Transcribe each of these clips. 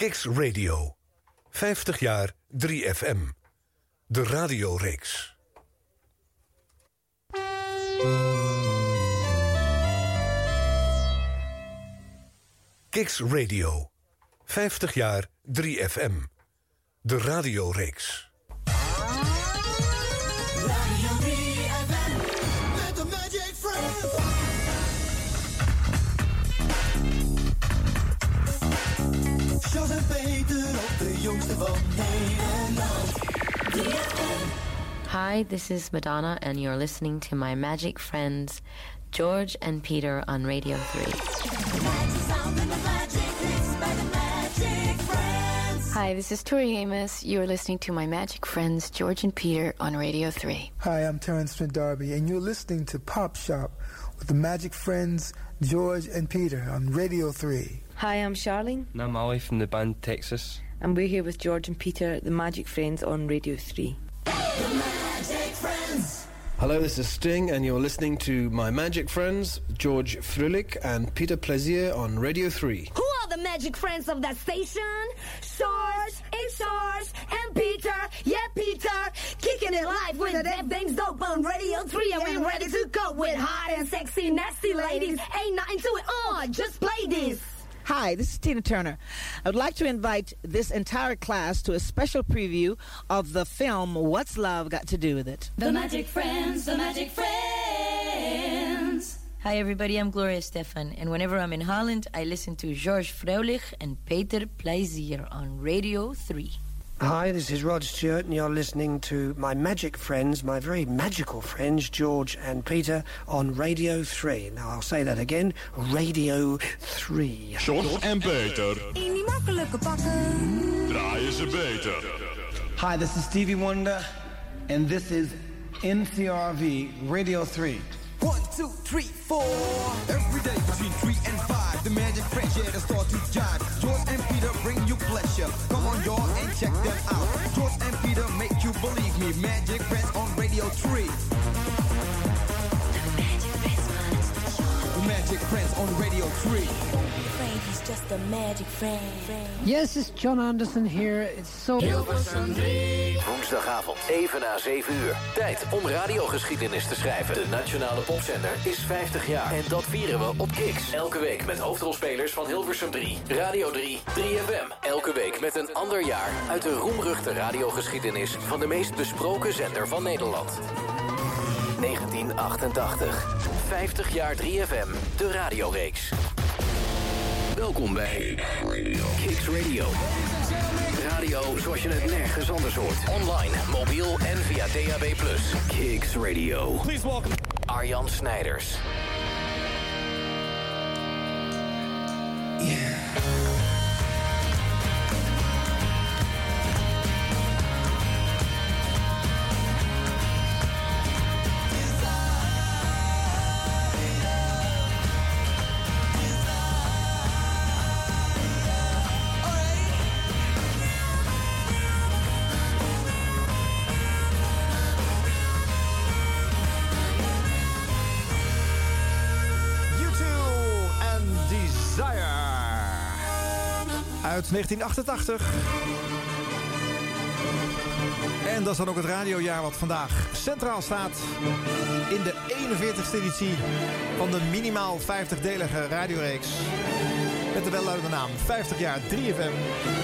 Kicks Radio. 50 jaar 3FM. De radioreeks. Kicks Radio. 50 jaar 3FM. De radioreeks. Radio 3FM met de Magic Friends. Jos en Peter op de jongste van Nederland. 3FM. Hi, this is Madonna and you're listening to my magic friends George and Peter on Radio 3. Hi, this is Tori Amos. You're listening to my magic friends George and Peter on Radio 3. Hi, I'm Terrence Trent D'Arby, and you're listening to Pop Shop with the magic friends George and Peter on Radio 3. Hi, I'm Charlene. And I'm Ollie from the band Texas. And we're here with George and Peter, the Magic Friends on Radio 3. The Magic Friends. Hello, this is Sting, and you're listening to my magic friends, George Frulik and Peter Plaisir on Radio 3. Who are the magic friends of that station? George, and Peter. Yeah, Peter. Kicking it live with the Dead Things Dope on Radio 3. And we're ready to go with hot and sexy, nasty ladies. Ain't nothing to it. Just play this. Hi, this is Tina Turner. I would like to invite this entire class to a special preview of the film What's Love Got to Do With It? The Magic Friends, the Magic Friends. Hi everybody, I'm Gloria Stefan, and whenever I'm in Holland, I listen to George Frulik and Peter Plaisir on Radio 3. Hi, this is Rod Stewart, and you're listening to my magic friends, my very magical friends, George and Peter, on Radio 3. Now, I'll say that again, Radio 3. George en Peter. In die makkelijke pakken. Draaien ze beter. Hi, this is Stevie Wonder, and this is NCRV Radio 3. 1, 2, 3, 4. Every day between 3 and 5. The Magic Friends, yeah, they start to jive. George and Peter bring you pleasure. Come on, y'all, and check them out. George and Peter make you believe me. Magic Friends on Radio 3. The Magic Friends on Radio 3. He's just a magic friend. Yes, it's John Anderson here. It's so... Hilversum 3. Woensdagavond, even na 7 uur. Tijd om radiogeschiedenis te schrijven. De nationale popzender is 50 jaar. En dat vieren we op Kicks. Elke week met hoofdrolspelers van Hilversum 3, Radio 3, 3FM. Elke week met een ander jaar uit de roemruchte radiogeschiedenis van de meest besproken zender van Nederland. 1988. 50 jaar 3FM, de radioreeks. Welkom bij Kicks Radio. Radio zoals je het nergens anders hoort. Online, mobiel en via DAB+. Kicks Radio. Please welcome Arjan Snijders. Uit 1988. En dat is dan ook het radiojaar wat vandaag centraal staat in de 41ste editie van de minimaal 50-delige radioreeks. Met de welluidende naam 50 jaar 3FM.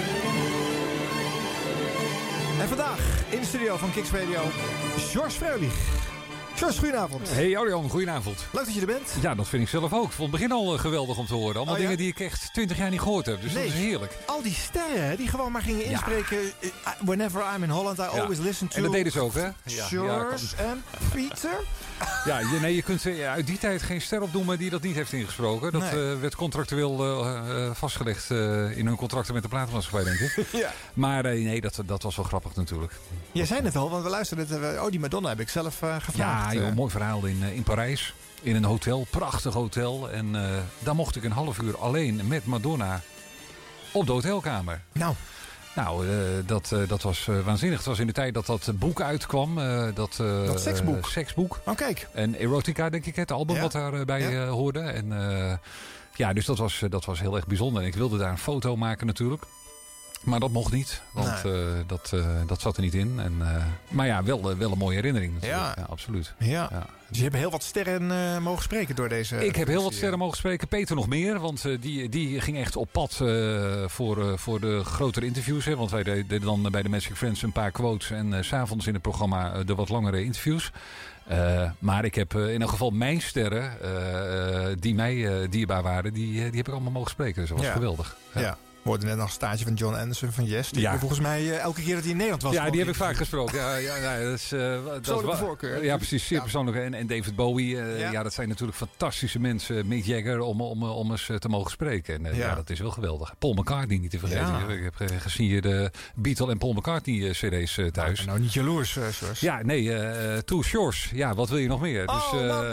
En vandaag in de studio van Kicks Radio, George Frulik. George, goedenavond. Hey Arjan, goedenavond. Leuk dat je er bent. Ja, dat vind ik zelf ook. Ik vond het begin al geweldig om te horen. Allemaal dingen die ik echt 20 jaar niet gehoord heb. Dus dat is heerlijk. Al die sterren die gewoon maar gingen inspreken. Whenever I'm in Holland, I always listen to... En dat deden ze ook, hè? George en Peter. Ja, je kunt uit die tijd geen ster opnoemen die dat niet heeft ingesproken. Dat werd contractueel vastgelegd in hun contracten met de platenmaatschappij, denk ik. Ja. Maar nee, dat was wel grappig natuurlijk. Jij zei het al, want we luisterden... die Madonna heb ik zelf gevraagd. Ja, joh, mooi verhaal in Parijs. In een hotel, prachtig hotel. En daar mocht ik een half uur alleen met Madonna op de hotelkamer. Nou, dat was waanzinnig. Het was in de tijd dat boek uitkwam. Dat seksboek? Seksboek. Oh, kijk. En Erotica, denk ik, het album wat daarbij hoorde. En dus dat was heel erg bijzonder. En ik wilde daar een foto maken natuurlijk. Maar dat mocht niet, want dat zat er niet in. Maar ja, wel een mooie herinnering natuurlijk. Ja, absoluut. Ja. Dus je hebt heel wat sterren mogen spreken door deze... Ik heb heel wat sterren mogen spreken. Peter nog meer, want die ging echt op pad voor de grotere interviews. Hè, want wij deden dan bij de Magic Friends een paar quotes. En 's avonds in het programma de wat langere interviews. Maar ik heb in elk geval mijn sterren, die mij dierbaar waren, die heb ik allemaal mogen spreken. Dus dat was geweldig. Ja. We hoorden net nog een staartje van John Anderson van Yes. Die volgens mij elke keer dat hij in Nederland was. Ja, die heb ik vaak gesproken. Dat is persoonlijke voorkeur. Ja, precies. Zeer persoonlijk. En David Bowie. Dat zijn natuurlijk fantastische mensen. Mick Jagger om eens te mogen spreken. En dat is wel geweldig. Paul McCartney niet te vergeten. Ja. Ik heb gezien hier de Beatle en Paul McCartney cd's thuis. Nou, niet jaloers, George. Ja, nee. Two Shores. Ja, wat wil je nog meer? Dus,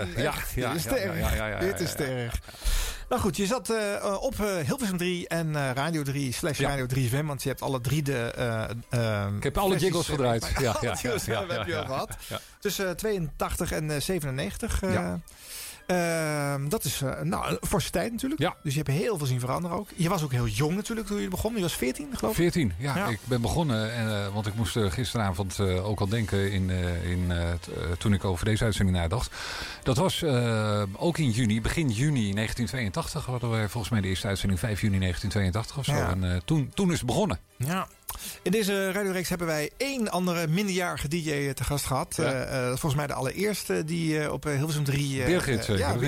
dit is te erg. Nou goed, je zat op Hilversum 3 en Radio 3 / Radio 3FM. Want je hebt alle drie de... ik heb alle jingles gedraaid. Ja, heb je al gehad. Ja. Tussen 82 en 97. Dat is een forse tijd natuurlijk. Ja. Dus je hebt heel veel zien veranderen ook. Je was ook heel jong natuurlijk toen je begon. Je was 14 geloof ik? 14, ja. Ik ben begonnen. Want ik moest gisteravond ook al denken toen ik over deze uitzending nadacht. Dat was ook in juni, begin juni 1982. Hadden we volgens mij de eerste uitzending 5 juni 1982 of zo. Ja. En toen is het begonnen. Ja. In deze radioreeks hebben wij 1 andere minderjarige DJ te gast gehad. Ja. Volgens mij de allereerste die op Hilversum 3... Birgit,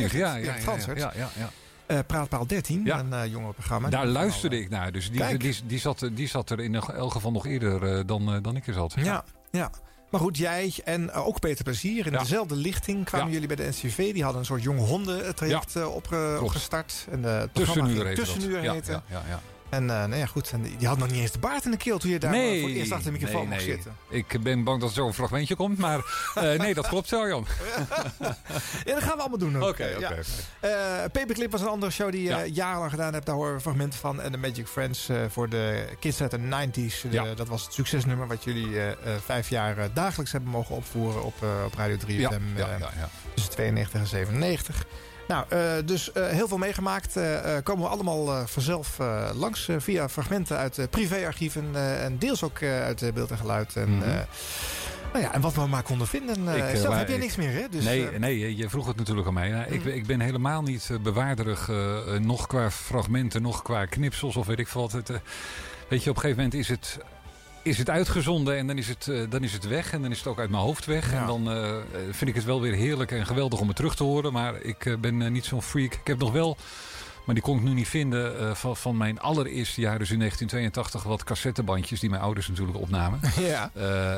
Praatpaal 13, een jongerenprogramma. Daar luisterde ik naar. Dus die zat er in elk geval nog eerder dan ik er zat. Ja. Maar goed, jij en ook Peter Plezier in dezelfde lichting kwamen jullie bij de NCV. Die hadden een soort jonge honden traject opgestart. En Tussenuur heette. Ja. En goed, en die had nog niet eens de baard in de keel toen je daar voor het eerst achter de microfoon mocht zitten. Ik ben bang dat er zo'n fragmentje komt, maar nee, dat klopt zo, Jan. Ja, dat gaan we allemaal doen. Oké. Paperclip was een andere show die je jarenlang gedaan hebt. Daar horen we fragmenten van. En de Magic Friends voor de kids uit de 90s. Dat was het succesnummer wat jullie 5 jaar dagelijks hebben mogen opvoeren op Radio 3FM. Tussen 92 en 97. Nou, dus heel veel meegemaakt. Komen we allemaal vanzelf langs via fragmenten uit privéarchieven. En deels ook uit beeld en geluid. En, en wat we maar konden vinden. Zelf heb je niks meer, hè? Dus, nee, je vroeg het natuurlijk aan mij. Ik ben helemaal niet bewaarderig. Nog qua fragmenten, nog qua knipsels of weet ik veel wat. Weet je, op een gegeven moment is het uitgezonden en dan is het weg. En dan is het ook uit mijn hoofd weg. Ja. En dan vind ik het wel weer heerlijk en geweldig om het terug te horen. Maar ik ben niet zo'n freak. Ik heb nog wel, maar die kon ik nu niet vinden, van mijn allereerste jaar, dus in 1982, wat cassettebandjes die mijn ouders natuurlijk opnamen. Ja.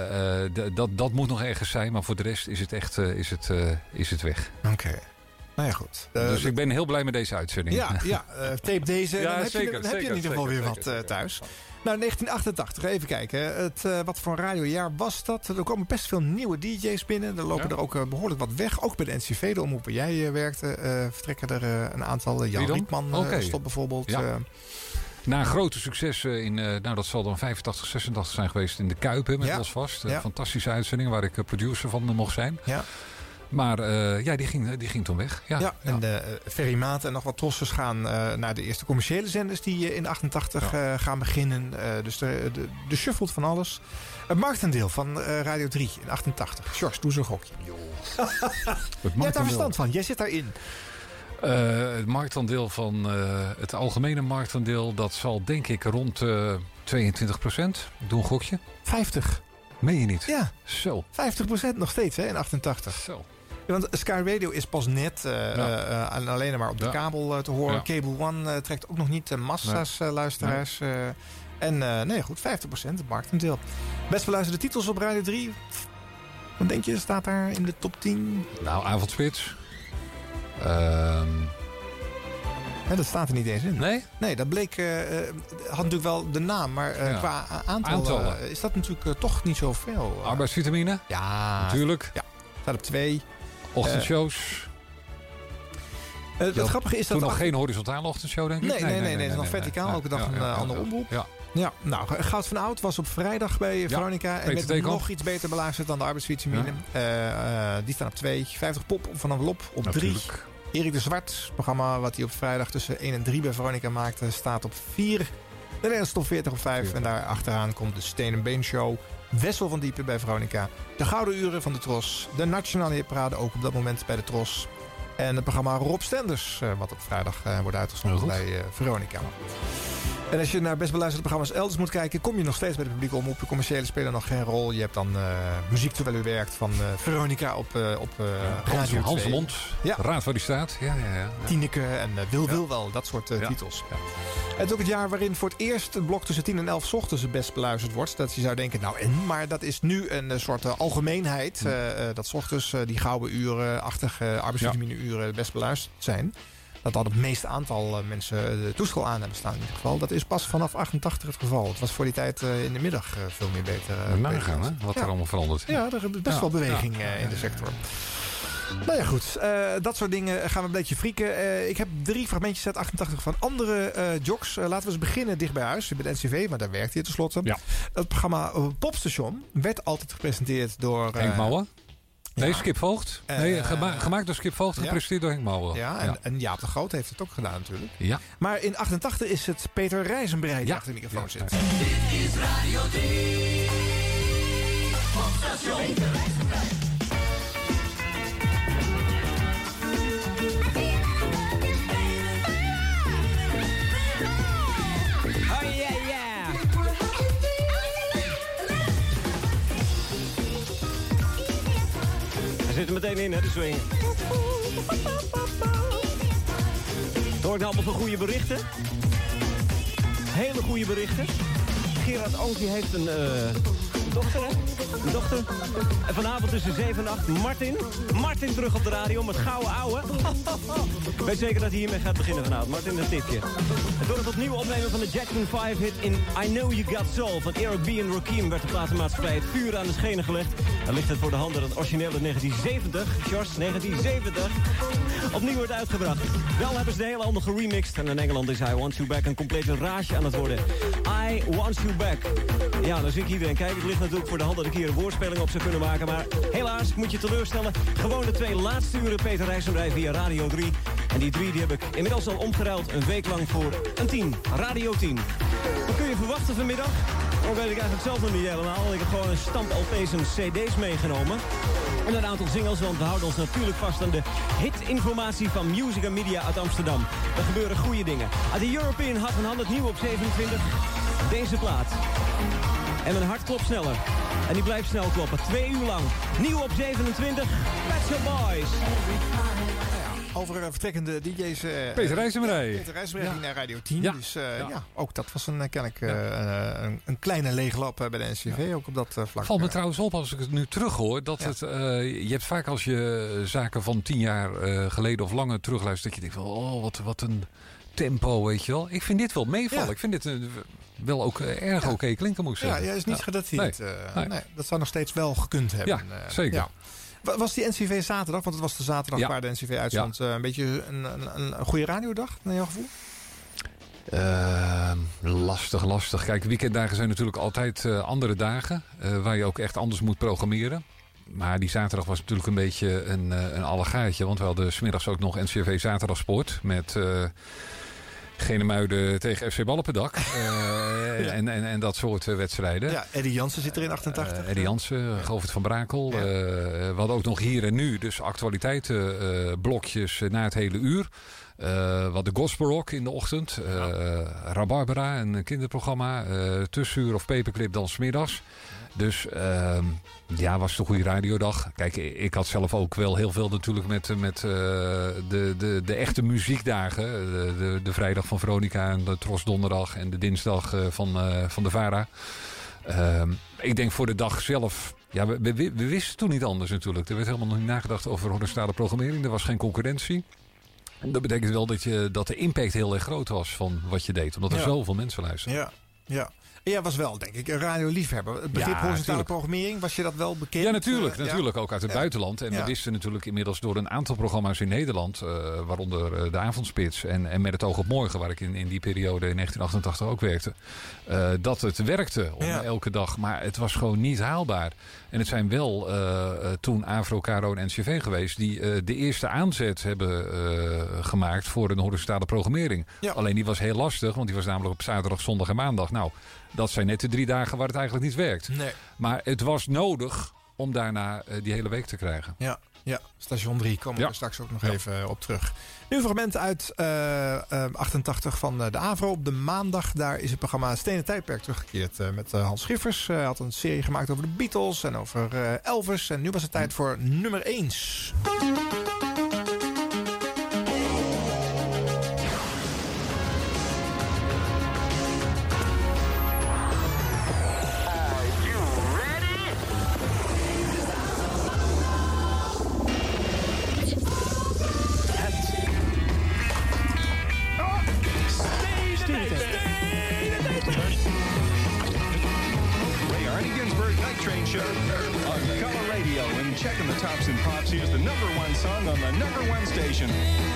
Dat moet nog ergens zijn, maar voor de rest is het echt is het weg. Oké. Nou ja, goed. Dus ik ben heel blij met deze uitzending. Tape deze. Dan heb je in ieder geval weer wat thuis. Nou, 1988, even kijken. Wat voor radiojaar was dat? Er komen best veel nieuwe DJ's binnen. Er lopen er ook behoorlijk wat weg. Ook bij de NCV, de omroep waar jij werkte, vertrekken er een aantal. Jan Rietman stopt bijvoorbeeld. Ja. Na grote successen dat zal dan 85, 86 zijn geweest in de Kuip, met Los Vast. Fantastische uitzending waar ik producer van mocht zijn. Ja. Maar die ging toen weg. En Ferry Maat en nog wat trossers gaan naar de eerste commerciële zenders die in 88 gaan beginnen. Dus de shuffelt van alles. Het marktendeel van Radio 3 in 88. George, doe zo'n gokje. Je hebt daar verstand van. Jij zit daarin. Het marktaandeel van het algemene marktaandeel, dat zal denk ik rond 22%. Doe een gokje. 50. Meen je niet? Ja. Zo. 50% nog steeds hè, in 88. Zo. Ja, want Sky Radio is pas net alleen maar op de kabel te horen. Ja. Cable One trekt ook nog niet massa's luisteraars. Nee. Goed, 50% het marktaandeel. Best beluisterde titels op Radio 3. Wat denk je, staat daar in de top 10? Nou, Avondspits. Dat staat er niet eens in. Nee? Nee, dat bleek... had natuurlijk wel de naam, maar qua aantallen is dat natuurlijk toch niet zoveel. Arbeidsvitamine? Ja. Natuurlijk. Ja, staat op 2. Ochtendshows. Het grappige is dat... Toen nog geen horizontale ochtendshow, denk ik? Nee, het is nog verticaal. Elke dag een andere omroep. Ja, nou, Goud van Oud was op vrijdag bij Veronica. En met nog iets beter beluisterd dan de arbeidsvitamine. Die staan op 2. 50 pop van envelop op 3. Erik de Zwart, programma wat hij op vrijdag tussen 1 en 3 bij Veronica maakte, staat op 4. Nederlandse top 40 op 5. En daar achteraan komt de Steen en Been Show. Wessel van Diepen bij Veronica. De Gouden Uren van de Tros. De Nationale Hitparade ook op dat moment bij de Tros. En het programma Rob Stenders, wat op vrijdag wordt uitgezonden bij Veronica. En als je naar best beluisterde programma's elders moet kijken, kom je nog steeds bij de publieke omroep. De commerciële spelen nog geen rol. Je hebt dan muziek terwijl u werkt van Veronica op Radio Hans 2. Mond, Raad waar die staat. Ja. Tineke en Wil wel, dat soort titels. Ja. Het is ook het jaar waarin voor het eerst het blok tussen 10 en 11 's ochtends het best beluisterd wordt. Dat je zou denken, maar dat is nu een soort algemeenheid. Dat 's ochtends die gouden uren, arbeidsvitamine uren best beluisterd zijn. Dat het meeste aantal mensen de toestel aan hebben staan in ieder geval. Dat is pas vanaf 88 het geval. Het was voor die tijd in de middag veel meer beter. Nagaan, hè? Wat er allemaal verandert. Ja, er is best wel beweging in de sector. Nou ja, goed. Dat soort dingen gaan we een beetje frieken. Ik heb 3 fragmentjes uit 88 van andere jocks. Laten we eens beginnen dicht bij huis. Bij de NCV, maar daar werkt hij tenslotte. Ja. Het programma Popstation werd altijd gepresenteerd door Henk Mouwen. Nee, Skip Voogd. Gemaakt door Skip Voogd, gepresenteerd door Henk Mouwen. Ja, en Jaap de Groot heeft het ook gedaan natuurlijk. Ja. Maar in 88 is het Peter Rijzenbrei die achter de microfoon zit. Dit is Radio 3. Popstation. Oh yeah. Hij zit er meteen in, hè, de swing. Hoor ik nou allemaal van goede berichten? Hele goede berichten. Gerard Oonk die heeft een dochter, hè? Een dochter. En vanavond tussen 7 en 8 Martin terug op de radio met gouden ouwe. Weet zeker dat hij hiermee gaat beginnen vanavond. Martin, een tipje. Het wordt het opnieuw opnemen van de Jackson 5 hit in I Know You Got Soul van Eric B. en Rakim werd de platenmaatschappij het vuur aan de schenen gelegd. Dan ligt het voor de hand dat het originele 1970, George, 1970, opnieuw wordt uitgebracht. Wel hebben ze de hele andere geremixed en in Engeland is I Want You Back een complete rage aan het worden. I Want You Back. Ja, dan zie ik iedereen kijken. Het ligt natuurlijk voor de hand dat ik hier een woordspeling op zou kunnen maken. Maar helaas, ik moet je teleurstellen. Gewoon de 2 laatste uren Peter Rijzenbrei via Radio 3. En die 3 die heb ik inmiddels al omgeruild een week lang voor een 10. Radio 10. Wat kun je verwachten vanmiddag? Dat weet ik eigenlijk zelf nog niet helemaal. Ik heb gewoon een stamp LP's en CD's meegenomen. En een aantal singles, want we houden ons natuurlijk vast aan de hitinformatie van Music and Media uit Amsterdam. Er gebeuren goede dingen. De European Hot 100 nieuw op 27. Deze plaat. En mijn hart klopt sneller. En die blijft snel kloppen. 2 uur lang. Nieuw op 27. Pet Shop Boys. Over vertrekkende DJ's. Peter Rijzenbrei. Peter Rijzenbrei ging naar Radio 10. Ja. Dus ook dat was een kleine leegloop bij de NCV. Ook op dat vlak. Valt me trouwens op als ik het nu terughoor. Dat het, je hebt vaak als je zaken van 10 jaar geleden of langer terugluistert. Dat je denkt van, wat een tempo, weet je wel. Ik vind dit wel meevallen. Ja. Ik vind dit wel ook erg oké klinken, moet ik zeggen. Ja, hij is niet gedateerd. Nee, dat zou nog steeds wel gekund hebben. Ja, zeker. Ja. Was die NCV zaterdag? Want het was de zaterdag waar de NCV uitstond. Een beetje een goede radiodag, naar jouw gevoel? Lastig. Kijk, weekenddagen zijn natuurlijk altijd andere dagen. Waar je ook echt anders moet programmeren. Maar die zaterdag was natuurlijk een beetje een allegaatje. Want we hadden 's middags ook nog NCV Zaterdagsport. Met Genemuiden tegen FC Ballenpendak. En dat soort wedstrijden. Ja, Eddie Jansen zit er in 88. Eddie Jansen, Govert van Brakel. Ja. We hadden ook nog hier en nu. Dus actualiteitenblokjes na het hele uur. Wat de Gospel Rock in de ochtend. Rabarbera, een kinderprogramma. Tussenuur of Paperclip dan 's middags. Dus was het een goede radiodag. Kijk, ik had zelf ook wel heel veel natuurlijk met de echte muziekdagen. De vrijdag van Veronica en de Tros donderdag en de dinsdag van de VARA. Ik denk voor de dag zelf. Ja, we wisten toen niet anders natuurlijk. Er werd helemaal nog niet nagedacht over horizontale programmering. Er was geen concurrentie. Dat betekent wel dat de impact heel erg groot was van wat je deed. Omdat er zoveel mensen luisterden. Ja. Ja. Jij was wel, denk ik, een radioliefhebber. Het begrip horizontale programmering, was je dat wel bekend? Ja, natuurlijk. Ook uit het buitenland. En we wisten natuurlijk inmiddels door een aantal programma's in Nederland, waaronder de Avondspits en Met het oog op morgen, waar ik in die periode in 1988 ook werkte, dat het werkte om elke dag. Maar het was gewoon niet haalbaar. En het zijn wel toen Avro, Caro en NCV geweest die de eerste aanzet hebben gemaakt voor een horizontale programmering. Ja. Alleen die was heel lastig, want die was namelijk op zaterdag, zondag en maandag. Nou, dat zijn net de 3 dagen waar het eigenlijk niet werkt. Nee. Maar het was nodig om daarna die hele week te krijgen. Ja, station 3 komen we straks ook nog even op terug. Nu een fragment uit 88 van de AVRO. Op de maandag, daar is het programma Stenen Tijdperk teruggekeerd met Hans Schiffers. Hij had een serie gemaakt over de Beatles en over Elvis. En nu was het tijd voor nummer 1. Checking the tops and pops. Here's the number 1 song on the number 1 station.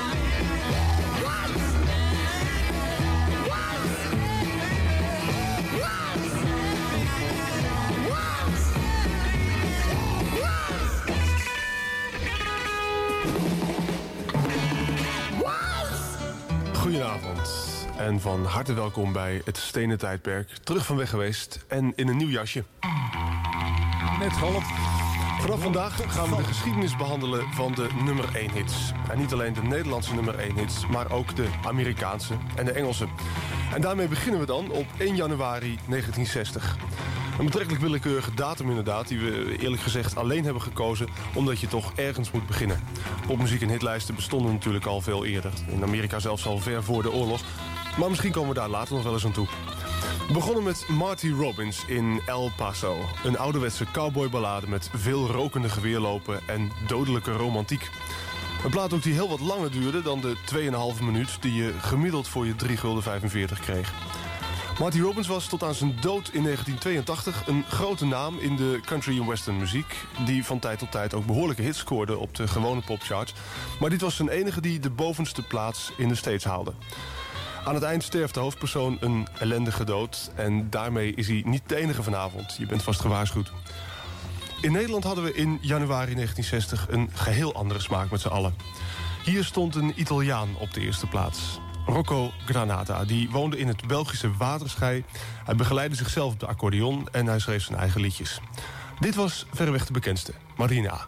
Goedenavond en van harte welkom bij het Stenen Tijdperk. Terug van weg geweest en in een nieuw jasje. Net geholpen. Vanaf vandaag gaan we de geschiedenis behandelen van de nummer 1 hits. En niet alleen de Nederlandse nummer 1 hits, maar ook de Amerikaanse en de Engelse. En daarmee beginnen we dan op 1 januari 1960. Een betrekkelijk willekeurige datum inderdaad, die we eerlijk gezegd alleen hebben gekozen omdat je toch ergens moet beginnen. Popmuziek en hitlijsten bestonden natuurlijk al veel eerder. In Amerika zelfs al ver voor de oorlog. Maar misschien komen we daar later nog wel eens aan toe. We begonnen met Marty Robbins in El Paso. Een ouderwetse cowboyballade met veel rokende geweerlopen en dodelijke romantiek. Een plaat ook die heel wat langer duurde dan de 2,5 minuut die je gemiddeld voor je $3,45 kreeg. Marty Robbins was tot aan zijn dood in 1982 een grote naam in de country en western muziek, die van tijd tot tijd ook behoorlijke hits scoorde op de gewone popcharts. Maar dit was zijn enige die de bovenste plaats in de States haalde. Aan het eind sterft de hoofdpersoon een ellendige dood en daarmee is hij niet de enige vanavond. Je bent vast gewaarschuwd. In Nederland hadden we in januari 1960 een geheel andere smaak met z'n allen. Hier stond een Italiaan op de eerste plaats. Rocco Granata, die woonde in het Belgische Waterschei. Hij begeleidde zichzelf op de accordeon en hij schreef zijn eigen liedjes. Dit was verreweg de bekendste, Marina.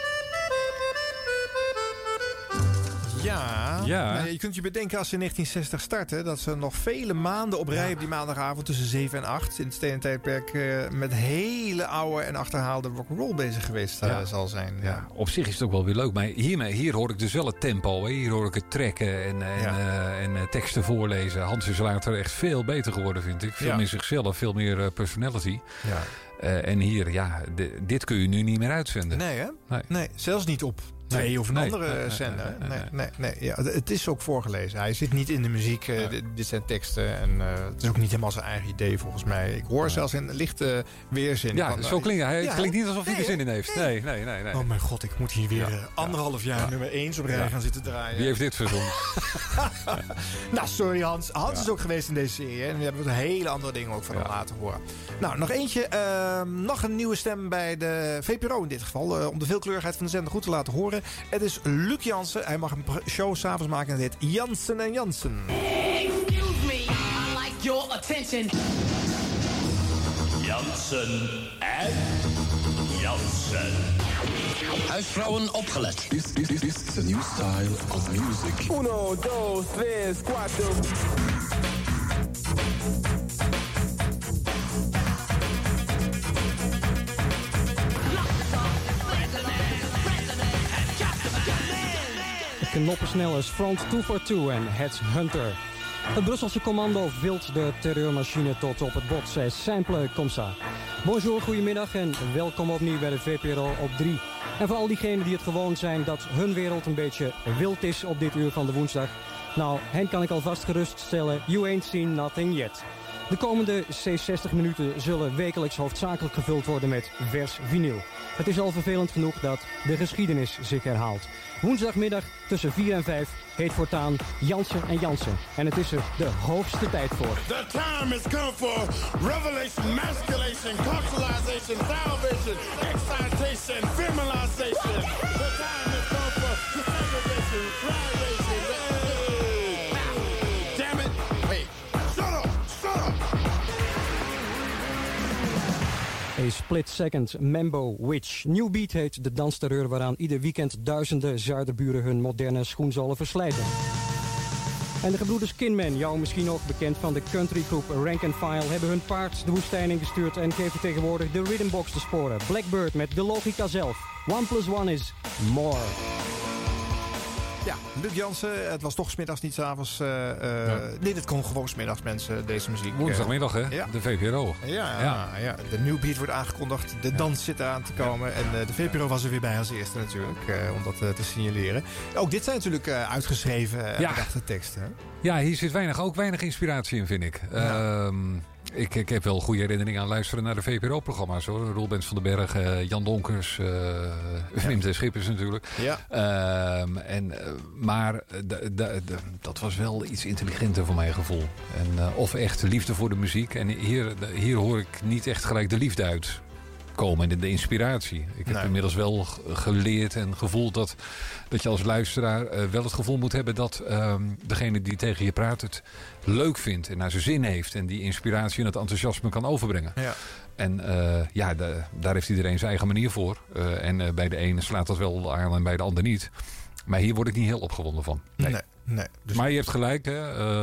Ja. Nou, je kunt je bedenken als ze in 1960 starten dat ze nog vele maanden op rij op die maandagavond tussen 7 en 8 in het Stenen Tijdperk met hele oude en achterhaalde rock'n'roll bezig geweest zal zijn. Ja. Op zich is het ook wel weer leuk, maar hier hoor ik dus wel het tempo. Hè. Hier hoor ik het trekken en teksten voorlezen. Hans is later echt veel beter geworden, vind ik. Veel meer zichzelf, veel meer personality. Ja. En hier, dit kun je nu niet meer uitzenden. Nee, hè? Nee, zelfs niet op 2 of een andere zender. Nee. Ja, het is ook voorgelezen. Hij zit niet in de muziek. Dit zijn teksten. En het is ook niet helemaal zijn eigen idee, volgens mij. Ik hoor zelfs een lichte weerzin. Ja, van, zo klinkt hij. Het klinkt niet alsof hij er zin in heeft. Nee. Oh mijn god, ik moet hier weer 1,5 jaar nummer 1 op rij gaan zitten draaien. Wie heeft dit verzonnen? Nou, sorry Hans. Hans is ook geweest in deze serie. En we hebben hele andere dingen ook van hem laten horen. Nou, nog eentje. Nog een nieuwe stem bij de VPRO in dit geval. Om de veelkleurigheid van de zender goed te laten horen. Het is Luc Jansen. Hij mag een show s'avonds maken en het heet Jansen en Jansen. Excuse me, I like your attention. Jansen en Jansen. Huisvrouwen opgelet. This is a new style of music. 1, 2, 3, 4. Knoppensnellers Front 242 en Heads Hunter. Het Brusselse commando vilt de terreurmachine tot op het bot. C'est simple comme ça. Bonjour, goedemiddag en welkom opnieuw bij de VPRO op 3. En voor al diegenen die het gewoon zijn dat hun wereld een beetje wild is op dit uur van de woensdag. Nou, hen kan ik alvast geruststellen, you ain't seen nothing yet. De komende 60 minuten zullen wekelijks hoofdzakelijk gevuld worden met vers vinyl. Het is al vervelend genoeg dat de geschiedenis zich herhaalt. Woensdagmiddag tussen 4 en 5 heet voortaan Jansen en Jansen. En het is er de hoogste tijd voor. The time has come for revelation, masculation, culturalization, salvation, excitation, feminization. The time has come for segregation, cryation. Hey. Damn it. Hey, shut up, shut up. A Split Second Mambo Witch. New Beat heet de dansterreur waaraan ieder weekend duizenden Zuiderburen hun moderne schoenzolen verslijten. En de gebroeders Kinman, jou misschien ook bekend van de countrygroep Rank and File, hebben hun paard de woestijn ingestuurd en geven tegenwoordig de rhythmbox te sporen. Blackbird met de logica zelf. 1 + 1 is more. Ja, Luc Jansen, het was toch 's middags, niet 's avonds. Nee, dit kon gewoon 's middags, mensen, deze muziek. Woensdagmiddag, hè? Ja. De VPRO. Ja. De New Beat wordt aangekondigd. De dans zit eraan te komen. En de VPRO was er weer bij als eerste natuurlijk, om dat te signaleren. Ook dit zijn natuurlijk uitgeschreven bedachte teksten. Hè? Ja, hier zit weinig inspiratie in, vind ik. Ja. Ik heb wel goede herinneringen aan luisteren naar de VPRO-programma's, hoor. Roel Bens van den Berg, Jan Donkers, Wim T. Schippers natuurlijk. Ja. Maar dat was wel iets intelligenter voor mijn gevoel. Of echt liefde voor de muziek. En hier hoor ik niet echt gelijk de liefde uit komen en de inspiratie. Ik heb inmiddels wel geleerd en gevoeld dat je als luisteraar wel het gevoel moet hebben dat degene die tegen je praat het leuk vindt en naar zijn zin heeft en die inspiratie en het enthousiasme kan overbrengen. Ja. En daar heeft iedereen zijn eigen manier voor. En bij de ene slaat dat wel aan en bij de ander niet. Maar hier word ik niet heel opgewonden van. Nee. Dus maar je hebt gelijk, hè.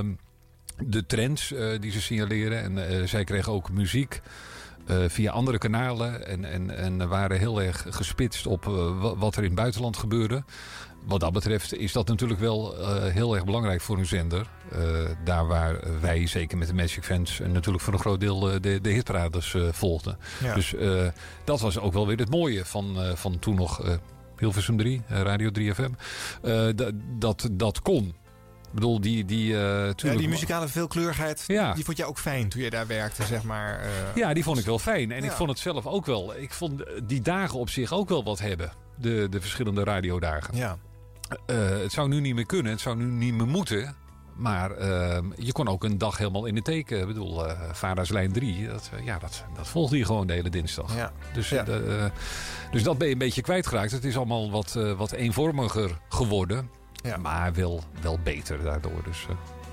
De trends die ze signaleren. En zij kregen ook muziek via andere kanalen. En waren heel erg gespitst op wat er in het buitenland gebeurde. Wat dat betreft is dat natuurlijk wel heel erg belangrijk voor een zender. Daar waar wij, zeker met de Magic Fans, natuurlijk voor een groot deel de hitparades volgden. Ja. Dus dat was ook wel weer het mooie van toen nog Hilversum 3, Radio 3FM. Dat kon. Ik bedoel, die muzikale veelkleurigheid, die vond jij ook fijn toen je daar werkte, zeg maar. Ja, die vond ik wel fijn. En ik vond het zelf ook wel. Ik vond die dagen op zich ook wel wat hebben. De verschillende radiodagen. Ja. Het zou nu niet meer kunnen. Het zou nu niet meer moeten. Maar je kon ook een dag helemaal in de teken. Ik bedoel, Vara's Lijn 3. Dat volgde je gewoon de hele dinsdag. Ja. Dus dat ben je een beetje kwijtgeraakt. Het is allemaal wat eenvormiger geworden. Ja. Maar wel beter daardoor. Dus,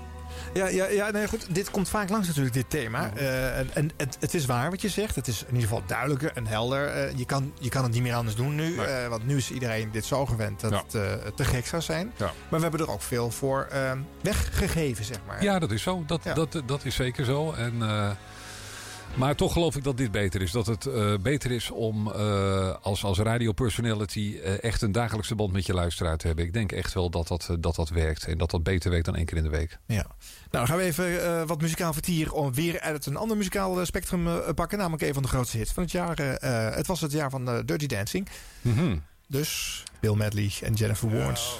nee, goed. Dit komt vaak langs natuurlijk, dit thema. En het is waar wat je zegt. Het is in ieder geval duidelijker en helder. Je kan het niet meer anders doen nu. Nee. Want nu is iedereen dit zo gewend dat het te gek zou zijn. Ja. Maar we hebben er ook veel voor weggegeven, zeg maar. Ja, dat is zo. Dat is zeker zo. En... Maar toch geloof ik dat dit beter is. Dat het beter is om als radiopersonality echt een dagelijkse band met je luisteraar te hebben. Ik denk echt wel dat werkt. En dat beter werkt dan 1 keer in de week. Ja. Nou, gaan we even wat muzikaal vertier om weer uit een ander muzikaal spectrum pakken. Namelijk een van de grootste hits van het jaar. Het was het jaar van Dirty Dancing. Mm-hmm. Dus Bill Medley en Jennifer Warnes.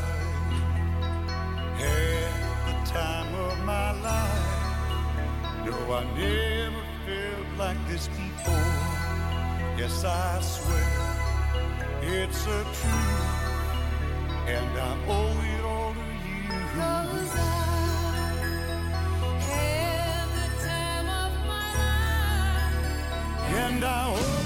Like this before, yes I swear it's a truth, and I owe it all to you. 'Cause I had the time of my life, and I owe it all to you.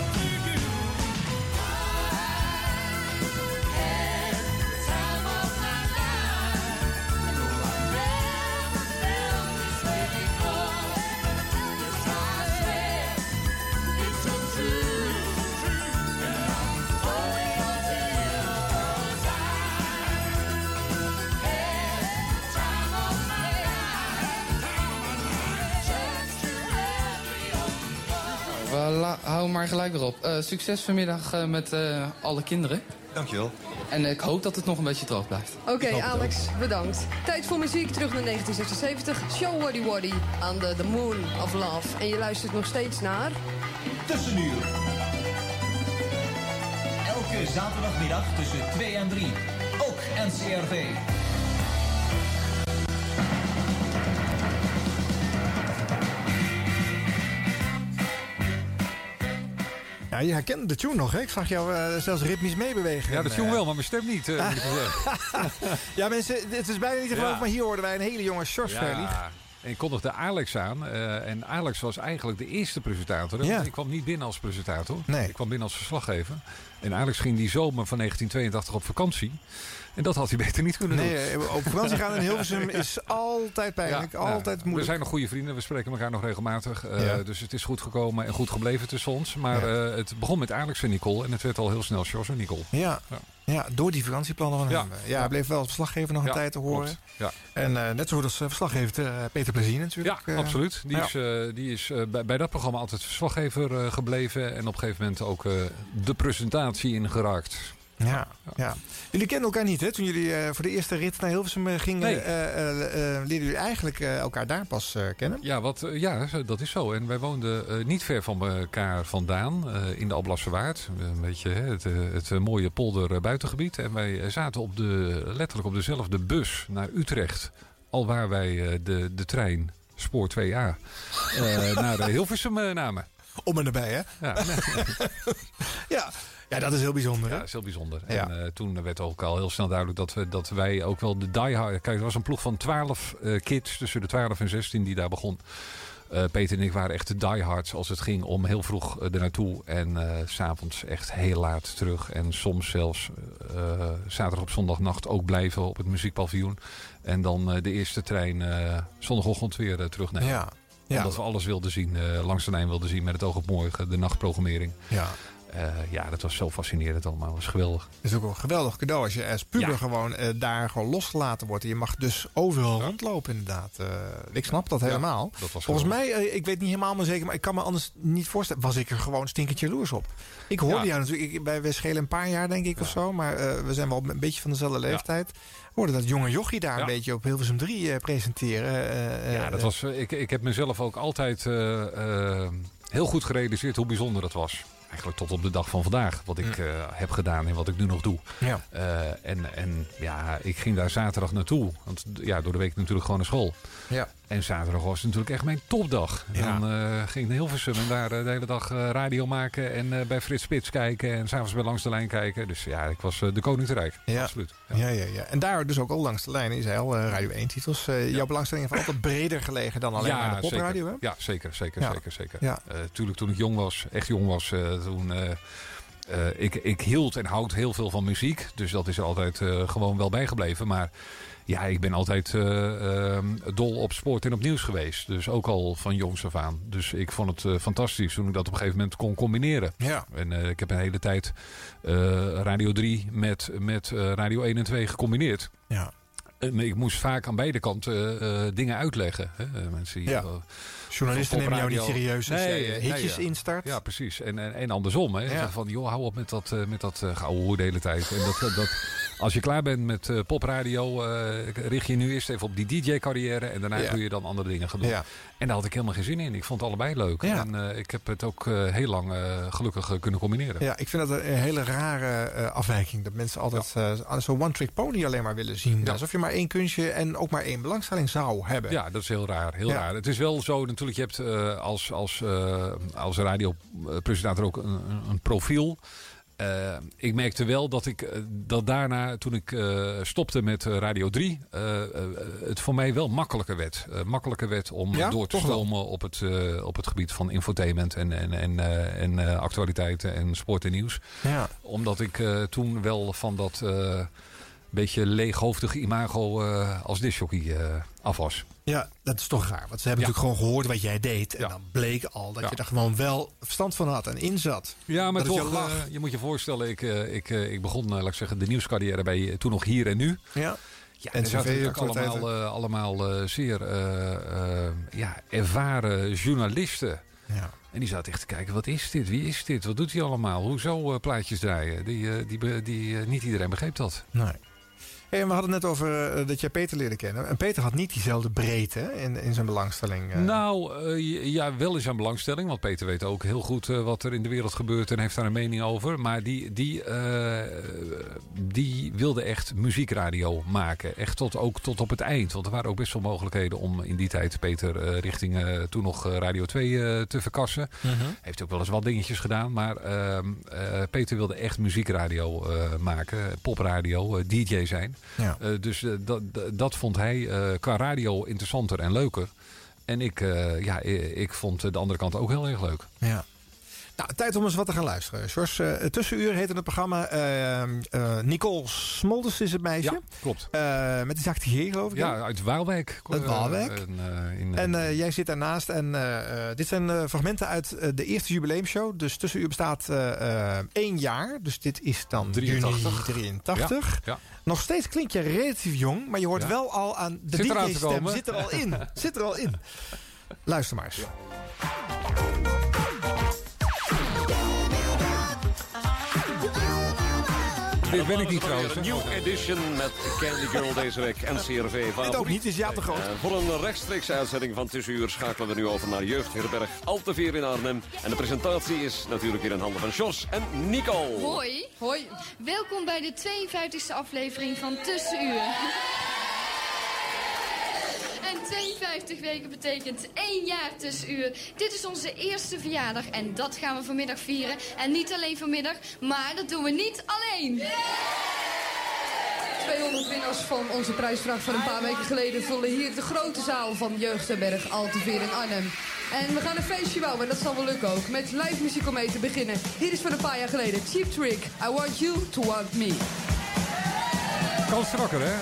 Hou maar gelijk erop. Succes vanmiddag met alle kinderen. Dankjewel. En ik hoop dat het nog een beetje droog blijft. Oké, Alex, bedankt. Tijd voor muziek, terug naar 1976. Show Waddy Waddy aan The Moon of Love. En je luistert nog steeds naar... Tussenuur. Elke zaterdagmiddag tussen 2 en 3. Ook NCRV. je herkende de tune nog, hè? Ik zag jou zelfs ritmisch meebewegen. Ja, de tune wel, maar mijn stem niet. Ja, mensen, het is bijna niet te geloven, maar hier hoorden wij een hele jonge Sjors Verlieg. En ik kondigde Alex aan. En Alex was eigenlijk de eerste presentator. Ja. Ik kwam niet binnen als presentator. Nee. Ik kwam binnen als verslaggever. En Alex ging die zomer van 1982 op vakantie. En dat had hij beter niet kunnen doen. Nee, op vakantie gaan in Hilversum is altijd pijnlijk. Altijd moeilijk. We zijn nog goede vrienden. We spreken elkaar nog regelmatig. Dus het is goed gekomen en goed gebleven tussen ons. Maar het begon met Alex en Nicole. En het werd al heel snel Sjors en Nicole. Ja, door die vakantieplannen van hem. Ja, hij bleef wel als verslaggever nog een tijd te horen. Klopt. Ja. En net zo goed als verslaggever Peter Plezier natuurlijk. Ja, absoluut. Die is bij dat programma altijd verslaggever gebleven. En op een gegeven moment ook de presentatie ingeraakt. Ja. Jullie kenden elkaar niet, hè? Toen jullie voor de eerste rit naar Hilversum gingen, leerden jullie eigenlijk elkaar daar pas kennen? Ja, dat is zo. En wij woonden niet ver van elkaar vandaan, in de Alblasserwaard. Een beetje het mooie polder buitengebied. En wij zaten letterlijk op dezelfde bus naar Utrecht. Alwaar wij de trein Spoor 2A naar Hilversum namen. Om en nabij, hè? Ja. Ja, dat is heel bijzonder. Ja, hè? dat is heel bijzonder. Ja. En toen werd ook al heel snel duidelijk dat wij ook wel de diehard... Kijk, er was een ploeg van 12 kids tussen de 12 en 16 die daar begon. Peter en ik waren echt de diehards als het ging om heel vroeg er naartoe. En 's avonds echt heel laat terug. En soms zelfs zaterdag op zondagnacht ook blijven op het muziekpaviljoen. En dan de eerste trein zondagochtend weer terugnemen. Ja. Omdat we alles wilden zien, langs de lijn wilden zien met het oog op morgen. De nachtprogrammering. Ja. Dat was zo fascinerend allemaal. Dat was geweldig. Het is ook een geweldig cadeau als je als puber gewoon daar gewoon losgelaten wordt. En je mag dus overal rondlopen inderdaad. Ik snap dat helemaal. Dat was volgens mij, ik weet niet helemaal maar zeker, maar ik kan me anders niet voorstellen. Was ik er gewoon stinkend jaloers op. Ik hoorde jou natuurlijk, wij schelen een paar jaar denk ik of zo. Maar we zijn wel een beetje van dezelfde leeftijd. Hoorde dat jonge jochie daar een beetje op Hilversum 3 presenteren. Dat was. Ik heb mezelf ook altijd heel goed gerealiseerd hoe bijzonder dat was. Eigenlijk tot op de dag van vandaag. Wat ik heb gedaan en wat ik nu nog doe. Ja. Ik ging daar zaterdag naartoe. Want door de week natuurlijk gewoon naar school. Ja. En zaterdag was natuurlijk echt mijn topdag. Ja. Dan ging ik naar Hilversum en daar de hele dag radio maken. En bij Frits Spits kijken. En s'avonds bij Langs de Lijn kijken. Dus ja, ik was de koning te rijk. Ja. Absoluut. Ja. En daar dus ook al Langs de Lijn. Je zei al, Radio 1 titels. Jouw belangstelling heeft altijd breder gelegen dan alleen maar de popradio. Hè? Ja, zeker. Ja. Tuurlijk toen ik jong was, echt jong was, toen... Ik hield en houd heel veel van muziek. Dus dat is er altijd gewoon wel bijgebleven. Maar ja, ik ben altijd dol op sport en op nieuws geweest. Dus ook al van jongs af aan. Dus ik vond het fantastisch toen ik dat op een gegeven moment kon combineren. Ja. En ik heb een hele tijd Radio 3 met Radio 1 en 2 gecombineerd. Ja. Ik moest vaak aan beide kanten dingen uitleggen. Hè? Mensen die, journalisten nemen jou niet serieus als jij hitjes instart. Ja, precies. En andersom. Hè? Ja. Van, joh, hou op met dat geouwe de hele tijd. En dat, als je klaar bent met popradio, richt je nu eerst even op die DJ-carrière. En daarna kun je dan andere dingen gaan doen. Ja. En daar had ik helemaal geen zin in. Ik vond het allebei leuk. Ja. En ik heb het ook heel lang gelukkig kunnen combineren. Ja, ik vind dat een hele rare afwijking. Dat mensen altijd zo'n one-trick pony alleen maar willen zien. Ja. Alsof je maar één kunstje en ook maar één belangstelling zou hebben. Ja, dat is heel raar. Heel raar. Het is wel zo, natuurlijk, je hebt als radiopresentator ook een profiel. Ik merkte wel dat daarna, toen ik stopte met Radio 3, het voor mij wel makkelijker werd om door te stomen op het gebied van infotainment en actualiteiten en sport en nieuws. Ja. Omdat ik toen wel van dat beetje leeghoofdige imago als discjockey af was. Ja, dat is toch raar. Want ze hebben natuurlijk gewoon gehoord wat jij deed. En dan bleek al dat je er gewoon wel verstand van had en in zat. Ja, maar dat toch, je moet je voorstellen, ik begon, laat ik zeggen, de nieuwscarrière bij toen nog Hier en Nu. Ja. Ja, en ze zaten allemaal zeer ervaren journalisten. Ja. En die zaten echt te kijken, wat is dit? Wie is dit? Wat doet hij allemaal? Hoezo plaatjes draaien? Die niet iedereen begreep dat. Nee. Hey, en we hadden het net over dat jij Peter leerde kennen. En Peter had niet diezelfde breedte in zijn belangstelling. Ja, wel in zijn belangstelling. Want Peter weet ook heel goed wat er in de wereld gebeurt en heeft daar een mening over. Maar die wilde echt muziekradio maken. Echt ook tot op het eind. Want er waren ook best wel mogelijkheden om in die tijd Peter richting toen nog Radio 2 te verkassen. Heeft ook wel eens wat dingetjes gedaan. Maar Peter wilde echt muziekradio maken. Popradio, DJ zijn. Ja. Dus dat vond hij qua radio interessanter en leuker. En ik vond de andere kant ook heel erg leuk. Ja. Nou, tijd om eens wat te gaan luisteren. George, Tussenuur heette het programma. Nicole Smolders is het meisje. Ja, klopt. Met die zachte G, geloof ik. Ja, uit Waalwijk. Uit Waalwijk. En jij zit daarnaast. En dit zijn fragmenten uit de eerste jubileumshow. Dus Tussenuur bestaat 1 jaar. Dus dit is dan 83. juni 83. Ja. Nog steeds klink je relatief jong. Maar je hoort wel al aan de DJ-stem. Zit er al in. Luister maar eens. Ja. Dit ben ik niet trouwens. Een New Edition met Candy Girl deze week. NCRV. Dit ook niet, is ja te groot. Voor een rechtstreekse uitzending van Tussenuur schakelen we nu over naar Jeugdherberg Alteveer in Arnhem. En de presentatie is natuurlijk weer in handen van Jos en Nicole. Hoi. Hoi. Welkom bij de 52e aflevering van Tussenuur. En 52 weken betekent 1 jaar Tussenuur. Dit is onze eerste verjaardag en dat gaan we vanmiddag vieren. En niet alleen vanmiddag, maar dat doen we niet alleen. 200 winnaars van onze prijsvraag van een paar weken geleden vullen hier de grote zaal van Jeugdherberg Alteveer in Arnhem. En we gaan een feestje bouwen en dat zal wel lukken ook. Met live muziek om mee te beginnen. Hier is van een paar jaar geleden Cheap Trick. I Want You to Want Me. Kan strakker, hè?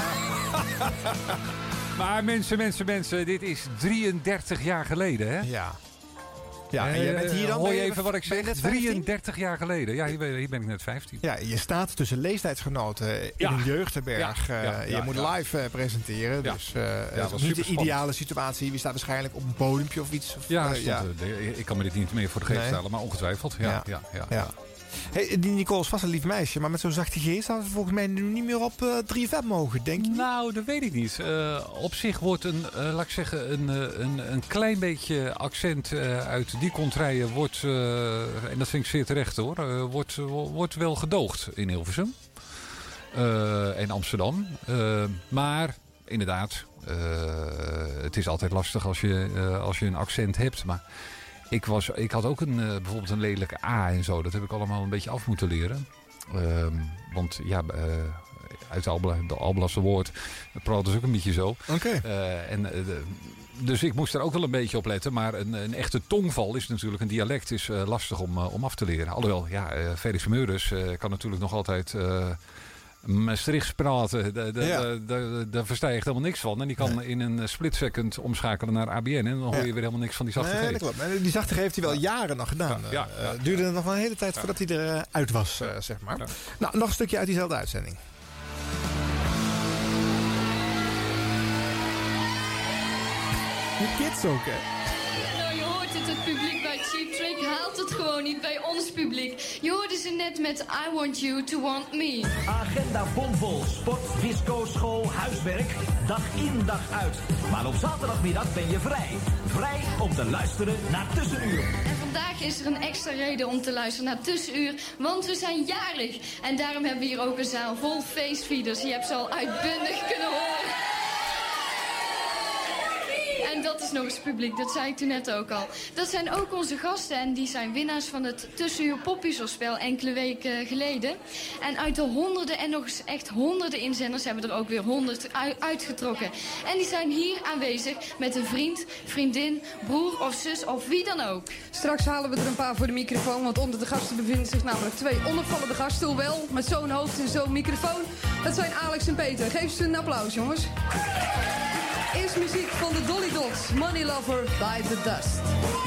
Maar mensen, dit is 33 jaar geleden, hè? Ja. Ja, en jij bent hier dan... Hoor je even wat ik zeg? 33 jaar geleden. Ja, hier ben ik net 15. Ja, je staat tussen leeftijdsgenoten in een jeugdherberg. Je moet live presenteren. Ja. Dus dat is niet de ideale situatie. Je staat waarschijnlijk op een podiumpje of iets. Ik kan me dit niet meer voor de geest stellen, maar ongetwijfeld. Ja. Hey, die Nicole is vast een lief meisje, maar met zo'n zachte G zou ze volgens mij nu niet meer op 3FM mogen, denk je? Nou, dat weet ik niet. Op zich wordt laat ik zeggen, een klein beetje accent uit die contraien wordt, en dat vind ik zeer terecht hoor, wordt wel gedoogd in Hilversum en Amsterdam. Maar inderdaad, het is altijd lastig als je een accent hebt, maar... Ik had ook bijvoorbeeld een lelijke A en zo. Dat heb ik allemaal een beetje af moeten leren. Want ja, uit de Alblasse woord praten ze ook een beetje zo. Oké. Dus ik moest er ook wel een beetje op letten. Maar een echte tongval is natuurlijk, een dialect is lastig om af te leren. Alhoewel, ja, Felix Meurders kan natuurlijk nog altijd... Maastrichts praten, daar versta je echt helemaal niks van. En die kan in een split second omschakelen naar ABN. En dan hoor je weer helemaal niks van die zachte G. Nee, dat klopt. En die zachte G heeft hij wel jaren nog gedaan. Duurde het nog wel een hele tijd voordat hij eruit was, zeg maar. Nou, nog een stukje uit diezelfde uitzending. Die kids ook, hè? Het publiek bij Cheap Trick haalt het gewoon niet bij ons publiek. Je hoorde ze net met I Want You to Want Me. Agenda bomvol. Sport, disco, school, huiswerk. Dag in, dag uit. Maar op zaterdagmiddag ben je vrij. Vrij om te luisteren naar Tussenuur. En vandaag is er een extra reden om te luisteren naar Tussenuur. Want we zijn jarig. En daarom hebben we hier ook een zaal vol feestvierders. Je hebt ze al uitbundig kunnen horen. En dat is nog eens publiek, dat zei ik toen net ook al. Dat zijn ook onze gasten en die zijn winnaars van het Tussenuur Poppuzzelspel enkele weken geleden. En uit de honderden en nog eens echt honderden inzenders hebben er ook weer 100 uitgetrokken. En die zijn hier aanwezig met een vriend, vriendin, broer of zus of wie dan ook. Straks halen we er een paar voor de microfoon, want onder de gasten bevinden zich namelijk 2 onopvallende gasten. Hoewel, met zo'n hoofd en zo'n microfoon. Dat zijn Alex en Peter. Geef ze een applaus, jongens. Eerst muziek van de Dolly Dots, Money Lover by the Dust.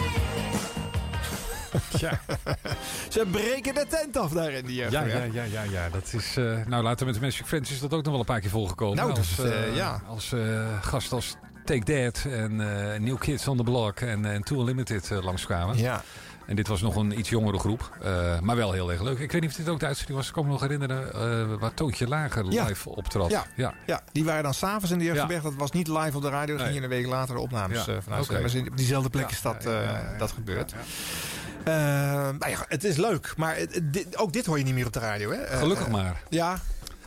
Ja. Ze breken de tent af daar in die jeugd. Ja. Dat is, nou, later met de Magic Friends is dat ook nog wel een paar keer volgekomen. Nou, als gast als Take That en New Kids on the Block en Too Unlimited langskwamen. Ja. En dit was nog een iets jongere groep. Maar wel heel erg leuk. Ik weet niet of dit ook de uitzending was. Ik kan me nog herinneren waar Toontje Lager live optrad. Ja, die waren dan s'avonds in de Jeugdberg. Dat was niet live op de radio. Dan ging je een week later de opnames vanuit. Okay. Maar op diezelfde plek is dat gebeurd. Het is leuk. Maar ook dit hoor je niet meer op de radio. Hè? Gelukkig maar. Ja.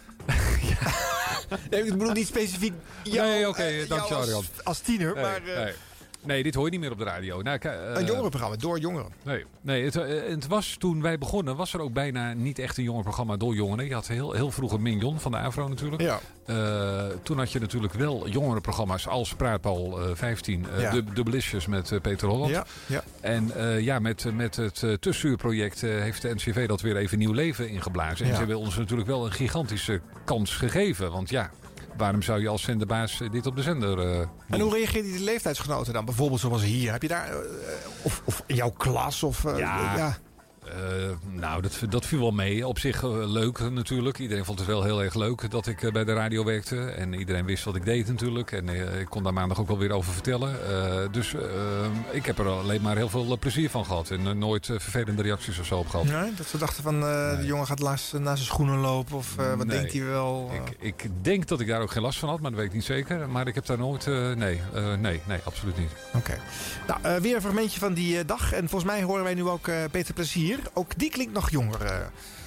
Nee, ik bedoel niet specifiek jou, jou als tiener. Maar, nee, dit hoor je niet meer op de radio. Nou, een jongerenprogramma, door jongeren. Nee, het was toen wij begonnen, was er ook bijna niet echt een jongerenprogramma door jongeren. Je had heel vroeger Mignon van de AVRO natuurlijk. Ja. Toen had je natuurlijk wel jongerenprogramma's als Praatbal 15. De Blissjes met Peter Holland. Ja. En met het tussenuurproject heeft de NCV dat weer even nieuw leven ingeblazen. En ze hebben ons natuurlijk wel een gigantische kans gegeven. Want waarom zou je als zenderbaas dit op de zender doen? En hoe reageerden die leeftijdsgenoten dan? Bijvoorbeeld zoals hier. Heb je daar... Of in jouw klas? Of, Nou, dat viel wel mee. Op zich leuk natuurlijk. Iedereen vond het wel heel erg leuk dat ik bij de radio werkte. En iedereen wist wat ik deed natuurlijk. En ik kon daar maandag ook wel weer over vertellen. Dus ik heb er alleen maar heel veel plezier van gehad. En nooit vervelende reacties of zo op gehad. Nee, dat ze dachten van de jongen gaat naast zijn schoenen lopen. Of wat denkt hij wel? Ik denk dat ik daar ook geen last van had. Maar dat weet ik niet zeker. Maar ik heb daar nooit... Nee, absoluut niet. Oké. Nou, weer een fragmentje van die dag. En volgens mij horen wij nu ook Peter Plezier. Ook die klinkt nog jonger.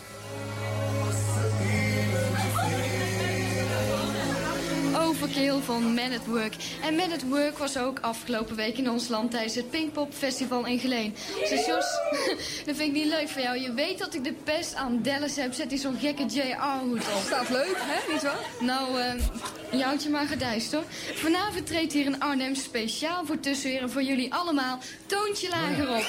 Overkill van Man at Work. En Man at Work was ook afgelopen week in ons land tijdens het Pinkpop Festival in Geleen. Dus Jos, dat vind ik niet leuk van jou. Je weet dat ik de pest aan Dallas heb. Zet die zo'n gekke JR-hoed op. Staat leuk, hè? Niet waar? Nou, je houdt je maar gedijst, hoor. Vanavond treedt hier in Arnhem speciaal voor Tussenuur en voor jullie allemaal Toontje Lager op.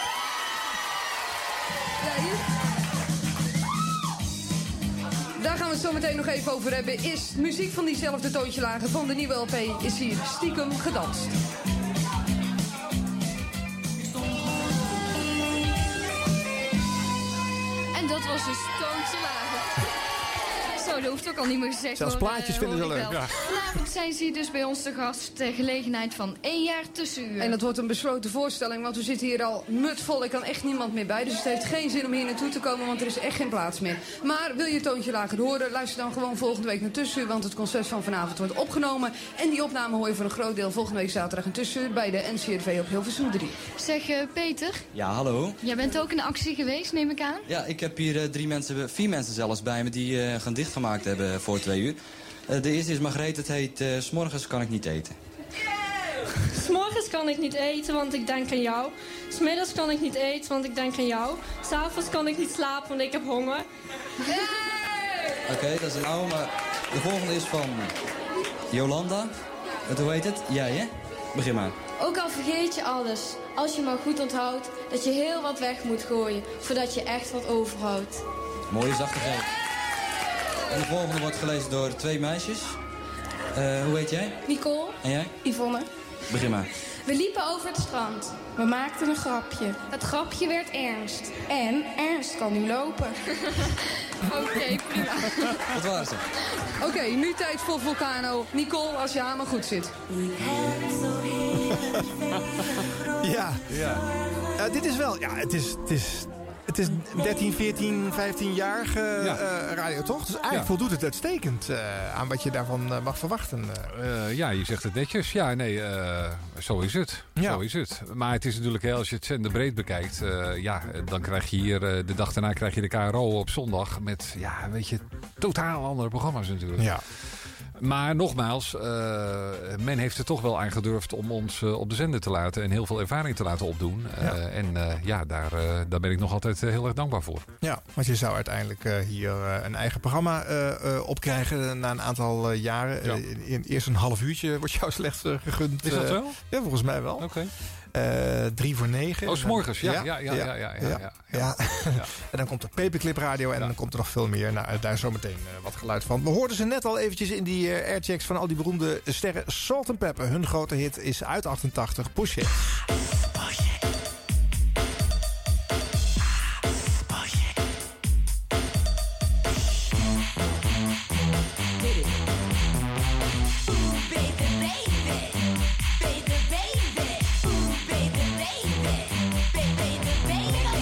Daar gaan we het zo meteen nog even over hebben. Is muziek van diezelfde Toontje Lager van de nieuwe LP is hier stiekem gedanst. En dat was dus Toontje Lager. Zo, dat hoeft ook al niet meer gezegd. Zelfs plaatjes vinden ze leuk. Ja. Vanavond zijn ze hier dus bij ons te gast ter gelegenheid van 1 jaar Tussenuur. En dat wordt een besloten voorstelling, want we zitten hier al mutvol. Ik kan echt niemand meer bij, dus het heeft geen zin om hier naartoe te komen, want er is echt geen plaats meer. Maar wil je Toontje Lager horen, luister dan gewoon volgende week naar Tussenuur, want het concert van vanavond wordt opgenomen. En die opname hoor je voor een groot deel volgende week zaterdag in Tussenuur bij de NCRV op Hilversum 3. Zeg, Peter. Ja, hallo. Jij bent ook in de actie geweest, neem ik aan? Ja, ik heb hier 4 mensen zelfs bij me die een gedicht gemaakt hebben voor 2 uur. De eerste is Margreet, het heet 'S'morgens kan ik niet eten. 'S'morgens kan ik niet eten, want ik denk aan jou. 'Smiddags kan ik niet eten, want ik denk aan jou. 'S'avonds kan ik niet slapen, want ik heb honger. Oké, dat is een oude, maar de volgende is van Jolanda. Hoe heet het? Jij, hè? Begin maar. Ook al vergeet je alles, als je maar goed onthoudt dat je heel wat weg moet gooien, voordat je echt wat overhoudt. Mooie zachtigheid. En de volgende wordt gelezen door 2 meisjes. Hoe heet jij? Nicole. En jij? Yvonne. Begin maar. We liepen over het strand. We maakten een grapje. Het grapje werd ernst. En ernst kan nu lopen. Oké, prima. Wat was het? Oké, nu tijd voor Volcano. Nicole, als je hamer goed zit. Ja. Dit is wel... Ja, het is 13, 14, 15-jarige radio, toch? Dus eigenlijk voldoet het uitstekend aan wat je daarvan mag verwachten. Ja, je zegt het netjes. Ja, nee, zo is het. Ja. Zo is het. Maar het is natuurlijk, als je het zender breed bekijkt... dan krijg je hier, de dag daarna krijg je de KRO op zondag... met, totaal andere programma's natuurlijk. Ja. Maar nogmaals, men heeft er toch wel aangedurfd om ons op de zender te laten... en heel veel ervaring te laten opdoen. Daar ben ik nog altijd heel erg dankbaar voor. Ja, want je zou uiteindelijk hier een eigen programma opkrijgen na een aantal jaren. Ja. Eerst een half uurtje wordt jou slechts gegund. Is dat zo? Ja, volgens mij wel. Oké. 3 voor 9. Oh, 's morgens. Ja. En dan komt er Paperclip Radio en dan komt er nog veel meer. Nou, daar zometeen wat geluid van. We hoorden ze net al eventjes in die airchecks van al die beroemde sterren. Salt & Pepper, hun grote hit is uit 88, Push It. Baby,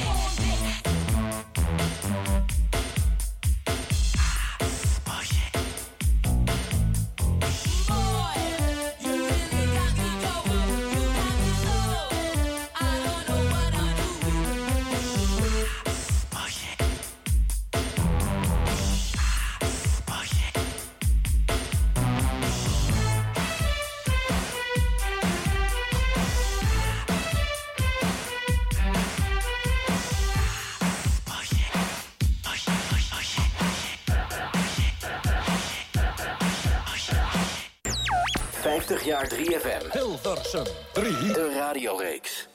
50 jaar 3FM. Hilversum 3. De radioreeks.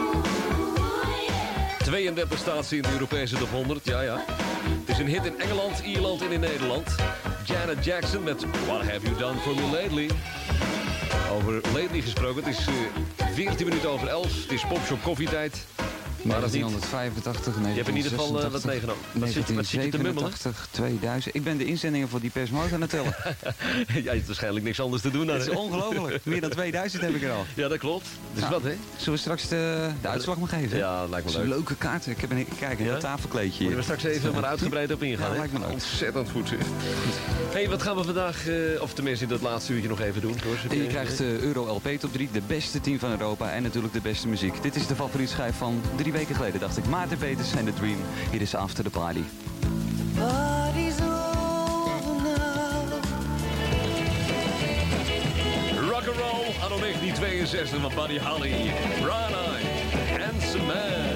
32 staat ze in de Europese top 100, ja. Het is een hit in Engeland, Ierland en in Nederland. Janet Jackson met What Have You Done For Me Lately. Over lately gesproken, het is 14 minuten over 11. Het is popshop koffietijd. Maar dat is 1985, nee. Je hebt in ieder geval dat meegenomen. Wat zit je te mummelen? 2000. Ik ben de inzendingen voor die persmoot aan het tellen. Je hebt waarschijnlijk niks anders te doen dan. Het is ongelooflijk. Meer dan 2000 heb ik er al. Ja, dat klopt. Dus wat, hè? Zullen we straks de uitslag maar geven? Ja, lijkt me leuk. Een leuke kaart. Ik heb een heel tafelkleedje hier. Moeten we straks even maar uitgebreid op ingaan, ja, lijkt me leuk. Ontzettend goed, zeg. Hey, wat gaan we vandaag, of tenminste in dat laatste uurtje nog even doen? Je krijgt de Euro LP Top 3, de beste team van Europa en natuurlijk de beste muziek. Dit is de favorietschijf van 3 weken geleden, dacht ik. Maarten Peters en The Dream. Hier is After the Party. Party's over now. Rock'n'roll, anno 1962 van Buddy Holly. Rana, Handsome Man.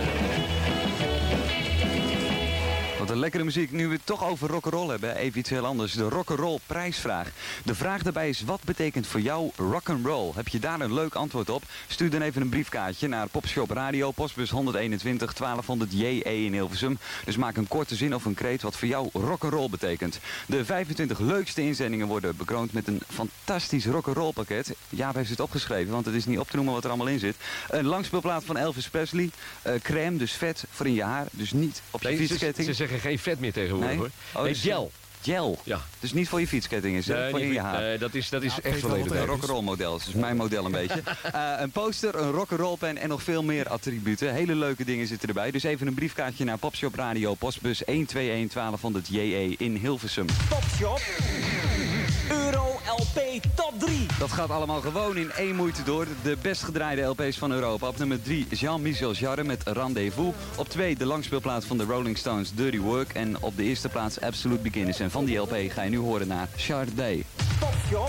Wat een lekkere muziek. Nu we het toch over rock'n'roll hebben, even iets heel anders. De rock'n'roll prijsvraag. De vraag daarbij is, wat betekent voor jou rock'n'roll? Heb je daar een leuk antwoord op? Stuur dan even een briefkaartje naar Popshop Radio, postbus 121 1200 JE in Hilversum. Dus maak een korte zin of een kreet wat voor jou rock'n'roll betekent. De 25 leukste inzendingen worden bekroond met een fantastisch rock'n'roll pakket. Jaap heeft het opgeschreven, want het is niet op te noemen wat er allemaal in zit. Een langspeelplaat van Elvis Presley. Crème, dus vet voor in je haar. Dus niet op je fietsketting. Ze zeggen geen vet meer tegenwoordig, nee? hoor. Oh, nee, dus gel. Gel? Ja. Dus niet voor je fietsketting is, nee, voor in je haar. Nee, dat is echt verleden. Een rock'n'roll model, dat is mijn model een beetje. Een poster, een rock'n'roll pen en nog veel meer attributen. Hele leuke dingen zitten erbij. Dus even een briefkaartje naar Popshop Radio, postbus 121 1200 JE in Hilversum. Popshop Euro LP Top 3. Dat gaat allemaal gewoon in één moeite door. De best gedraaide LP's van Europa. Op nummer 3 Jean-Michel Jarre met Rendezvous. Op 2 de langspeelplaat van de Rolling Stones Dirty Work. En op de eerste plaats Absolute Beginners. En van die LP ga je nu horen naar Sade. Popshop.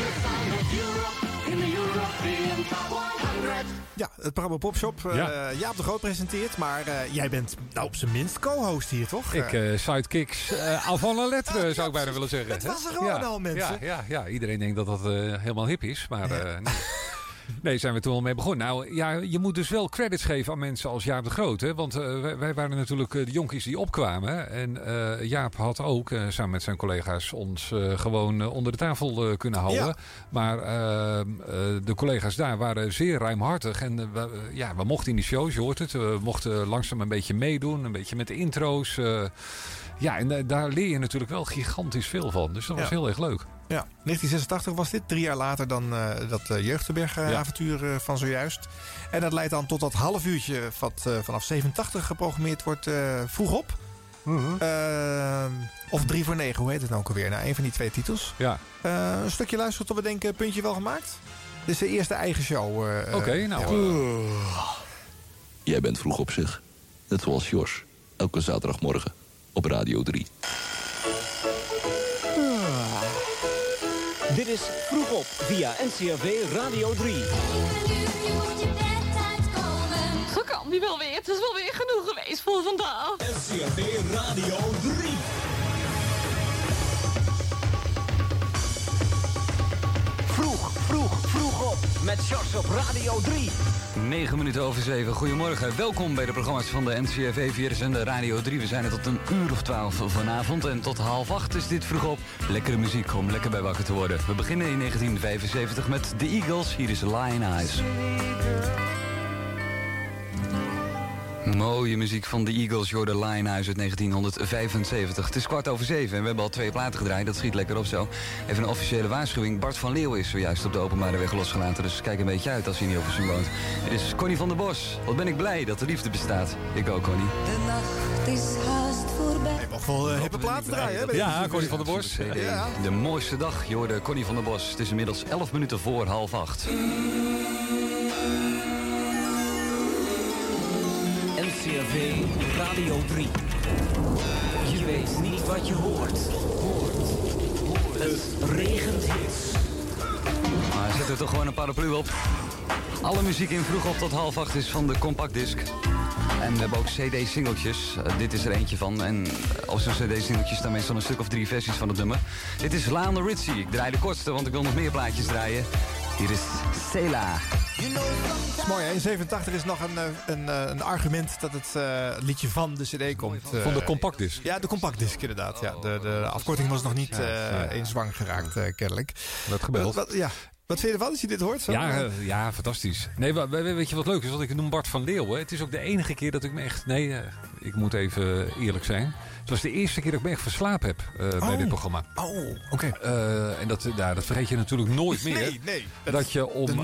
Ja, het programma Popshop. Jaap de Groot presenteert. Maar jij bent op zijn minst co-host hier, toch? Sidekicks avant la lettre, zou ik bijna willen zeggen. Het was er gewoon al, mensen. Ja, iedereen denkt dat dat helemaal hip is. Maar nee. Nee, zijn we toen al mee begonnen. Nou ja, je moet dus wel credits geven aan mensen als Jaap de Groot. Hè? Want wij waren natuurlijk de jonkies die opkwamen. En Jaap had ook, samen met zijn collega's, ons gewoon onder de tafel kunnen houden. Ja. Maar de collega's daar waren zeer ruimhartig. En we mochten in die shows, je hoort het. We mochten langzaam een beetje meedoen. Een beetje met de intro's. En daar leer je natuurlijk wel gigantisch veel van. Dus dat was heel erg leuk. Ja, 1986 was dit. 3 jaar later dan dat Jeugdenberg-avontuur van zojuist. En dat leidt dan tot dat half uurtje wat vanaf 87 geprogrammeerd wordt vroeg op. Of 3 voor 9, hoe heet het nou ook alweer? Nou, een van die 2 titels. Ja. Een stukje luisteren tot we denken, puntje wel gemaakt. Dit is de eerste eigen show. Oké, nou. Jij bent vroeg op zich. Net zoals Jos. Elke zaterdagmorgen op Radio 3. Dit is Vroeg op via NCRV Radio 3. Vakant wel weer. Het is wel weer genoeg geweest voor vandaag. NCRV Radio 3. Vroeg op met Sjors op Radio 3. 9 minuten over 7. Goedemorgen. Welkom bij de programma's van de NCRV via de zender Radio 3. We zijn er tot een uur of 12 vanavond. En tot 7:30 is dit Vroeg op. Lekkere muziek om lekker bij wakker te worden. We beginnen in 1975 met The Eagles. Hier is Lion Eyes. Mooie muziek van The Eagles, Your the Lion Eyes uit 1975. Het is 7:15 en we hebben al 2 platen gedraaid. Dat schiet lekker op zo. Even een officiële waarschuwing. Bart van Leeuwen is zojuist op de openbare weg losgelaten. Dus kijk een beetje uit als je niet op Hilversum woont. Dit is Connie van der Bos. Wat ben ik blij dat de liefde bestaat. Ik ook, Connie. De nacht is haast voorbij. Je mag wel hippe platen draaien, hè? Ja, Connie van der Bos. Ja. De mooiste dag, je hoorde Connie van der Bos. Het is inmiddels 11 minuten voor 7:30. NCRV Radio 3. Je weet niet wat je hoort. Het regent hits. Maar zet er toch gewoon een paraplu op. Alle muziek in Vroeg op tot 7:30 is van de compactdisc. En we hebben ook cd-singeltjes. Dit is er eentje van. En op zo'n cd-singeltje staan meestal een stuk of 3 versies van het nummer. Dit is Lionel Richie. Ik draai de kortste, want ik wil nog meer plaatjes draaien. Hier is Sela. Dat is mooi, hè? In 87 is nog een argument dat het liedje van de cd komt. Van de compactdisc. Ja, de compactdisc inderdaad. Ja. De afkorting was nog niet in zwang geraakt, kennelijk. Dat gebeld. Wat vind je ervan als je dit hoort? Zo? Ja, fantastisch. Nee, weet je wat leuk is? Want ik noem Bart van Leeuwen. Het is ook de enige keer dat ik me echt... Nee, ik moet even eerlijk zijn. Het was de eerste keer dat ik me echt verslapen heb bij dit programma. Oh, oké. En dat vergeet je natuurlijk nooit meer. Nee. Dat je om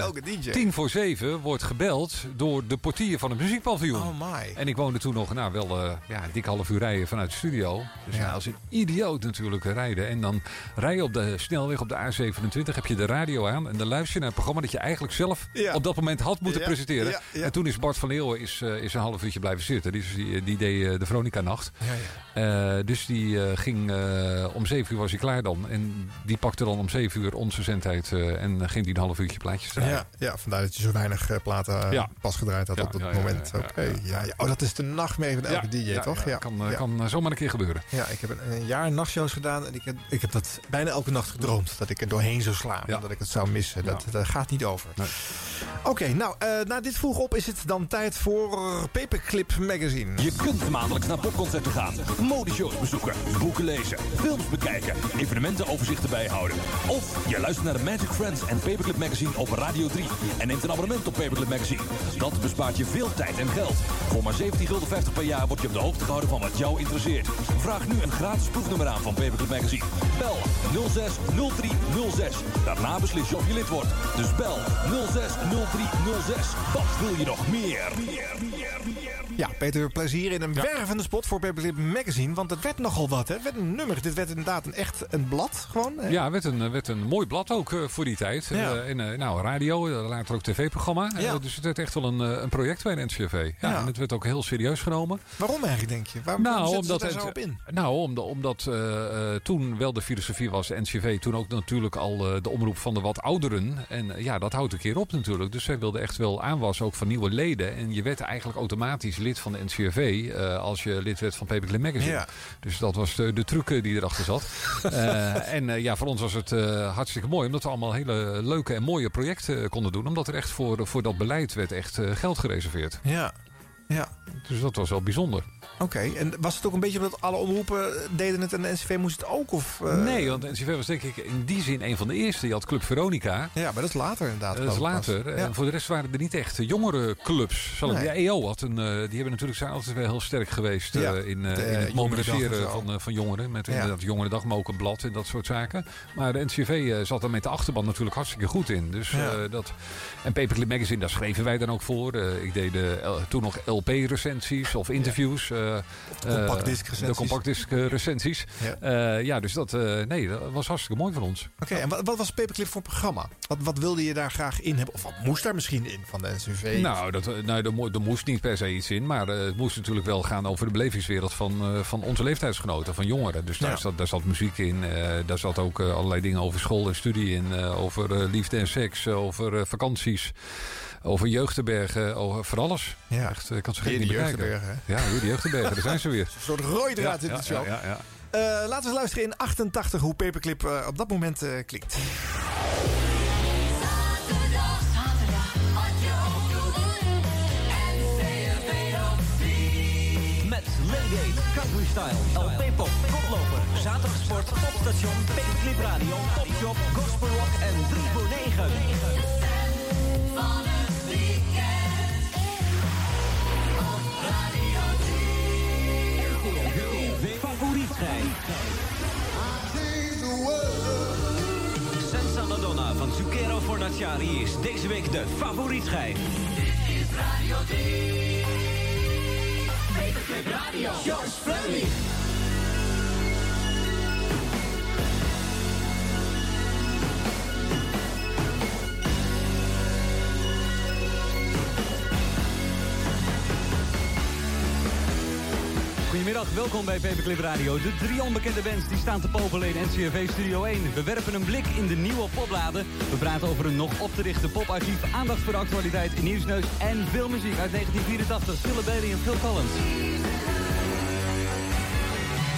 6:50 wordt gebeld door de portier van het muziekpaviljoen. Oh my. En ik woonde toen nog een dik half uur rijden vanuit de studio. Dus als een idioot natuurlijk rijden. En dan rij je op de snelweg op de A27, heb je de radio aan. En dan luister je naar het programma dat je eigenlijk zelf op dat moment had moeten presenteren. Ja. En toen is Bart van Leeuwen is een half uurtje blijven zitten. Die deed de Veronica-nacht. Dus die ging om 7 uur was hij klaar dan. En die pakte dan om 7 uur onze zendtijd en ging die een half uurtje plaatjes draaien. Ja, vandaar dat je zo weinig platen pas gedraaid had op dat moment. Oh, dat is de nachtmerrie van elke DJ, toch? Ja, kan zomaar een keer gebeuren. Ja, ik heb een jaar nachtshows gedaan en ik heb dat bijna elke nacht gedroomd. Dat ik er doorheen zou slaan, dat ik het zou missen. Dat gaat niet over. Nee. Oké, na dit vroeg op is het dan tijd voor Paperclip Magazine. Je kunt maandelijks naar popconcerten gaan, modeshows bezoeken, boeken lezen, films bekijken, evenementenoverzichten bijhouden. Of je luistert naar de Magic Friends en Paperclip Magazine op Radio 3 en neemt een abonnement op Paperclip Magazine. Dat bespaart je veel tijd en geld. Voor maar €17,50 per jaar word je op de hoogte gehouden van wat jou interesseert. Vraag nu een gratis proefnummer aan van Paperclip Magazine. Bel 06 03 06. Daarna beslis je of je lid wordt. Dus bel 06 03 06. Wat wil je nog meer? Ja, Peter, plezier in een wervende spot voor Paperclip Magazine. Want het werd nogal wat, hè? Het werd een nummer. Dit werd inderdaad een blad gewoon. Hè? Ja, het werd een mooi blad ook voor die tijd. Radio, later ook tv-programma. Dus het werd echt wel een project bij de NCRV. En het werd ook heel serieus genomen. Waarom eigenlijk, denk je? Waarom zetten ze daar zo op in? Omdat toen wel de filosofie was, de NCRV, toen ook natuurlijk al de omroep van de wat ouderen. En dat houdt een keer op natuurlijk. Dus zij wilden echt wel aanwas ook van nieuwe leden. En je werd eigenlijk automatisch lid van de NCRV als je lid werd van Paperclip Magazine. Ja. Dus dat was de truc die erachter zat. Voor ons was het hartstikke mooi. Omdat we allemaal hele leuke en mooie projecten konden doen. Omdat er echt voor dat beleid werd echt geld gereserveerd. Ja. Dus dat was wel bijzonder. Oké, en was het ook een beetje omdat alle omroepen deden het en de NCV moest het ook? Of, Nee, want de NCV was denk ik in die zin een van de eerste. Je had Club Veronica. Ja, maar dat is later inderdaad. Dat is later. En voor de rest waren er niet echt jongere clubs. Ja, EO had die hebben natuurlijk zijn altijd wel heel sterk geweest in het mobiliseren van jongeren. Met inderdaad Jongerendag, maar ook een blad en dat soort zaken. Maar de NCV zat er met de achterban natuurlijk hartstikke goed in. Dus en Paperclip Magazine, daar schreven wij dan ook voor. Ik deed toen nog LP-recensies of interviews. De compactdisc-recensies. Dus dat was hartstikke mooi van ons. Oké, en wat was Paperclip voor programma? Wat wilde je daar graag in hebben? Of wat moest daar misschien in van de NCV? Er moest niet per se iets in. Maar het moest natuurlijk wel gaan over de belevingswereld van onze leeftijdsgenoten, van jongeren. Dus daar zat muziek in. Daar zat ook allerlei dingen over school en studie in. Over liefde en seks, over vakanties. Over jeugdherbergen, over alles. Ja, echt, ik kan ze geen niet bekijken. Ja, de jeugdherbergen, daar zijn ze weer. Een soort rooidraad in de show. Laten we eens luisteren in 88 hoe Paperclip op dat moment klinkt. Met Lady, Country Style, LP Pop, Koploper, Zaterdagsport, Topstation, Paperclip Radio, Topjob, Gospel Rock en 3 voor 9. Senza Madonna van Zucchero Fornaciari is deze week de favorietschijf. Dit is Radio 3. Paperclip Radio. George Fleming. Goedemiddag, welkom bij Paperclip Radio. De 3 onbekende bands die staan te popelen in NCRV Studio 1. We werpen een blik in de nieuwe popbladen. We praten over een nog op te richten poparchief, aandacht voor de actualiteit, nieuwsneus en veel muziek uit 1984. Phil Bailey en Phil Collins.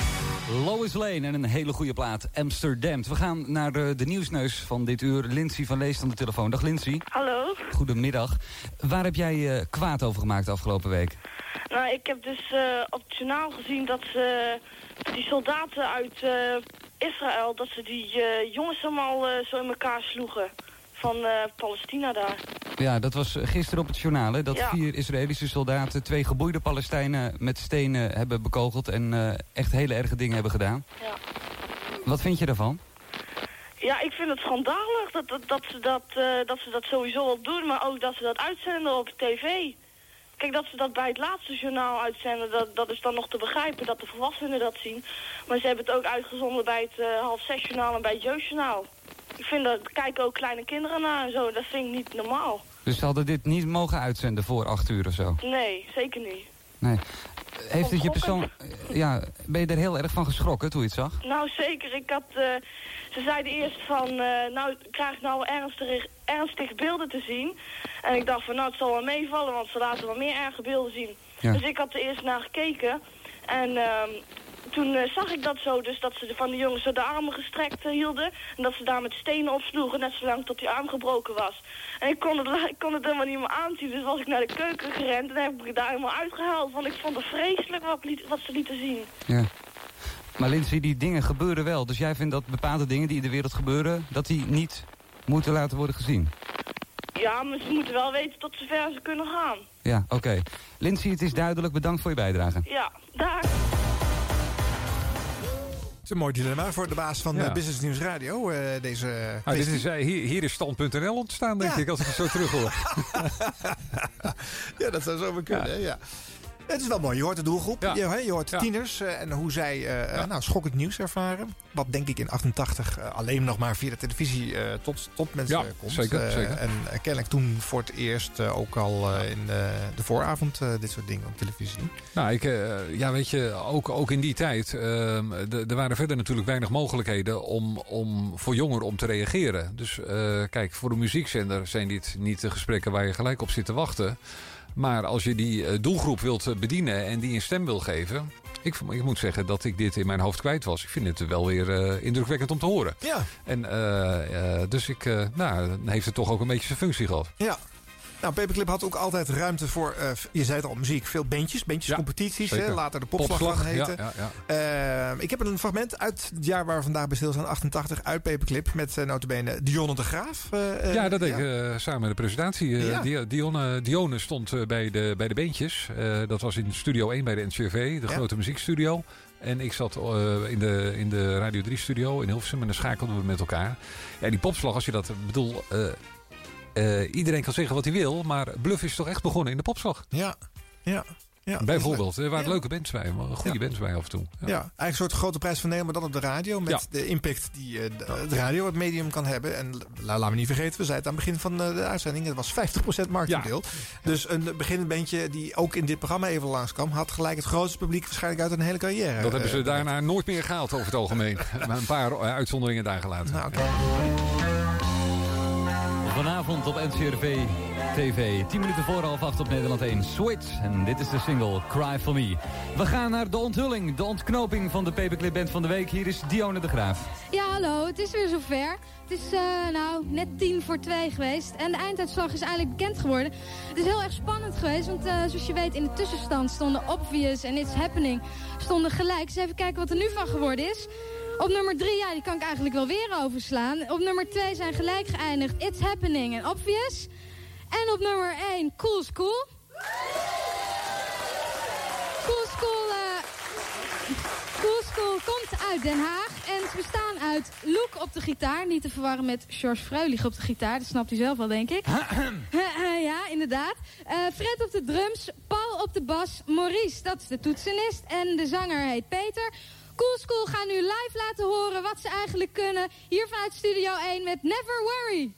Lois Lane en een hele goede plaat, Amsterdam. We gaan naar de nieuwsneus van dit uur. Lindsay van Leest aan de telefoon. Dag Lindsay. Hallo. Goedemiddag. Waar heb jij kwaad over gemaakt de afgelopen week? Nou, ik heb dus op het journaal gezien dat die soldaten uit Israël, dat ze die jongens allemaal zo in elkaar sloegen. Van Palestina daar. Ja, dat was gisteren op het journaal, hè? Dat 4 Israëlische soldaten 2 geboeide Palestijnen met stenen hebben bekogeld en echt hele erge dingen hebben gedaan. Ja. Wat vind je daarvan? Ja, ik vind het schandalig dat ze dat sowieso wel doen, maar ook dat ze dat uitzenden op tv. Kijk, dat ze dat bij het laatste journaal uitzenden, dat is dan nog te begrijpen dat de volwassenen dat zien. Maar ze hebben het ook uitgezonden bij het 5:30 journaal en bij het jeugdjournaal. Ik vind dat, kijken ook kleine kinderen naar en zo, dat vind ik niet normaal. Dus ze hadden dit niet mogen uitzenden voor 8 uur of zo? Nee, zeker niet. Nee. Heeft het je persoon... Ja, ben je er heel erg van geschrokken toen je het zag? Nou, zeker. Ze zeiden eerst van, nou, krijg ik nou ernstige beelden te zien? En ik dacht van, nou, het zal wel meevallen, want ze laten wel meer erge beelden zien. Ja. Dus ik had er eerst naar gekeken. En toen zag ik dat zo, dus dat ze van de jongens zo de armen gestrekt hielden. En dat ze daar met stenen opsloegen, net zolang tot die arm gebroken was. En ik kon het helemaal niet meer aanzien, dus was ik naar de keuken gerend en heb ik het daar helemaal uitgehaald. Want ik vond het vreselijk wat ze lieten zien. Ja. Maar Lindsay, die dingen gebeuren wel. Dus jij vindt dat bepaalde dingen die in de wereld gebeuren, dat die niet moeten laten worden gezien? Ja, maar ze moeten wel weten tot zover ze kunnen gaan. Ja, oké. Lindsay, het is duidelijk. Bedankt voor je bijdrage. Ja, daar. Het is een mooi dilemma voor de baas van Business News Radio. Dit is, hier is stand.nl ontstaan, denk ik, als ik het zo terug hoor. Ja, dat zou zo maar kunnen, ja. Het is wel mooi. Je hoort de doelgroep. Ja. Je hoort tieners en hoe zij schokkend nieuws ervaren. Wat denk ik in 88 alleen nog maar via de televisie tot mensen komt. Zeker. En kennelijk toen voor het eerst ook al in de vooravond dit soort dingen op televisie. Nou, weet je, ook in die tijd. Er waren verder natuurlijk weinig mogelijkheden voor jongeren om te reageren. Dus kijk, voor de muziekzender zijn dit niet de gesprekken waar je gelijk op zit te wachten. Maar als je die doelgroep wilt bedienen en die een stem wil geven... Ik moet zeggen dat ik dit in mijn hoofd kwijt was. Ik vind het wel weer indrukwekkend om te horen. Ja. En dus dan heeft het toch ook een beetje zijn functie gehad. Ja. Nou, Paperclip had ook altijd ruimte voor, je zei het al, muziek. Veel bandjescompetities. Later de popslag gaan heten. Ja. Ik heb een fragment uit het jaar waar we vandaag bij stilstaan, 88, uit Paperclip. Met nota bene Dionne de Graaf. Dat deed ik samen met de presentatie. Dionne stond bij de bandjes. Dat was in Studio 1 bij de NCRV, de grote muziekstudio. En ik zat in de Radio 3-studio in Hilversum en dan schakelden we met elkaar. Ja, die popslag, als je dat bedoel... iedereen kan zeggen wat hij wil, maar Bluff is toch echt begonnen in de popslag. Ja. Bijvoorbeeld, er waren leuke bands bij, goede bands bij af en toe. Ja, eigenlijk een soort grote prijs van Nederland, maar dan op de radio. Met de impact die het radio, het medium kan hebben. En laat me niet vergeten, we zeiden aan het begin van de uitzending, het was 50% marktendeel. Ja. Dus een beginnend bandje die ook in dit programma even langskwam, had gelijk het grootste publiek waarschijnlijk uit een hele carrière. Dat hebben ze daarna nooit meer gehaald over het algemeen. Maar een paar uitzonderingen daar gelaten. Nou, okay. Vanavond op NCRV TV. 10 minuten voor 7:30 op Nederland 1. Switch. En dit is de single Cry For Me. We gaan naar de onthulling, de ontknoping van de Paperclip Band van de week. Hier is Dionne de Graaf. Ja, hallo. Het is weer zover. Het is net 1:50 geweest. En de einduitslag is eigenlijk bekend geworden. Het is heel erg spannend geweest. Want zoals je weet, in de tussenstand stonden Obvious en It's Happening stonden gelijk. Dus even kijken wat er nu van geworden is. Op nummer 3, die kan ik eigenlijk wel weer overslaan. Op nummer 2 zijn gelijk geëindigd It's Happening en Obvious. En op nummer 1 Cool School. Cool School komt uit Den Haag. En ze bestaan uit Loek op de gitaar. Niet te verwarren met George Freulich op de gitaar. Dat snapt u zelf wel, denk ik. Ja, inderdaad. Fred op de drums, Paul op de bas, Maurice, dat is de toetsenist. En de zanger heet Peter. Cool School gaan nu live laten horen wat ze eigenlijk kunnen. Hier vanuit Studio 1 met Never Worry.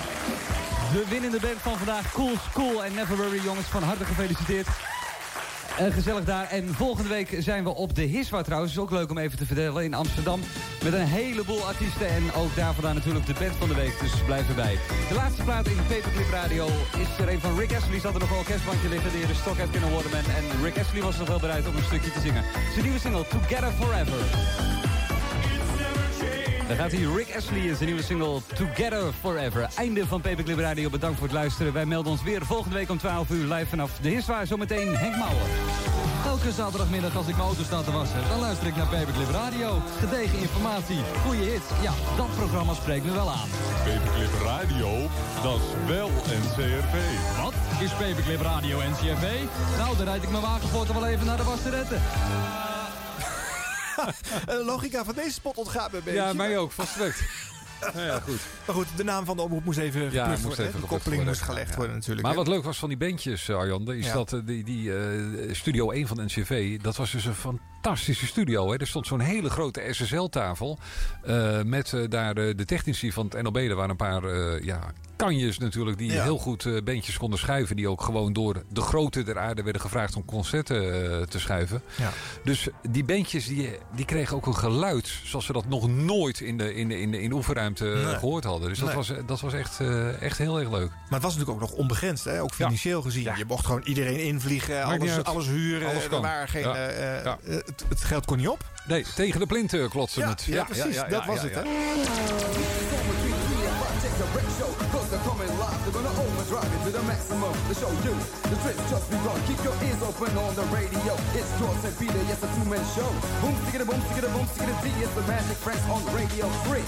De winnende band van vandaag, Cool School en Never Worry, jongens, van harte gefeliciteerd. Gezellig daar. En volgende week zijn we op de Hiswa trouwens. Is ook leuk om even te vertellen in Amsterdam. Met een heleboel artiesten. En ook daar vandaan natuurlijk de band van de week. Dus blijf erbij. De laatste plaat in Paperclip Radio is er een van Rick Astley. Zat er nog wel een kerstbandje liggen. De heer Stock heeft kunnen Waterman. En Rick Astley was nog wel bereid om een stukje te zingen. Zijn nieuwe single Together Forever. Dan gaat hij Rick Astley in zijn nieuwe single Together Forever. Einde van Paperclip Radio. Bedankt voor het luisteren. Wij melden ons weer volgende week om 12 uur live vanaf de Hiswa. Zometeen Henk Mouwen. Elke zaterdagmiddag als ik mijn auto sta te wassen, dan luister ik naar Paperclip Radio. Gedegen informatie, goede hits. Ja, dat programma spreekt me wel aan. Paperclip Radio, dat is wel NCRV. Wat? Is Paperclip Radio NCRV? Nou, dan rijd ik mijn wagenpoorten wel even naar de wasseretten. De logica van deze spot ontgaat me een beetje. Ja, mij ook, volstrekt. Ja, goed. Maar goed, de naam van de omroep moest even geplukt worden. De koppeling moest gelegd worden natuurlijk. Maar wat leuk was van die bandjes, Arjan, is dat die Studio 1 van NCV, dat was dus een fantastische studio. Hè. Er stond zo'n hele grote SSL-tafel met daar de technici van het NLB. Er waren een paar kanjes natuurlijk die heel goed bandjes konden schuiven. Die ook gewoon door de grootte der aarde werden gevraagd om concerten te schuiven. Ja. Dus die bandjes die kregen ook een geluid zoals ze dat nog nooit in de oefenruimte gehoord hadden. Dus dat was echt heel erg leuk. Maar het was natuurlijk ook nog onbegrensd, hè? Ook financieel gezien. Ja. Je mocht gewoon iedereen invliegen, alles huren. Er waren geen, het geld kon niet op. Nee, tegen de plint klotsen het. Ja, precies. Dat was het, hè? The break show, cause they're coming live. They're gonna overdrive it to the maximum. The show you, the trick's just begun. Keep your ears open on the radio. It's George and Peter, yes, a two-man show. Boom, stickity, boom, stickity, boom, stickity, D. It's the Magic Friends on Radio 3.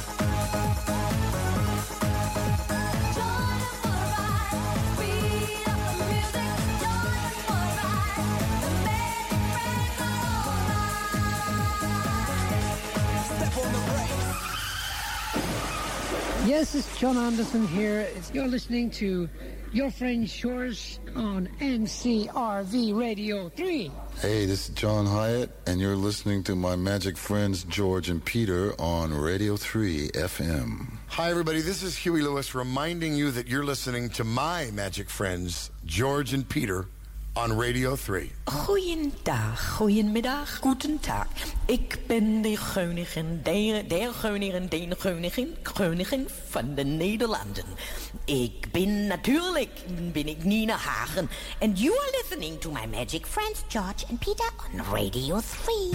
Yes, it's John Anderson here. You're listening to your friend George on NCRV Radio 3. Hey, this is John Hyatt, and you're listening to my magic friends George and Peter on Radio 3 FM. Hi, everybody. This is Huey Lewis reminding you that you're listening to my magic friends George and Peter on Radio 3. Goeiedag, goedemiddag, guten Tag. Ik ben de koningin, der koningin van de Nederlanden. Ik ben natuurlijk Nina Hagen. And you are listening to my magic friends George and Peter on Radio 3.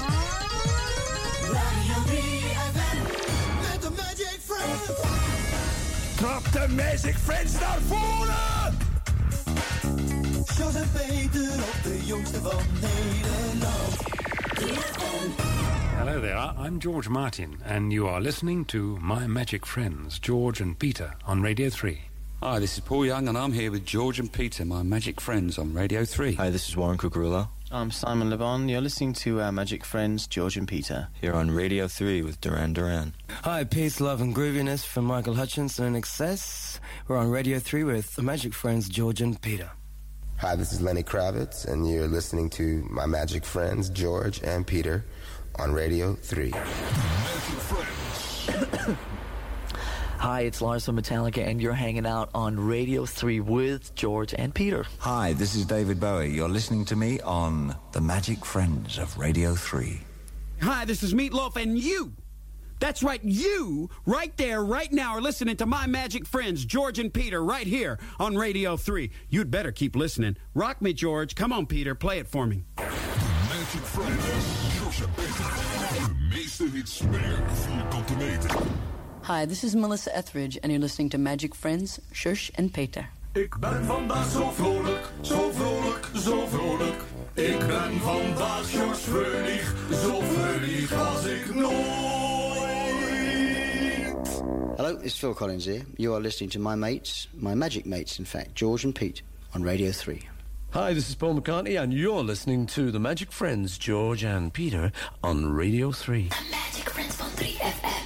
Radio 3 FM met de Magic Friends. Trap de Magic Friends naar voren! George en Peter op de jongste van Nederland. Hello there, I'm George Martin, and you are listening to My Magic Friends, George and Peter, on Radio 3. Hi, this is Paul Young, and I'm here with George and Peter, My Magic Friends, on Radio 3. Hi, this is Warren Cucurullo. I'm Simon LeBon. You're listening to Magic Friends, George and Peter. Here on Radio 3 with Duran Duran. Hi, peace, love and grooviness from Michael Hutchinson and Excess. We're on Radio 3 with the Magic Friends, George and Peter. Hi, this is Lenny Kravitz, and you're listening to My Magic Friends, George and Peter, on Radio 3. Hi, it's Lars from Metallica, and you're hanging out on Radio 3 with George and Peter. Hi, this is David Bowie. You're listening to me on The Magic Friends of Radio 3. Hi, this is Meatloaf, and you, that's right, you, right there, right now, are listening to My Magic Friends, George and Peter, right here on Radio 3. You'd better keep listening. Rock me, George. Come on, Peter, play it for me. Magic Friends, George en Peter. De meeste hits per vierkante meter. Hi, this is Melissa Etheridge, and you're listening to Magic Friends, Shush and Peter. Ik ben vandaag zo vrolijk, zo vrolijk, zo vrolijk. Ik ben vandaag George Fröhlich, zo fröhlich als ik nooit. Hello, it's Phil Collins here. You are listening to my mates, my magic mates, in fact, George and Pete, on Radio 3. Hi, this is Paul McCartney, and you're listening to the Magic Friends, George and Peter, on Radio 3. The Magic Friends van 3FM.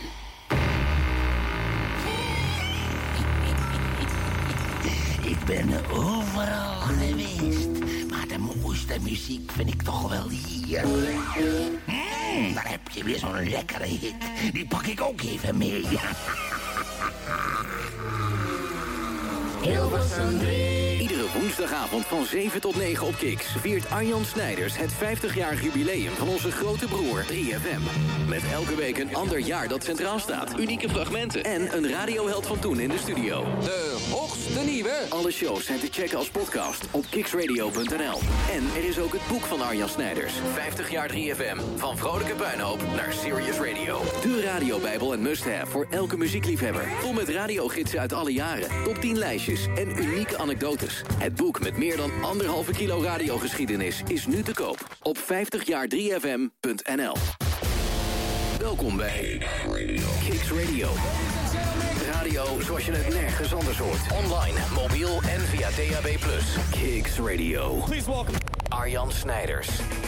Ik ben overal geweest, maar de mooiste muziek vind ik toch wel hier. Daar heb je weer zo'n lekkere hit. Die pak ik ook even mee. Hilversum 3. Iedere woensdagavond van 7 tot 9 op Kix viert Arjan Snijders het 50-jarig jubileum van onze grote broer 3FM. Met elke week een ander jaar dat centraal staat, unieke fragmenten en een radioheld van toen in de studio. De hoogste nieuwe. Alle shows zijn te checken als podcast op kiksradio.nl. En er is ook het boek van Arjan Snijders, 50 jaar 3FM. Van vrolijke puinhoop naar Serious Radio. De radiobijbel en must-have voor elke muziekliefhebber. Vol met radiogidsen uit alle jaren, top 10 lijstjes en unieke anekdotes. Het boek met meer dan 1,5 kilo radiogeschiedenis is nu te koop op 50jaar3fm.nl. Welkom bij Kicks Radio. Radio zoals je het nergens anders hoort. Online, mobiel en via DAB+. Kicks Radio. Please welcome Arjan Snijders.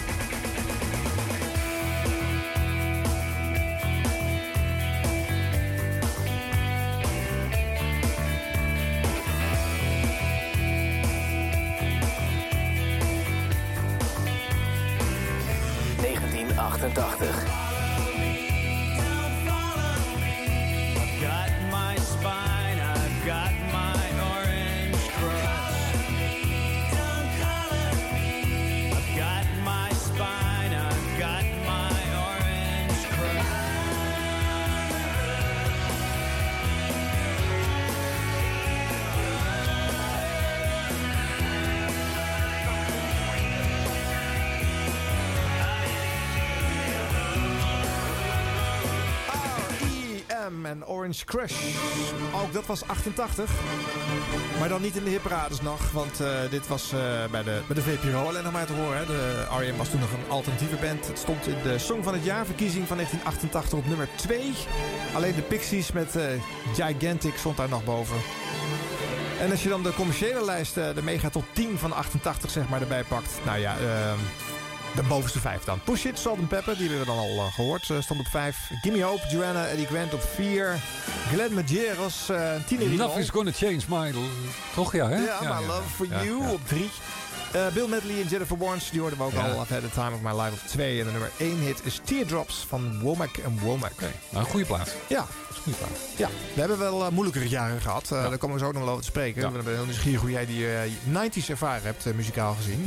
En Orange Crush. Ook dat was 88. Maar dan niet in de hitparades nog. Want dit was bij de VPRO alleen nog maar te horen. Hè. De R.E.M. was toen nog een alternatieve band. Het stond in de Song van het Jaar verkiezing van 1988 op nummer 2. Alleen de Pixies met Gigantic stond daar nog boven. En als je dan de commerciële lijst, de Mega Top 10 van 88 zeg maar erbij pakt. Nou ja, de bovenste 5 dan. Push It, Salt and Pepper, die hebben we dan al gehoord. Stond op 5. Gimme Hope, Joanna, Eddie Grant op 4. Glenn Medeiros, Tina Nothing's Gonna Change My... Toch, ja, hè? Ja, My Love For You op 3. Bill Medley en Jennifer Warnes, die hoorden we ook al. I've Had The Time Of My Life op 2. En de nummer 1 hit is Teardrops van Womack & Womack. Okay. Nou, een goede plaat. Ja. Ja, we hebben wel moeilijkere jaren gehad. Daar komen we zo nog wel over te spreken. Ja. We hebben heel nieuwsgierig hoe jij die 90's ervaren hebt, muzikaal gezien.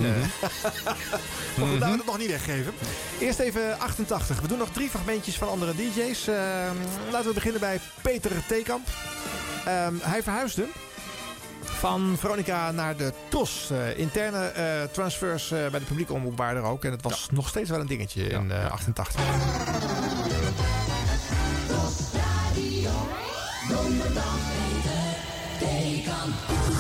Maar goed, laten we het nog niet weggeven. Eerst even 88. We doen nog 3 fragmentjes van andere DJ's. Laten we beginnen bij Peter Theekamp. Hij verhuisde van Veronica naar de TROS. Interne transfers bij de publieke omroep waren er ook. En het was nog steeds wel een dingetje in 88. Donderdag Peter Theekamp.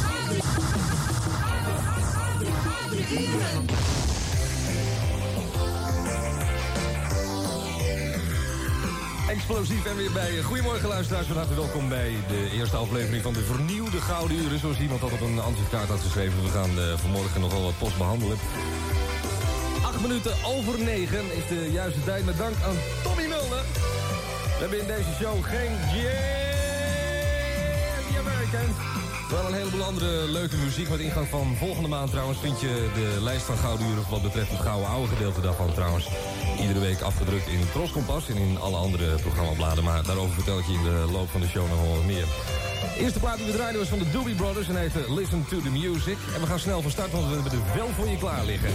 Explosief en weer bij. Goedemorgen luisteraars, van harte welkom bij de eerste aflevering van de vernieuwde Gouden Uren. Zoals iemand had op een ansichtkaart had geschreven. We gaan vanmorgen nogal wat post behandelen. 8 minuten over 9 is de juiste tijd met dank aan Tommy Mulder. We hebben in deze show geen Americans. Wel een heleboel andere leuke muziek. Met ingang van volgende maand trouwens vind je de lijst van Gouden Uren wat betreft het gouden oude gedeelte daarvan trouwens. Iedere week afgedrukt in Tros Kompas en in alle andere programmabladen. Maar daarover vertel ik je in de loop van de show nog wel wat meer. De eerste plaat die we draaien was van de Doobie Brothers en heet Listen to the Music. En we gaan snel van start, want we hebben er wel voor je klaar liggen.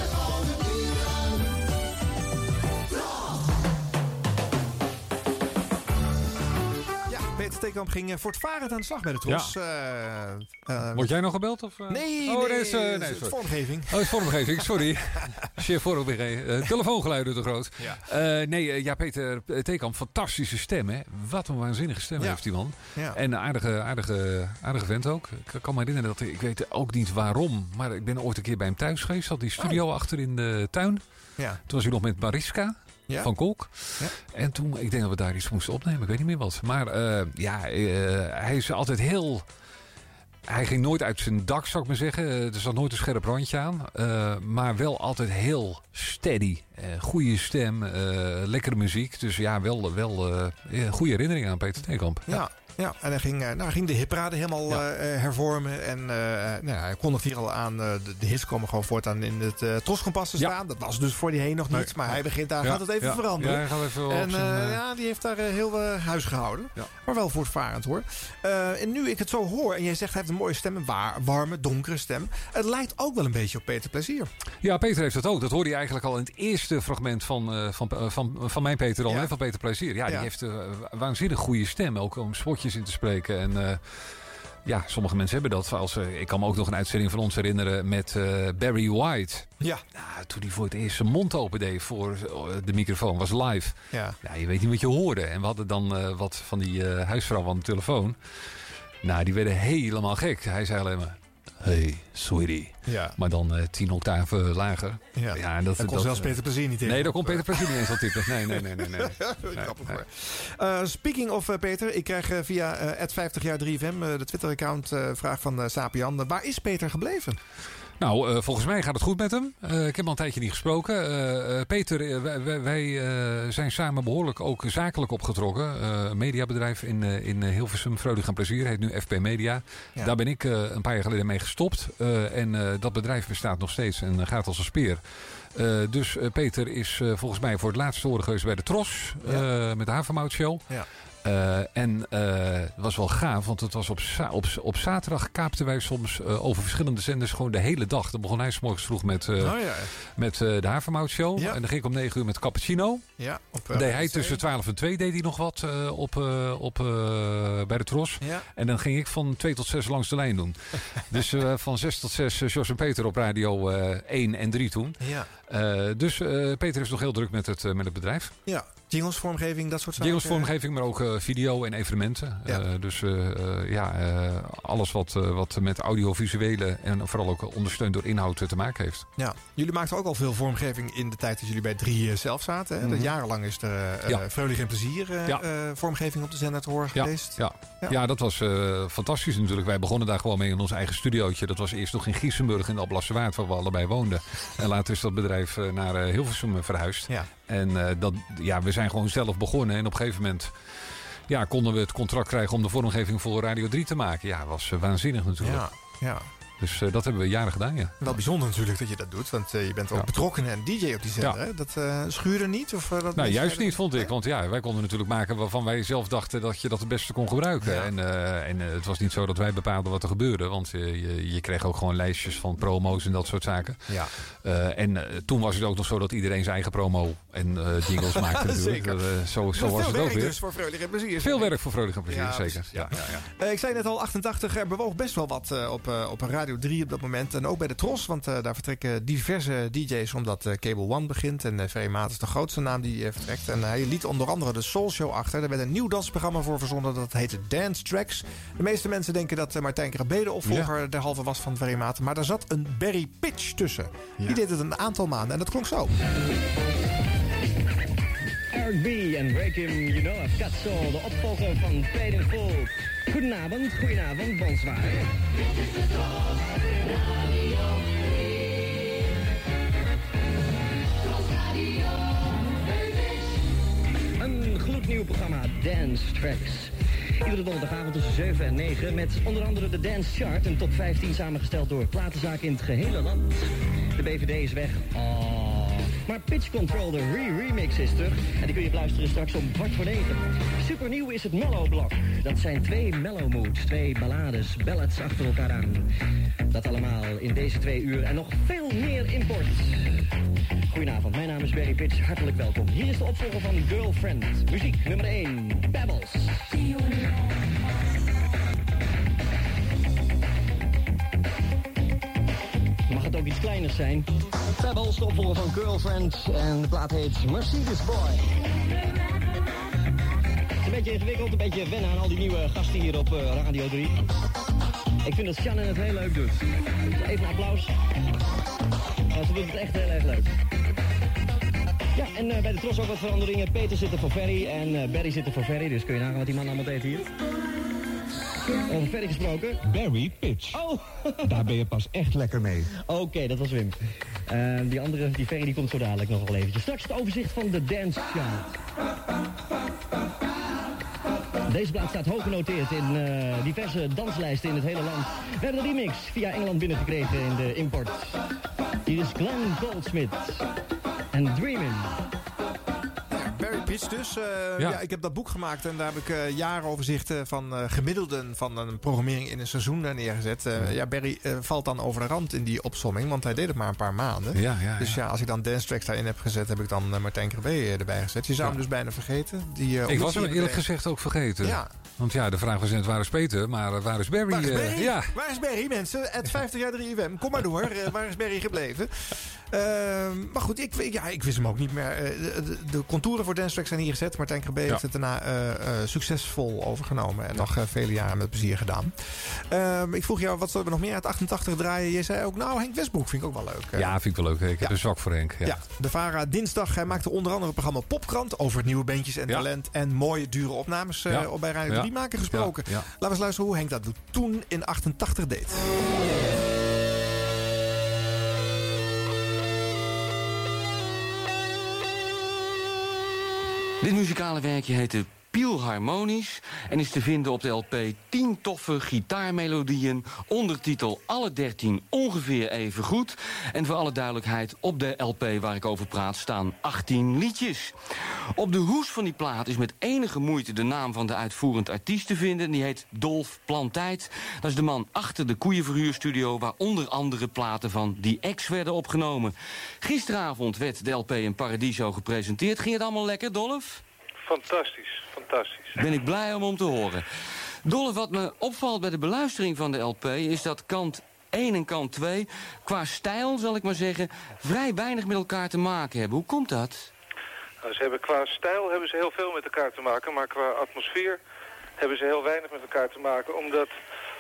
Peter Theekamp ging voortvarend aan de slag bij de TROS. Ja. Word jij nog gebeld? Of? Nee, het is vormgeving. Oh, het is vormgeving, sorry. Chef vormgeving. Telefoongeluiden te groot. Ja. Peter Theekamp, fantastische stem, hè. Wat een waanzinnige stem heeft die man. Ja. En aardige vent ook. Ik kan me herinneren dat ik weet ook niet waarom, maar ik ben ooit een keer bij hem thuis geweest. Had die studio achter in de tuin. Ja. Toen was hij nog met Mariska. Ja. Van Kolk. Ja. En toen, ik denk dat we daar iets moesten opnemen. Ik weet niet meer wat. Maar hij is altijd heel... Hij ging nooit uit zijn dak, zou ik maar zeggen. Er zat nooit een scherp randje aan. Maar wel altijd heel steady. Goede stem. Lekkere muziek. Dus ja, wel goede herinneringen aan Peter Theekamp. Ja. Ja, en hij ging de hitparade helemaal hervormen. En hij kondigde hier al aan, de hits komen gewoon voortaan in het Troskompas te staan. Dat was dus voor die heen nog niet. Maar hij begint daar, gaat het even veranderen. Ja, hij gaat even en die heeft daar heel huis gehouden. Ja. Maar wel voortvarend hoor. En nu ik het zo hoor, en jij zegt hij heeft een mooie stem, een warme, donkere stem. Het lijkt ook wel een beetje op Peter Plezier. Ja, Peter heeft dat ook. Dat hoorde je eigenlijk al in het eerste fragment van mijn Peter al, van Peter Plezier. Ja, die heeft een waanzinnig goede stem, ook om spotjes in te spreken. En sommige mensen hebben dat. Ik kan me ook nog een uitzending van ons herinneren met Barry White. Ja. Toen hij voor het eerst zijn mond opende voor de microfoon, was live. Ja, je weet niet wat je hoorde. En we hadden dan wat van die huisvrouw aan de telefoon. Nou, die werden helemaal gek. Hij zei alleen maar: hey, sweetie. Ja. Maar dan 10 octaven lager. Ja. En dat kon zelfs Peter Plezier niet in. Nee, daar kon Peter Plezier niet eens al typen. Nee. Grappig hoor. Speaking of Peter, ik krijg via @50jaar3FM, de Twitter-account, vraag van Sapian. Waar is Peter gebleven? Nou, volgens mij gaat het goed met hem. Ik heb hem al een tijdje niet gesproken. Peter, wij zijn samen behoorlijk ook zakelijk opgetrokken. Een mediabedrijf in Hilversum, Vreugde en Plezier, heet nu FP Media. Ja. Daar ben ik een paar jaar geleden mee gestopt. En dat bedrijf bestaat nog steeds en gaat als een speer. Dus Peter is volgens mij voor het laatste horen geweest bij de Tros. Met de Havermout Show. Ja. Het was wel gaaf, want het was op zaterdag kaapten wij soms over verschillende zenders gewoon de hele dag. Dan begon hij 's morgens vroeg met de Havermout Show. Ja. En dan ging ik om 9 uur met Cappuccino. Ja, deed hij tussen 12 en 2 deed hij nog wat bij de Tros. Ja. En dan ging ik van 2 tot 6 langs de lijn doen. Dus van 6 tot 6 Jos en Peter op radio 1 en 3 toen. Ja. Dus Peter is nog heel druk met het bedrijf. Ja. Jingles, vormgeving, dat soort zaken? Jingles, vormgeving, maar ook video en evenementen. Ja. Alles wat met audiovisuele en vooral ook ondersteund door inhoud te maken heeft. Ja. Jullie maakten ook al veel vormgeving in de tijd dat jullie bij 3 zelf zaten. Hè? Mm-hmm. Jarenlang is er Vreugde en Plezier vormgeving op de zender te horen geweest. Ja, dat was fantastisch natuurlijk. Wij begonnen daar gewoon mee in ons eigen studiootje. Dat was eerst nog in Giesenburg in de Alblasserwaard, waar we allebei woonden. En later is dat bedrijf naar Hilversum verhuisd. Ja. En we zijn gewoon zelf begonnen. En op een gegeven moment konden we het contract krijgen om de vormgeving voor Radio 3 te maken. Ja, was waanzinnig natuurlijk. Ja. Dus dat hebben we jaren gedaan, ja. Wel bijzonder natuurlijk dat je dat doet. Want je bent ook betrokken en DJ op die zender. Ja. Dat schuurde niet? Of, dat juist niet, vond ik. Want wij konden natuurlijk maken waarvan wij zelf dachten dat je dat het beste kon gebruiken. Ja. En het was niet zo dat wij bepaalden wat er gebeurde. Want je kreeg ook gewoon lijstjes van promo's en dat soort zaken. Ja. En toen was het ook nog zo dat iedereen zijn eigen promo en jingles maakte natuurlijk. Zo was het ook weer. Dus voor Vreugde en Plezier. Veel werk voor Vreugde en Plezier, zeker. Ja. Ik zei net al, 88, er bewoog best wel wat op een Radio 3 op dat moment. En ook bij de Tros, want daar vertrekken diverse DJ's omdat Cable One begint. En Ferry Maat is de grootste naam die vertrekt. En hij liet onder andere de Soul Show achter. Daar werd een nieuw dansprogramma voor verzonnen. Dat heette Dance Tracks. De meeste mensen denken dat Martijn Krabbe opvolger derhalve was van Ferry Maat. Maar daar zat een Barry Pitch tussen. Ja. Die deed het een aantal maanden en dat klonk zo. Eric B. en Break Him, You Know I've Got Soul. De opvolger van Paid in Full. Goedenavond, bonsoir. Een gloednieuw programma, Dance Tracks. Iedere donderdagavond tussen 7 en 9 met onder andere de Dance Chart, een top 15 samengesteld door platenzaken in het gehele land. De BVD is weg. Maar Pitch Control, de remix is terug. En die kun je luisteren straks om 8:15. Supernieuw is het Mellow Blok. Dat zijn 2 mellow moods, 2 ballades, ballads achter elkaar aan. Dat allemaal in deze 2 uur en nog veel meer import. Goedenavond, mijn naam is Barry Pitch. Hartelijk welkom. Hier is de opvolger van Girlfriend. Muziek nummer 1, Pebbles. Mag het ook iets kleiner zijn? Pebbles, de opvolger van Girlfriend. En de plaat heet Mercedes Boy. Het is een beetje ingewikkeld, een beetje wennen aan al die nieuwe gasten hier op Radio 3. Ik vind dat Shannon het heel leuk doet. Even een applaus. Ze doet het echt heel erg leuk. Ja, en bij de Tros ook wat veranderingen. Peter zit er voor Ferry en Barry zit er voor Ferry. Dus kun je nagaan wat die man allemaal deed hier. Over Ferry gesproken. Barry Pitch. Oh. Daar ben je pas echt lekker mee. Oké, dat was Wim. Die andere, die Ferry, die komt zo dadelijk nog wel eventjes. Straks het overzicht van de Dance Chart. Deze plaat staat hoog genoteerd in diverse danslijsten in het hele land. We hebben de remix via Engeland binnengekregen in de import. Hier is Glenn Goldsmith en Dreamin'. Barry Pitch dus. Ja, ik heb dat boek gemaakt en daar heb ik jaaroverzichten van gemiddelden van een programmering in een seizoen neergezet. Barry valt dan over de rand in die opsomming, want hij deed het maar een paar maanden. Dus als ik dan dance tracks daarin heb gezet, heb ik dan Martijn Krabbe erbij gezet. Je zou hem dus bijna vergeten. Ik was hem eerlijk gezegd ook vergeten. Ja. Want de vraag was net, waar is Peter? Maar waar is Barry? Waar is Barry, mensen? Het 50 jaar 3FM. Kom maar door. Waar is Barry gebleven? Maar goed, ik wist hem ook niet meer. De contouren voor dance tracks zijn hier gezet. Martijn Krabbe heeft het daarna succesvol overgenomen. En nog vele jaren met plezier gedaan. Ik vroeg jou, wat zullen we nog meer uit 88 draaien? Je zei ook, Henk Westbroek vind ik ook wel leuk. Ja, vind ik wel leuk. Ik heb een zwak voor Henk. Ja, de VARA dinsdag. Hij maakte onder andere het programma Popkrant over nieuwe bandjes en talent. En mooie, dure opnames bij Radio 3 maken gesproken. Laten we eens luisteren hoe Henk dat doet. Toen in 88 deed. Dit muzikale werkje heette Pielharmonisch en is te vinden op de LP 10 toffe gitaarmelodieën, ondertitel alle 13 ongeveer even goed. En voor alle duidelijkheid, op de LP waar ik over praat staan 18 liedjes. Op de hoes van die plaat is met enige moeite de naam van de uitvoerend artiest te vinden. Die heet Dolf Plantijd. Dat is de man achter de Koeienverhuurstudio waar onder andere platen van The X werden opgenomen. Gisteravond werd de LP in Paradiso gepresenteerd. Ging het allemaal lekker, Dolf? Fantastisch. Ben ik blij om te horen. Dolf, wat me opvalt bij de beluistering van de LP is dat kant 1 en kant 2, qua stijl zal ik maar zeggen, vrij weinig met elkaar te maken hebben. Hoe komt dat? Nou, qua stijl hebben ze heel veel met elkaar te maken, maar qua atmosfeer hebben ze heel weinig met elkaar te maken, omdat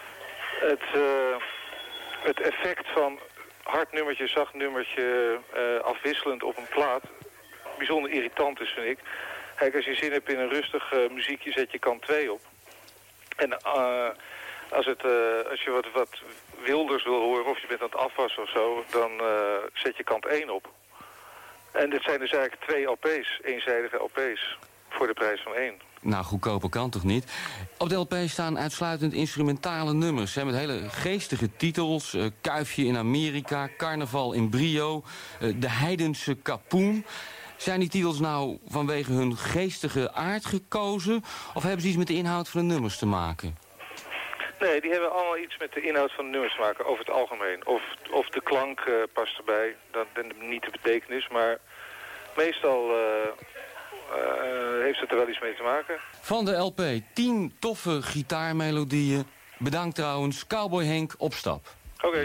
het effect van hard nummertje, zacht nummertje, afwisselend op een plaat bijzonder irritant is, vind ik. Kijk, als je zin hebt in een rustig muziekje, zet je kant 2 op. En als je wat wilders wil horen, of je bent aan het afwassen of zo, dan zet je kant 1 op. En dit zijn dus eigenlijk 2 LP's, eenzijdige LP's, voor de prijs van 1. Nou, goedkoper kan toch niet? Op de LP staan uitsluitend instrumentale nummers, met hele geestige titels. Kuifje in Amerika, Carnaval in Brio, De Heidense Kapoen. Zijn die titels nou vanwege hun geestige aard gekozen? Of hebben ze iets met de inhoud van de nummers te maken? Nee, die hebben allemaal iets met de inhoud van de nummers te maken, over het algemeen. Of de klank past erbij, niet de betekenis, maar meestal heeft het er wel iets mee te maken. Van de LP 10 toffe gitaarmelodieën. Bedankt trouwens, Cowboy Henk op stap. Oké.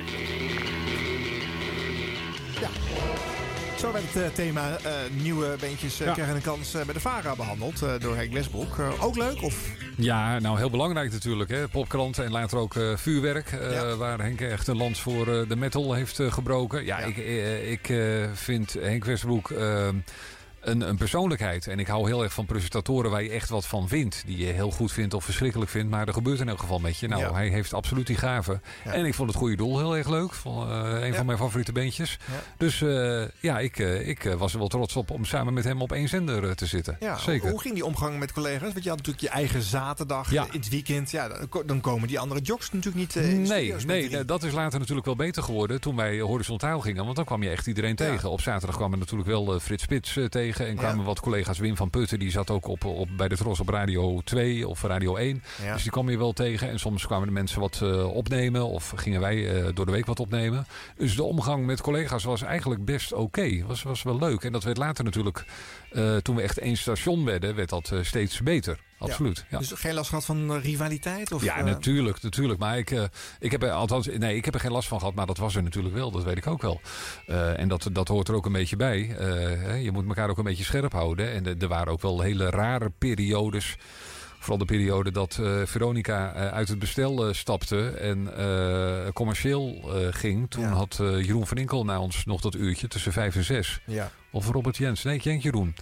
Ja. Zo werd het thema nieuwe beentjes krijgen een kans bij de VARA behandeld door Henk Westbroek. Ook leuk? Of? Ja, nou heel belangrijk natuurlijk. Hè? Popkrant en later ook Vuurwerk. Waar Henk echt een lans voor de metal heeft gebroken. Ja. Ik vind Henk Westbroek een persoonlijkheid. En ik hou heel erg van presentatoren waar je echt wat van vindt. Die je heel goed vindt of verschrikkelijk vindt. Maar er gebeurt in elk geval met je. Nou, hij heeft absoluut die gave. Ja. En ik vond Het Goede Doel heel erg leuk. Een van mijn favoriete beentjes. Ja. Dus ik was er wel trots op om samen met hem op één zender te zitten. Ja, zeker. Hoe ging die omgang met collega's? Want je had natuurlijk je eigen zaterdag in het weekend. Ja, dan komen die andere jocks natuurlijk niet Nee, dat is later natuurlijk wel beter geworden toen wij horizontaal gingen. Want dan kwam je echt iedereen tegen. Op zaterdag kwam er natuurlijk wel Frits Spits tegen. En kwamen wat collega's. Wim van Putten, die zat ook bij de Tros op Radio 2 of Radio 1. Ja. Dus die kwam je wel tegen. En soms kwamen de mensen wat opnemen. Of gingen wij door de week wat opnemen. Dus de omgang met collega's was eigenlijk best oké. Was wel leuk. En dat werd later natuurlijk, toen we echt één station werden, werd dat steeds beter. Absoluut. Ja. Dus geen last gehad van rivaliteit? Of, ja, natuurlijk. Maar ik heb er geen last van gehad. Maar dat was er natuurlijk wel. Dat weet ik ook wel. En dat hoort er ook een beetje bij. Je moet elkaar ook een beetje scherp houden. En er waren ook wel hele rare periodes. Vooral de periode dat Veronica uit het bestel stapte en commercieel ging. Toen had Jeroen van Inkel na ons nog dat uurtje tussen 5 en 6. Ja. Of Robert Jens. Nee, ik denk Jeroen.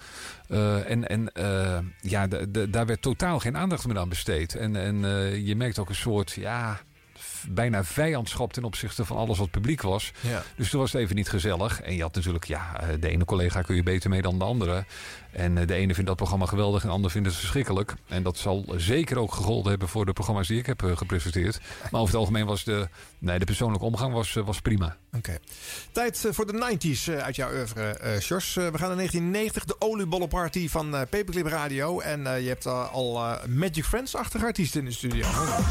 Daar werd totaal geen aandacht meer aan besteed. En je merkt ook een soort bijna vijandschap ten opzichte van alles wat publiek was. Ja. Dus toen was het even niet gezellig. En je had natuurlijk, de ene collega kun je beter mee dan de andere. En de ene vindt dat programma geweldig en de ander vindt het verschrikkelijk. En dat zal zeker ook gegolden hebben voor de programma's die ik heb gepresenteerd. Maar over het algemeen was de persoonlijke omgang was prima. Oké. Tijd voor de 90s uit jouw oeuvre, Sjors. We gaan naar 1990, de oliebollenparty van Paperclip Radio. En je hebt al Magic Friends-achtige artiesten in de studio.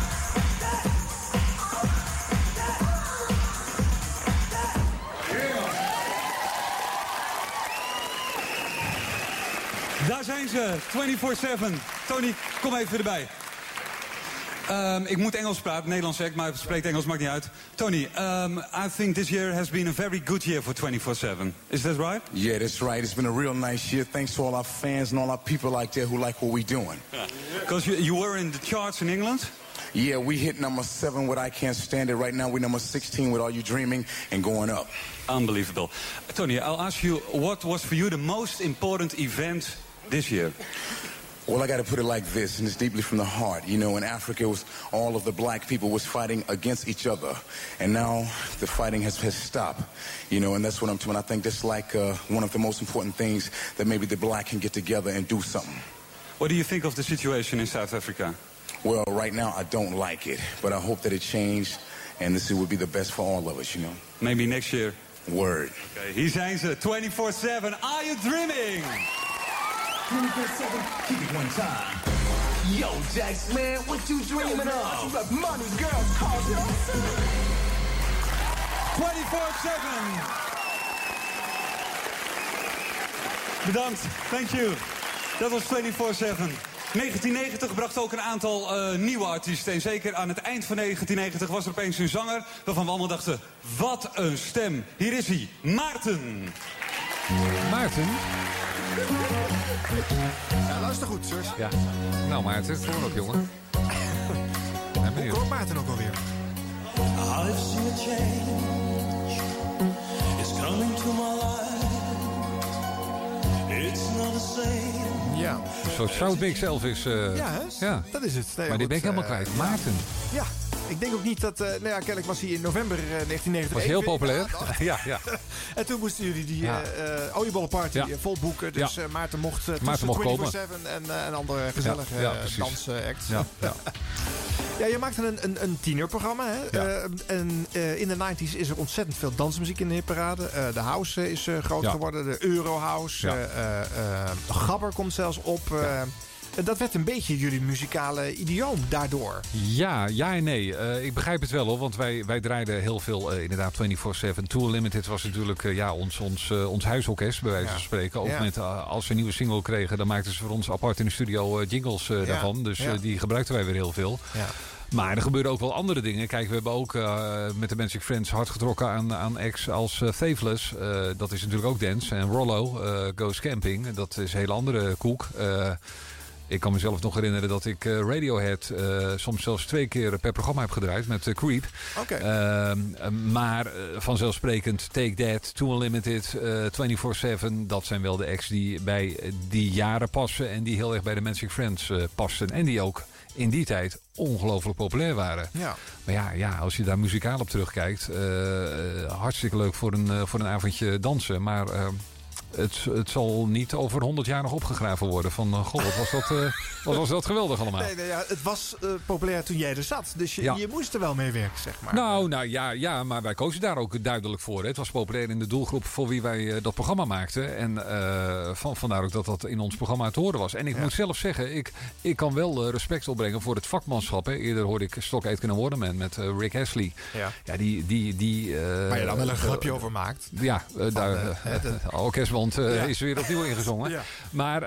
Daar zijn ze, 24/7. Tony, kom even erbij. Ik moet Engels praten, Nederlands act, maar spreekt Engels, maakt niet uit. Tony, I think this year has been a very good year for 24/7. Is that right? Yeah, that's right. It's been a real nice year. Thanks to all our fans and all our people out there who like what we're doing. Because you were in the charts in England? Yeah, we hit number 7 with I Can't Stand It. Right now we're number 16 with Are You Dreaming and going up. Unbelievable. Tony, I'll ask you, what was for you the most important event this year? Well, I got to put it like this, and it's deeply from the heart. You know, in Africa, it was all of the black people was fighting against each other. And now the fighting has stopped, you know, and that's what I'm doing. I think that's like one of the most important things that maybe the black can get together and do something. What do you think of the situation in South Africa? Well, right now, I don't like it, but I hope that it changed, and this would be the best for all of us, you know. Maybe next year. Word. Okay, hier zijn ze, 24/7. Are You Dreaming? 24/7, keep it one time. Yo, Jax, man, what you dreaming of? You got money, girls, cars, 24/7. Bedankt, thank you. Dat was 24/7. 1990 bracht ook een aantal nieuwe artiesten. En zeker aan het eind van 1990 was er opeens een zanger waarvan we allemaal dachten, wat een stem. Hier is hij, Maarten. Maarten? Ja, luister goed, zus. Ja. Nou, Maarten, het gewoon op, jongen. Hoe komt Maarten ook alweer? I've seen a change. It's coming to my life. It's not the same. Ja. Een soort Southmix Elvis. Ja, dat is het. Nee, maar die ben ik helemaal kwijt. Maarten. Ja. Ik denk ook niet dat... kennelijk was hij in november 1990... Was heel populair. Ja. En toen moesten jullie die oliebollenparty vol boeken. Dus Maarten mocht tussen 24/7 en andere gezellige dansacts. Ja, je maakte een tienerprogramma. Hè? Ja. In de 90s is er ontzettend veel dansmuziek in de hitparade. De house is groot geworden. De Eurohouse. Gabber komt zelfs op... Dat werd een beetje jullie muzikale idioom daardoor. Ja en nee. Ik begrijp het wel hoor. Want wij draaiden heel veel inderdaad 24/7. Tour Limited was natuurlijk ons huisorkest bij wijze van spreken. Ook met als we een nieuwe single kregen, dan maakten ze voor ons apart in de studio jingles daarvan. Dus die gebruikten wij weer heel veel. Ja. Maar er gebeuren ook wel andere dingen. Kijk, we hebben ook met de Magic Friends hard getrokken aan acts als Faithless. Dat is natuurlijk ook dance. En Rollo, Goes Camping. Dat is een hele andere koek. Ik kan mezelf nog herinneren dat ik Radiohead soms zelfs 2 keer per programma heb gedraaid met Creep. Okay. Maar vanzelfsprekend Take That, Too Unlimited, 24/7. Dat zijn wel de acts die bij die jaren passen en die heel erg bij de Magic Friends passen. En die ook in die tijd ongelooflijk populair waren. Ja. Maar ja, als je daar muzikaal op terugkijkt, hartstikke leuk voor een avondje dansen. Maar... Het zal niet over 100 jaar nog opgegraven worden. Van, goh, wat was dat geweldig allemaal. Nee, het was populair toen jij er zat. Dus je moest er wel mee werken, zeg maar. Nou, maar wij kozen daar ook duidelijk voor. Hè. Het was populair in de doelgroep voor wie wij dat programma maakten. En vandaar ook dat in ons programma te horen was. En ik moet zelf zeggen, ik kan wel respect opbrengen voor het vakmanschap. Hè. Eerder hoorde ik Stock Aitken en Waterman met Rick Astley. Ja, die waar je dan wel een grapje over maakt. Ja, orkestband is weer opnieuw ingezongen. Ja. Maar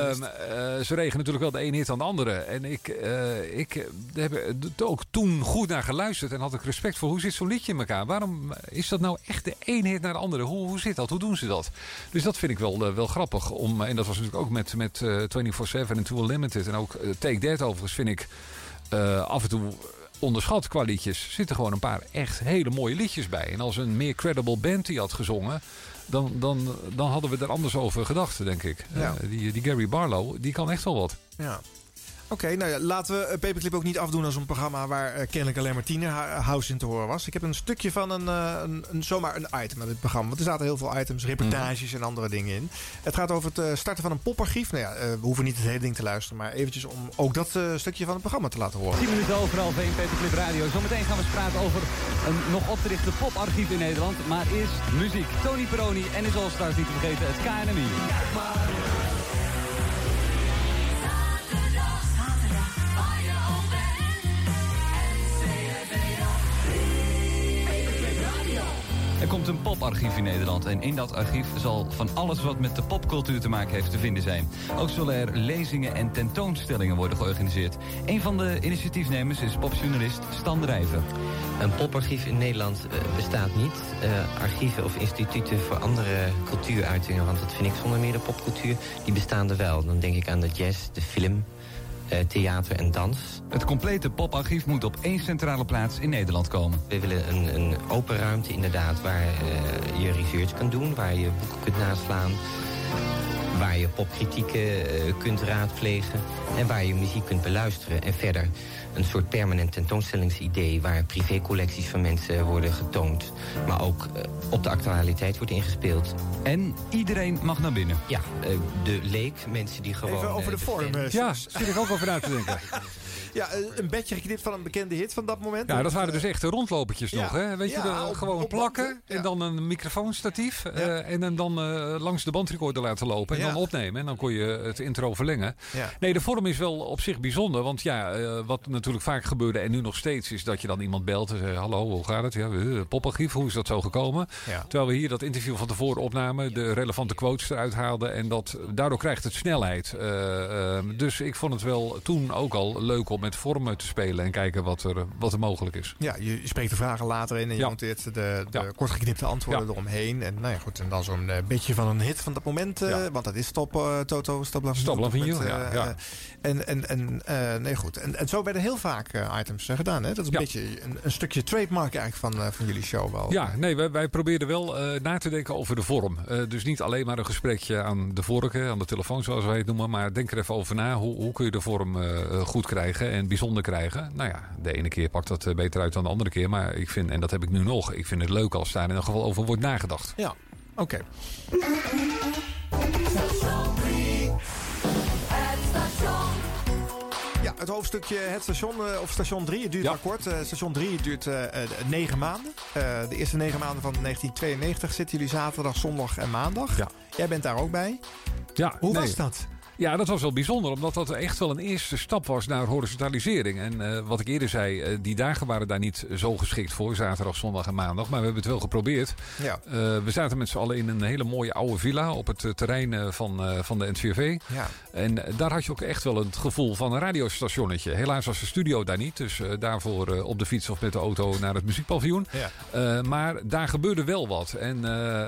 ze regen natuurlijk wel de ene hit aan de andere. En ik heb er ook toen goed naar geluisterd en had ik respect voor hoe zit zo'n liedje in elkaar. Waarom is dat nou echt de ene hit naar de andere? Hoe zit dat? Hoe doen ze dat? Dus dat vind ik wel grappig. En dat was natuurlijk ook met 24/7 en Too Unlimited. En ook Take That overigens vind ik af en toe onderschat qua liedjes. Er zitten gewoon een paar echt hele mooie liedjes bij. En als een meer credible band die had gezongen, dan hadden we er anders over gedacht, denk ik. Ja. Die Gary Barlow, die kan echt wel wat. Ja. Oké, nou ja, laten we Paperclip ook niet afdoen als een programma waar kennelijk alleen maar tienerhouse in te horen was. Ik heb een stukje van zomaar een item uit dit programma. Want er zaten heel veel items, reportages en andere dingen in. Het gaat over het starten van een poparchief. Nou ja, we hoeven niet het hele ding te luisteren, maar eventjes om ook dat stukje van het programma te laten horen. 10 minuten overal van Paperclip Radio. Zometeen gaan we praten over een nog op te richten poparchief in Nederland. Maar eerst muziek. Tony Peroni en his All-Stars niet te vergeten, het KNMI. Er komt een poparchief in Nederland en in dat archief zal van alles wat met de popcultuur te maken heeft te vinden zijn. Ook zullen er lezingen en tentoonstellingen worden georganiseerd. Een van de initiatiefnemers is popjournalist Stan Drijver. Een poparchief in Nederland bestaat niet. Archieven of instituten voor andere cultuuruitingen, want dat vind ik zonder meer de popcultuur, die bestaan er wel. Dan denk ik aan de jazz, de film, theater en dans. Het complete poparchief moet op één centrale plaats in Nederland komen. We willen een open ruimte inderdaad waar je research kan doen, waar je boeken kunt naslaan, waar je popkritieken kunt raadplegen en waar je muziek kunt beluisteren. En verder een soort permanent tentoonstellingsidee waar privécollecties van mensen worden getoond, maar ook op de actualiteit wordt ingespeeld. En iedereen mag naar binnen. Ja, de leek, mensen die gewoon... Even over de vorm. Ja, zit ik ook over na te denken. Ja, een bedje geknipt van een bekende hit van dat moment. Ja, dat waren dus echte rondlopertjes nog. Hè? Weet je, gewoon plakken en dan een microfoonstatief. En dan langs de bandrecorder laten lopen en dan opnemen. En dan kon je het intro verlengen. Ja. Nee, de vorm is wel op zich bijzonder. Want wat natuurlijk vaak gebeurde en nu nog steeds is dat je dan iemand belt en zegt, hallo, hoe gaat het? Ja, poparchief, hoe is dat zo gekomen? Ja. Terwijl we hier dat interview van tevoren opnamen, de relevante quotes eruit haalden. En daardoor krijgt het snelheid. Dus ik vond het wel toen ook al leuk om met vormen te spelen en kijken wat er mogelijk is. Ja, je spreekt de vragen later in en je monteert de kortgeknipte antwoorden eromheen. En nou ja, goed, en dan zo'n beetje van een hit van dat moment. Want dat is Toto, Stop Loving You. Nee, goed. En zo werden heel vaak items gedaan. Hè? Dat is een beetje een stukje trademark eigenlijk van jullie show wel. Ja, nee, wij probeerden wel na te denken over de vorm. Dus niet alleen maar een gesprekje aan de vorken, aan de telefoon zoals wij het noemen, maar denk er even over na. Hoe kun je de vorm goed krijgen en bijzonder krijgen? Nou ja, de ene keer pakt dat beter uit dan de andere keer. Maar ik vind, en dat heb ik nu nog, ik vind het leuk als daar in ieder geval over wordt nagedacht. Ja, oké. Ja, het hoofdstukje Het Station, of Station 3, het duurt maar kort. Station 3 duurt 9 maanden. De eerste 9 maanden van 1992 zitten jullie zaterdag, zondag en maandag. Ja. Jij bent daar ook bij. Ja, Hoe was dat? Ja, dat was wel bijzonder, omdat dat echt wel een eerste stap was naar horizontalisering. En wat ik eerder zei, die dagen waren daar niet zo geschikt voor, zaterdag, zondag en maandag. Maar we hebben het wel geprobeerd. Ja. We zaten met z'n allen in een hele mooie oude villa op het terrein van de NCRV. Ja. En daar had je ook echt wel het gevoel van een radiostationnetje. Helaas was de studio daar niet, dus daarvoor op de fiets of met de auto naar het muziekpaviljoen. Ja. Maar daar gebeurde wel wat. En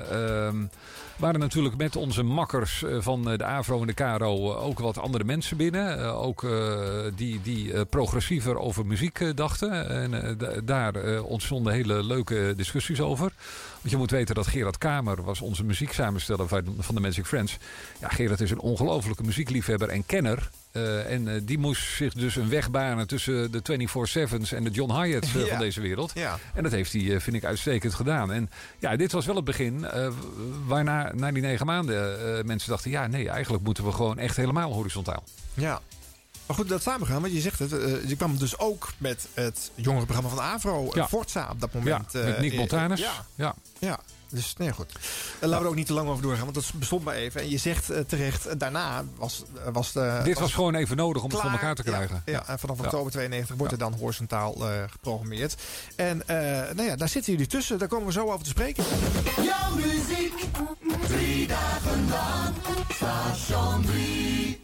waren natuurlijk met onze makkers van de AVRO en de KRO ook wat andere mensen binnen. Ook die progressiever over muziek dachten. En daar ontstonden hele leuke discussies over. Want je moet weten dat Gerard Kamer was onze muzieksamensteller van de Magic Friends. Ja, Gerard is een ongelofelijke muziekliefhebber en kenner. En die moest zich dus een weg banen tussen de 24/7's en de John Hiatt's van deze wereld. Ja. En dat heeft hij, vind ik, uitstekend gedaan. En ja, dit was wel het begin waarna na die 9 maanden mensen dachten, ja, nee, eigenlijk moeten we gewoon echt helemaal horizontaal. Ja. Maar goed, dat samengaan, want je zegt het. Je kwam dus ook met het jongerenprogramma van AVRO, Forza op dat moment. Ja, met Nick Montanus. Ja. Dus nee, goed. Laten we er ook niet te lang over doorgaan, want dat bestond maar even. En je zegt terecht, daarna was de... Dit was gewoon even nodig om het voor elkaar te krijgen. Ja, en vanaf oktober 92 wordt er dan horizontaal geprogrammeerd. En daar zitten jullie tussen. Daar komen we zo over te spreken. Jouw muziek, 3 dagen lang, Station 3.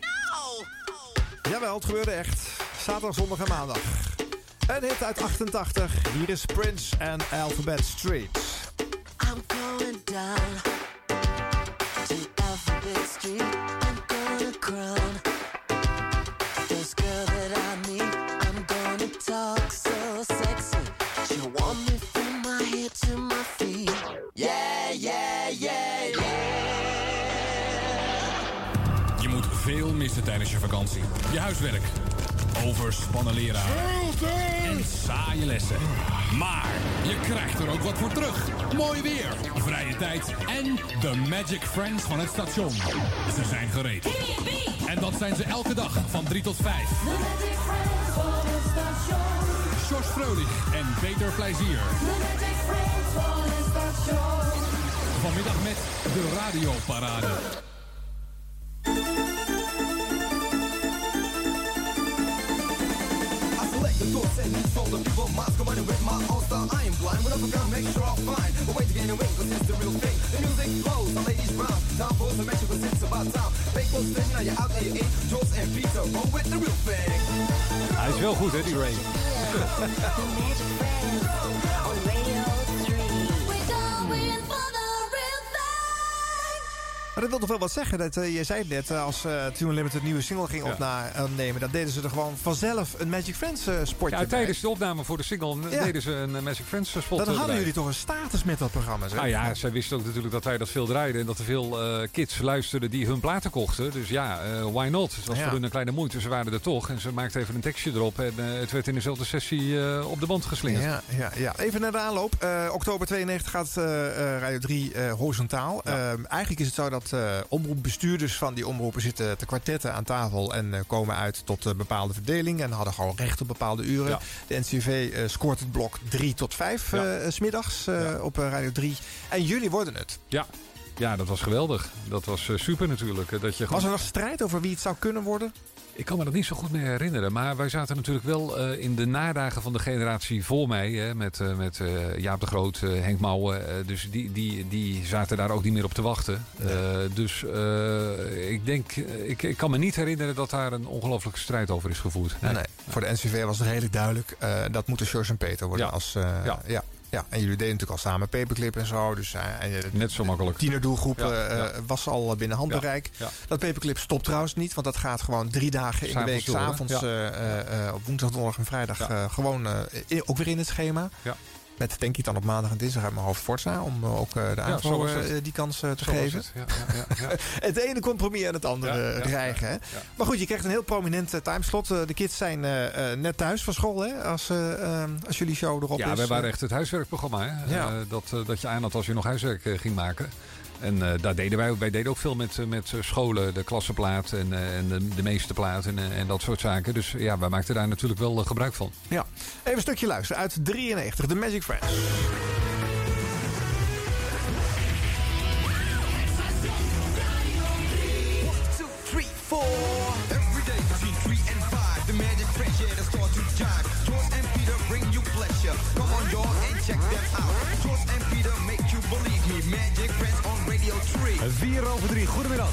Jawel, het gebeurde echt. Zaterdag, zondag en maandag. Een hit uit 88. Hier is Prince en Alphabet Street. I'm going down to Alphabet Street. I'm gonna crown this girl that I meet. I'm gonna talk so sexy. She want me from my head to my feet. Yeah, yeah, yeah, yeah. Je moet veel missen tijdens je vakantie. Je huiswerk, overspannen leraren en saaie lessen. Maar je krijgt er ook wat voor terug. Mooi weer, vrije tijd en de Magic Friends van het station. Ze zijn gereed. En dat zijn ze elke dag van 3 tot 5. De Magic Friends van het station. Sjors Frölich en Peter Plezier. De Magic Friends van het station. Vanmiddag met de radioparade. The thoughts and needs from the people minds combining with my own style. I am blind, when I forgot, make sure I find a way to gain a wing, cause it's the real thing. The music flows, the ladies brown. Time for the magic, cause it's about time. Fake was spin, now you're out there, you ain't. Jules and Peter, roll with the real thing. Hij is wel goed, hè, die Ray. Maar dat wil toch wel wat zeggen. Dat, je zei het net, als Tune Unlimited een nieuwe single ging opnemen... dan deden ze er gewoon vanzelf een Magic Friends spotje bij. Tijdens de opname voor de single deden ze een Magic Friends spot. Dan hadden jullie toch een status met dat programma, zeg? Nou ja, zij wisten ook natuurlijk dat wij dat veel draaiden... en dat er veel kids luisterden die hun platen kochten. Dus ja, why not? Het was voor hun een kleine moeite. Ze waren er toch en ze maakten even een tekstje erop... en het werd in dezelfde sessie op de band geslingerd. Ja. Even naar de aanloop. Oktober 92 gaat Radio 3 horizontaal. Ja. Eigenlijk is het zo dat omroepbestuurders van die omroepen zitten te kwartetten aan tafel en komen uit tot bepaalde verdeling en hadden gewoon recht op bepaalde uren. Ja. De NCV scoort het blok 3 tot 5 smiddags op Radio 3. En jullie worden het. Ja, dat was geweldig. Dat was super natuurlijk. Was er nog strijd over wie het zou kunnen worden? Ik kan me dat niet zo goed meer herinneren. Maar wij zaten natuurlijk wel in de nadagen van de generatie voor mij. Hè, met Jaap de Groot, Henk Mouwen. Dus die zaten daar ook niet meer op te wachten. Dus ik denk... Ik kan me niet herinneren dat daar een ongelooflijke strijd over is gevoerd. Nee. Voor de NCV was het redelijk duidelijk. Dat moeten Sjors en Peter worden. Ja, en jullie deden natuurlijk al samen Paperclip en zo. Dus, net zo makkelijk. Tienerdoelgroep was al binnen handbereik. Ja. Dat Paperclip stopt trouwens niet. Want dat gaat gewoon 3 dagen in de week. 's avonds op woensdag, donderdag en vrijdag. Gewoon ook weer in het schema. Ja. Met denk ik dan op maandag en dinsdag uit mijn hoofd Forza. Om ook de AVRO die kans te geven. Het ene compromis aan het andere rijgen. Hè? Maar goed, je krijgt een heel prominent timeslot. De kids zijn net thuis van school. Hè? Als jullie show erop is. Ja, wij waren echt het huiswerkprogramma. Hè? Dat je aan had als je nog huiswerk ging maken. En daar deden wij deden ook veel met scholen, de klassenplaat en de meesterplaat en dat soort zaken. Dus ja, wij maakten daar natuurlijk wel gebruik van. Ja, even een stukje luisteren uit 93, The Magic Friends. 1, 2, 3, 4. Every day between 3 and 5. The Magic Friends, yeah, they start to jive. George and Peter bring you pleasure. Come on, y'all, and check them out. George and Peter make you believe me. Magic Friends on Radio 3. 4:03, goedemiddag.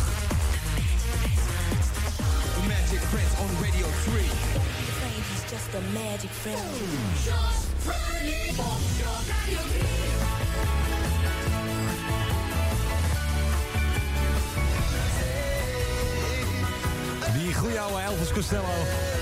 The Magic Friends on Radio 3. He's just a magic friend. Just Friday on Radio 3. Die goeie oude Elvis Costello.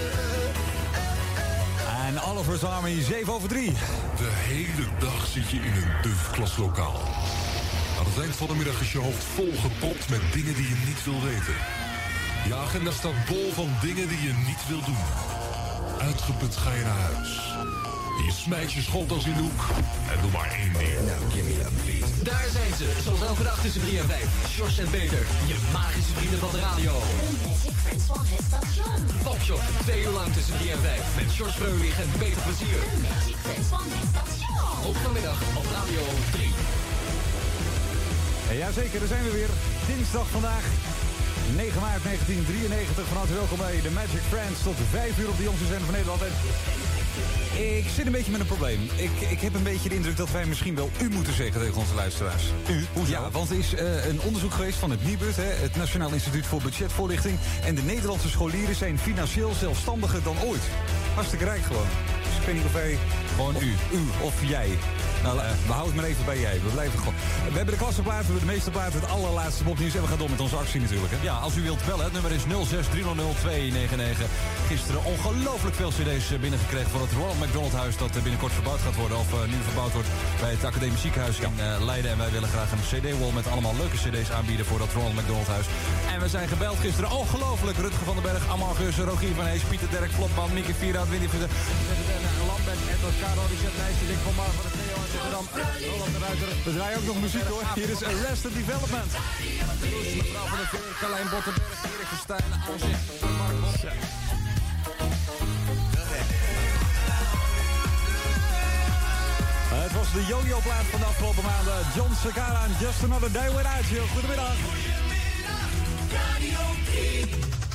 En Oliver's Army, 7:03. De hele dag zit je in een duf klaslokaal. Aan het eind van de middag is je hoofd volgepropt met dingen die je niet wil weten. Je agenda staat bol van dingen die je niet wil doen. Uitgeput ga je naar huis. Je smijt je schooltas in de hoek en doe maar één ding. Now give me a beat. Daar zijn ze, zoals elke dag tussen 3 en 5. Sjors en Peter, je magische vrienden van de radio. The Magic Friends van het station. Popshop, 2 uur lang tussen 3 en 5. Met Sjors Frölich en Peter Plezier. The Magic Friends van het station. Ook vanmiddag op Radio 3. Jazeker, daar zijn we weer. Dinsdag vandaag. 9 maart 1993. Van harte welkom bij de Magic Friends. Tot 5 uur op de jongste zender van Nederland. Ik zit een beetje met een probleem. Ik heb een beetje de indruk dat wij misschien wel u moeten zeggen tegen onze luisteraars. U? Hoezo? Ja, want er is een onderzoek geweest van het NIBUD, het Nationaal Instituut voor Budgetvoorlichting. En de Nederlandse scholieren zijn financieel zelfstandiger dan ooit. Hartstikke rijk gewoon. Dus ik weet niet of wij... Gewoon u of jij. Nou, we houden het maar even bij jij. We blijven gewoon. We hebben de klassenplaat, we hebben de meeste platen, het allerlaatste popnieuws. En we gaan door met onze actie natuurlijk. Hè? Ja, als u wilt bellen, het nummer is 06300299. Gisteren ongelooflijk veel cd's binnengekregen voor het Ronald McDonald Huis. Dat binnenkort verbouwd gaat worden. Of nu verbouwd wordt bij het Academisch Ziekenhuis in Leiden. En wij willen graag een cd-wall met allemaal leuke cd's aanbieden voor dat Ronald McDonald Huis. En we zijn gebeld gisteren. Ongelooflijk. Rutger van den Berg, Amargus, Rogier van Hees, Pieter Derk, Vlotman, Mieke Vieraat, Winnie van Lambert, Edward Caro, Richard Nijs, Dick van Mar van de Theo en Rotterdam. Roland de Ruiter. We draaien ook nog muziek hoor. Hier is Arrested Development. Mevrouw van der Veer, Carlijn Bottenberg, Erik Verstijn, Angel, Mark Bos. Het was de yo-yo-plaat van de afgelopen maanden. John Cicala en Just Another Day Without You. Goedemiddag. Radio 3.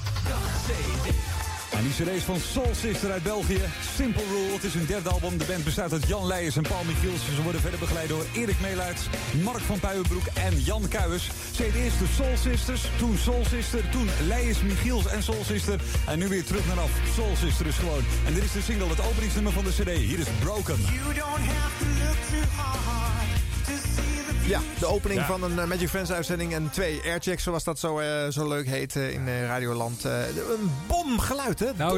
En die cd's van Soul Sister uit België. Simple Rule. Het is hun derde album. De band bestaat uit Jan Leijers en Paul Michiels. Ze worden verder begeleid door Erik Meelaerts, Mark van Puijenbroek en Jan Kuijers. Ze heet eerst de Soul Sisters, toen Soul Sister, toen Leijers, Michiels en Soul Sister. En nu weer terug naar af. Soul Sister is gewoon. En dit is de single, het openingsnummer van de cd. Hier is Broken. You don't have to look too hard to see the Ja, de opening van een Magic Friends uitzending en 2 Airchecks, zoals dat zo leuk heet in Radioland. Een bomgeluid, hè? Nou,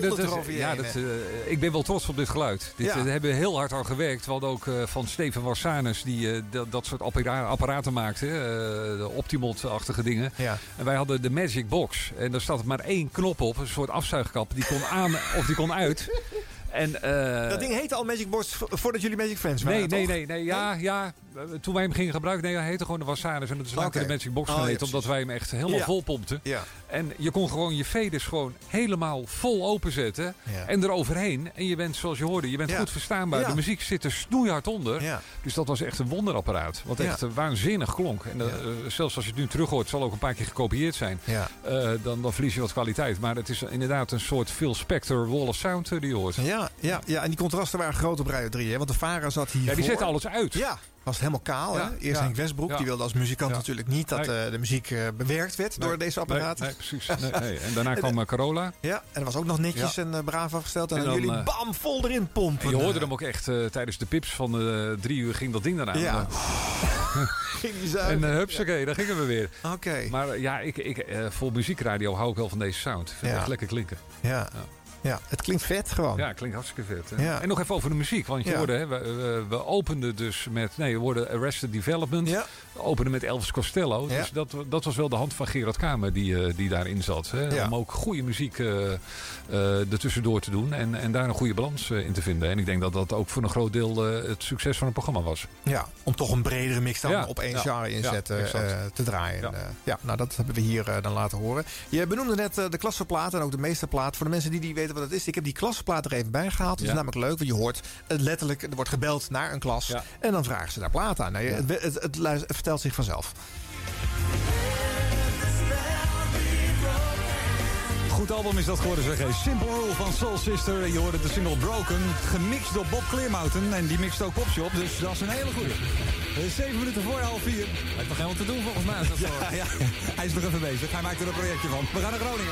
ik ben wel trots op dit geluid. We hebben heel hard aan gewerkt. We hadden ook van Steven Wassanus, die dat soort apparaten maakte. De Optimot-achtige dingen. Ja. En wij hadden de Magic Box. En daar staat maar 1 knop op, een soort afzuigkap. Die kon aan of die kon uit. En, dat ding heette al Magic Box voordat jullie Magic Friends waren, Nee. Ja, toen wij hem gingen gebruiken, hij heette gewoon de Wassanus. En dat is later de Magic Box geheet, omdat wij hem echt helemaal vol pompten. Ja. En je kon gewoon je faders gewoon helemaal vol openzetten. Ja. En eroverheen. En je bent, zoals je hoorde, je bent goed verstaanbaar. Ja. De muziek zit er snoeihard onder. Ja. Dus dat was echt een wonderapparaat. Wat echt waanzinnig klonk. En zelfs als je het nu terug hoort, zal ook een paar keer gekopieerd zijn. Ja. Dan verlies je wat kwaliteit. Maar het is inderdaad een soort Phil Spector wall of sound die je hoort. Ja, en die contrasten waren groot op Radio 3. Hè? Want de Vara zat hier. Ja, die zetten alles uit. Ja. Was het helemaal kaal. Ja, hè? Eerst Henk Westbroek, die wilde als muzikant natuurlijk niet dat de muziek bewerkt werd door deze apparaten. Nee, precies. Nee. En daarna kwam Carola. Ja, en dat was ook nog netjes en braaf afgesteld. En dan jullie bam, vol erin pompen. Je hoorde hem ook echt tijdens de pips van 3 uur ging dat ding daarna. Ja. Ging die zuigen. En hupsakee, daar gingen we weer. Oké. Maar ja, voor muziekradio hou ik wel van deze sound. Ik vind het echt lekker klinken. Ja. Ja, het klinkt vet gewoon. Ja, het klinkt hartstikke vet. Ja. En nog even over de muziek. Want je hoorde, hè, we openden dus met... we hoorden Arrested Development. Ja. We openden met Elvis Costello. Ja. Dus dat was wel de hand van Gerard Kamer die daarin zat. Hè, om ook goede muziek ertussendoor te doen. En daar een goede balans in te vinden. En ik denk dat dat ook voor een groot deel het succes van het programma was. Ja, om toch een bredere mix dan op één genre inzetten te draaien. Ja. Nou dat hebben we hier dan laten horen. Je benoemde net de klassenplaat en ook de meesterplaat. Voor de mensen die weten wat het is. Ik heb die klassenplaat er even bij gehaald. Dat is namelijk leuk, want je hoort letterlijk, er wordt gebeld naar een klas. Ja. En dan vragen ze daar plaat aan. Nou, het vertelt zich vanzelf. Goed album is dat geworden, zeg. Simple Rule van Soul Sister. Je hoorde de single Broken, gemixt door Bob Clearmountain. En die mixt ook Popshop, dus dat is een hele goede. 7 minuten voor 3:30. Hij heeft nog helemaal te doen volgens mij. Ja, hij is nog even bezig. Hij maakt er een projectje van. We gaan naar Groningen.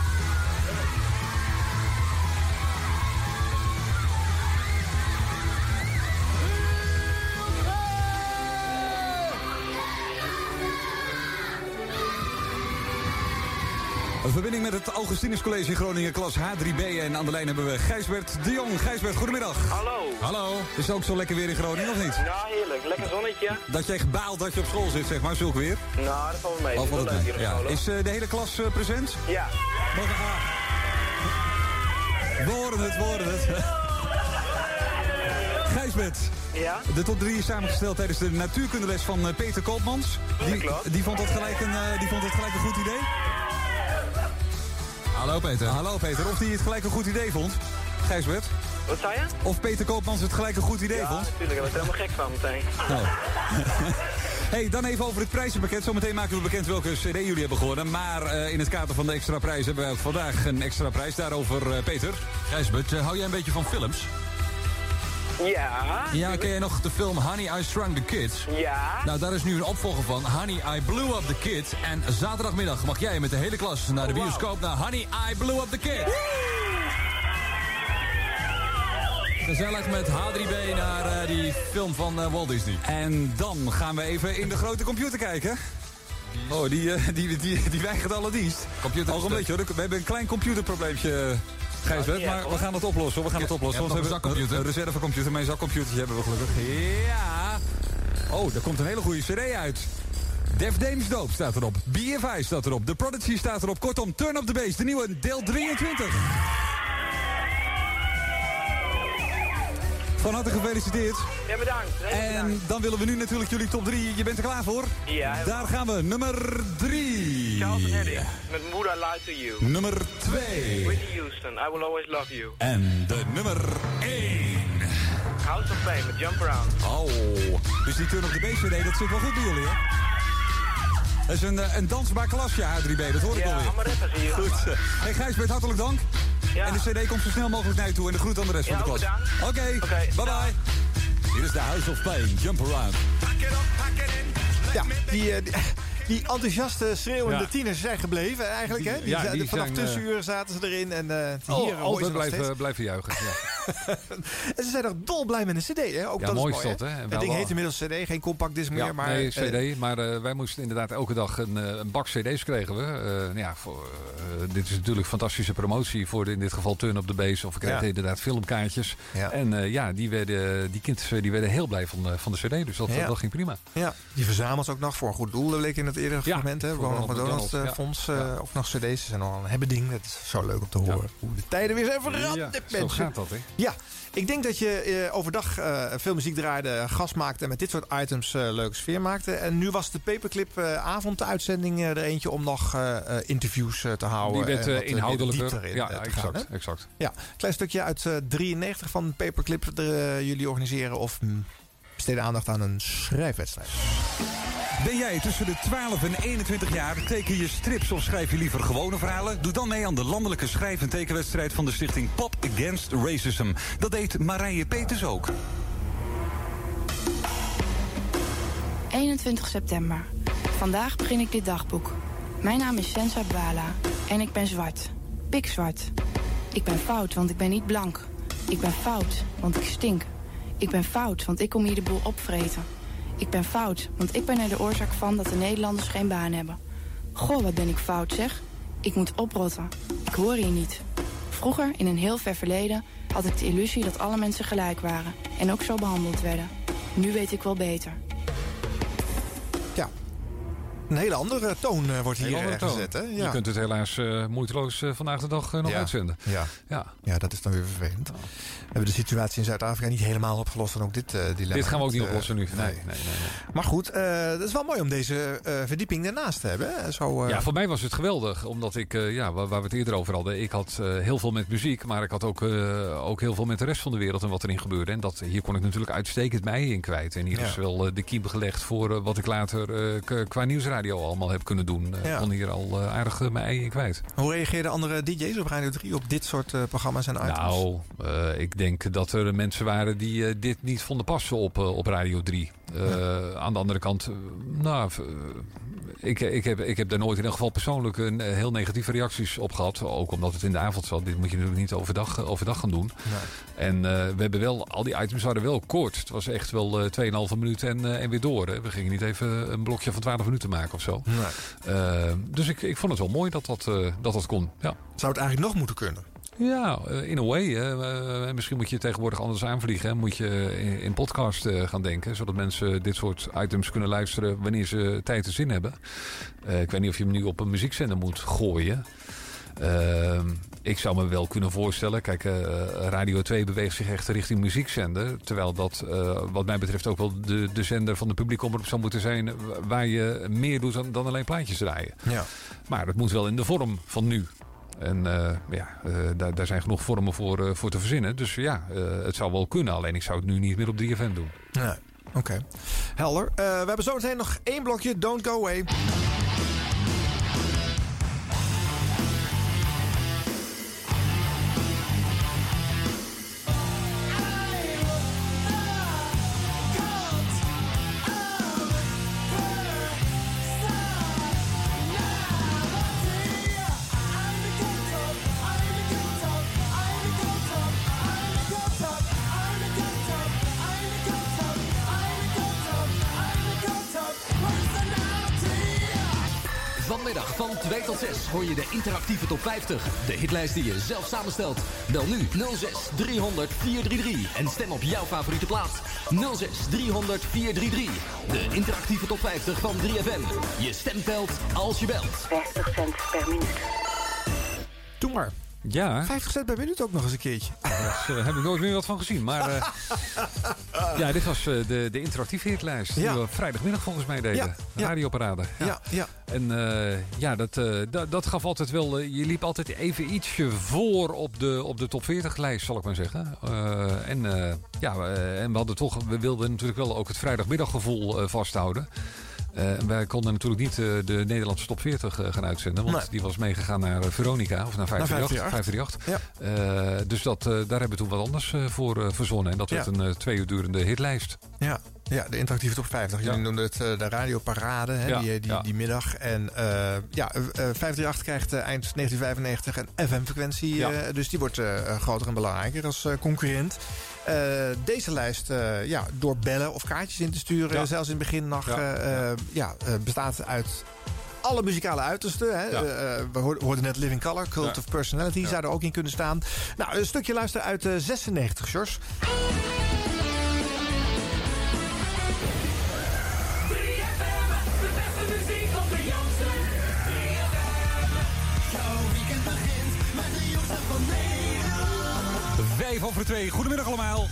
Een verbinding met het Augustinus College in Groningen, klas H3B. En aan de lijn hebben we Gijsbert de Jong. Gijsbert, goedemiddag. Hallo. Is het ook zo lekker weer in Groningen, of niet? Ja, heerlijk. Lekker zonnetje. Dat je echt baalt dat je op school zit, zeg maar, zulk weer? Nou, dat valt wel mee. Dat is leuk hier op school. Is de hele klas present? Ja. We horen het. Gijsbert. Ja? De top 3 is samengesteld tijdens de natuurkundeles van Peter Koopmans. Die vond het gelijk een goed idee? Hallo Peter. Of die het gelijk een goed idee vond? Gijsbert? Wat zei je? Of Peter Koopmans het gelijk een goed idee vond? Ja, natuurlijk. Daar ben ik helemaal gek van meteen. Nou. Hey, dan even over het prijzenpakket. Zometeen maken we bekend welke CD jullie hebben gewonnen. Maar in het kader van de extra prijs hebben wij ook vandaag een extra prijs. Daarover Peter. Gijsbert, hou jij een beetje van films? Ja, ken jij nog de film Honey, I Shrunk the Kids? Ja. Nou, daar is nu een opvolger van, Honey, I Blew Up the Kid. En zaterdagmiddag mag jij met de hele klas naar de bioscoop naar Honey, I Blew Up the Kid. Gezellig met H3B naar die film van Walt Disney. En dan gaan we even in de grote computer kijken. Oh, die weigert alle dienst. Al een beetje hoor. We hebben een klein computerprobleempje, Gijsbert, maar we gaan het oplossen. We gaan het oplossen. Want we hebben een reservecomputer. Mijn zakcomputertje hebben we gelukkig. Ja. Oh, daar komt een hele goede cd uit. Def Dames Dope staat erop. BFI staat erop. The Prodigy staat erop. Kortom, Turn Up The Bass. De nieuwe deel 23. Van harte gefeliciteerd. Ja, bedankt. En dan willen we nu natuurlijk jullie top 3. Je bent er klaar voor? Ja. Daar gaan we. Nummer 3. Charles Edding met Would I Lie To You. Nummer 2. Whitney Houston, I Will Always Love You. En de nummer 1. House of Fame met Jump Around. Oh, dus die Turn Up The Bass CD, dat zit wel goed bij jullie, hè? Dat is een dansbaar klasje, H3B, dat hoor ik alweer. Ja, amarettas hier. Goed. Hey Gijsbert, hartelijk dank. Ja. En de CD komt zo snel mogelijk naar je toe en de groet aan de rest van de klas. Oké, bye bye. Hier is de House of Fame, Jump Around. Ja, die enthousiaste, schreeuwende tieners zijn gebleven eigenlijk. Hè? Die vanaf tussenuren zaten ze erin. En hier altijd blijven juichen. Ja. En ze zijn nog dolblij met een cd. Hè? Ook dat mooi is is dat, hè? Het ding heet inmiddels cd, geen compact disc meer. Maar, nee, cd. Maar wij moesten inderdaad elke dag een bak cd's kregen we. Dit is natuurlijk fantastische promotie voor in dit geval Turn Up The Bass. Of we kregen inderdaad filmkaartjes. Ja. En die kinderen werden heel blij van de cd. Dus dat ging prima. Ja, die verzamelt ook nog voor een goed doel. Dat leek in het eerdere fragment. Hè? Ronald McDonald Fonds. Of nog cd's. Ze zijn nog een hebbeding. Dat is zo leuk om te horen. Hoe de tijden weer zijn veranderd. Zo gaat dat, hè? Ja, ik denk dat je overdag veel muziek draaide, gas maakte en met dit soort items leuke sfeer maakte. En nu was de Paperclip avond de uitzending er eentje om nog interviews te houden. Die werd inhoudelijker. Exact. Ja, klein stukje uit 93 van Paperclip. Jullie organiseren of besteden aandacht aan een schrijfwedstrijd. Ben jij tussen de 12 en 21 jaar? Teken je strips of schrijf je liever gewone verhalen? Doe dan mee aan de landelijke schrijf- en tekenwedstrijd van de stichting Pop Against Racism. Dat deed Marije Peters ook. 21 september. Vandaag begin ik dit dagboek. Mijn naam is Sensa Bwala en ik ben zwart. Pikzwart. Ik ben fout, want ik ben niet blank. Ik ben fout, want ik stink. Ik ben fout, want ik kom hier de boel opvreten. Ik ben fout, want ik ben er de oorzaak van dat de Nederlanders geen baan hebben. Goh, wat ben ik fout, zeg. Ik moet oprotten. Ik hoor hier niet. Vroeger, in een heel ver verleden, had ik de illusie dat alle mensen gelijk waren. En ook zo behandeld werden. Nu weet ik wel beter. Ja. Een hele andere toon wordt hier gezet. Hè? Ja. Je kunt het helaas moeiteloos vandaag de dag nog uitzenden. Ja, dat is dan weer vervelend. We hebben de situatie in Zuid-Afrika niet helemaal opgelost. En ook dit dilemma. Dit gaan we ook niet oplossen nu. Nee. Maar goed, het is wel mooi om deze verdieping ernaast te hebben. Hè? Zo, Ja, voor mij was het geweldig. Omdat ik, waar we het eerder over hadden. Ik had heel veel met muziek. Maar ik had ook heel veel met de rest van de wereld en wat erin gebeurde. En hier kon ik natuurlijk uitstekend mij in kwijt. En hier is wel de kiem gelegd voor wat ik later qua nieuwsradio allemaal heb kunnen doen. Kon hier al aardig mij in kwijt. Hoe reageerden andere DJ's op Radio 3 op dit soort programma's en items? Nou, ik denk dat er mensen waren die dit niet vonden passen op Radio 3. Aan de andere kant, ik heb daar nooit in ieder geval persoonlijk een heel negatieve reacties op gehad. Ook omdat het in de avond zat. Dit moet je natuurlijk niet overdag gaan doen. Nee. En we hebben wel, al die items waren wel kort. Het was echt wel 2,5 minuten en weer door. Hè. We gingen niet even een blokje van 12 minuten maken of zo. Nee. Dus ik vond het wel mooi dat kon. Ja. Zou het eigenlijk nog moeten kunnen? Ja, in a way. Misschien moet je tegenwoordig anders aanvliegen. Hè. Moet je in podcast gaan denken. Zodat mensen dit soort items kunnen luisteren wanneer ze tijd en zin hebben. Ik weet niet of je hem nu op een muziekzender moet gooien. Ik zou me wel kunnen voorstellen. Kijk, Radio 2 beweegt zich echt richting muziekzender. Terwijl dat wat mij betreft ook wel de zender van de publieke omroep zou moeten zijn. Waar je meer doet dan alleen plaatjes draaien. Ja. Maar het moet wel in de vorm van nu. En daar zijn genoeg vormen voor te verzinnen. Dus het zou wel kunnen. Alleen ik zou het nu niet meer op 3FM doen. Ja, oké. Helder. We hebben zo meteen nog 1 blokje. Don't go away. 2 tot 6 hoor je de interactieve top 50. De hitlijst die je zelf samenstelt. Bel nu 06 300 433 en stem op jouw favoriete plaat. 06 300 433. De interactieve top 50 van 3FM. Je stem telt als je belt. 50 cent per minuut. Doe maar. Ja. 50 cent per minuut ook nog eens een keertje. Daar heb ik nooit meer wat van gezien. Maar ja, dit was de interactieve hitlijst. Die we vrijdagmiddag volgens mij deden. Radioparade. Ja. En dat gaf altijd wel... je liep altijd even ietsje voor op de top 40 lijst, zal ik maar zeggen. En we wilden natuurlijk wel ook het vrijdagmiddaggevoel vasthouden. Wij konden natuurlijk niet de Nederlandse top 40 gaan uitzenden. Want die was meegegaan naar Veronica of naar 538. Ja. Dus daar hebben we toen wat anders voor verzonnen. En dat werd een 2 uur durende hitlijst. Ja, de interactieve top 50. Jullie noemden het de radioparade, hè, die middag. En 538 krijgt eind 1995 een FM-frequentie. Dus die wordt groter en belangrijker als concurrent. Deze lijst, door bellen of kaartjes in te sturen, zelfs in het begin nog, bestaat uit alle muzikale uitersten. Hè. We hoorden net Living Colour, Cult of Personality, zou er ook in kunnen staan. Nou, een stukje luisteren uit 96, Sjors. Over 2. Goedemiddag allemaal.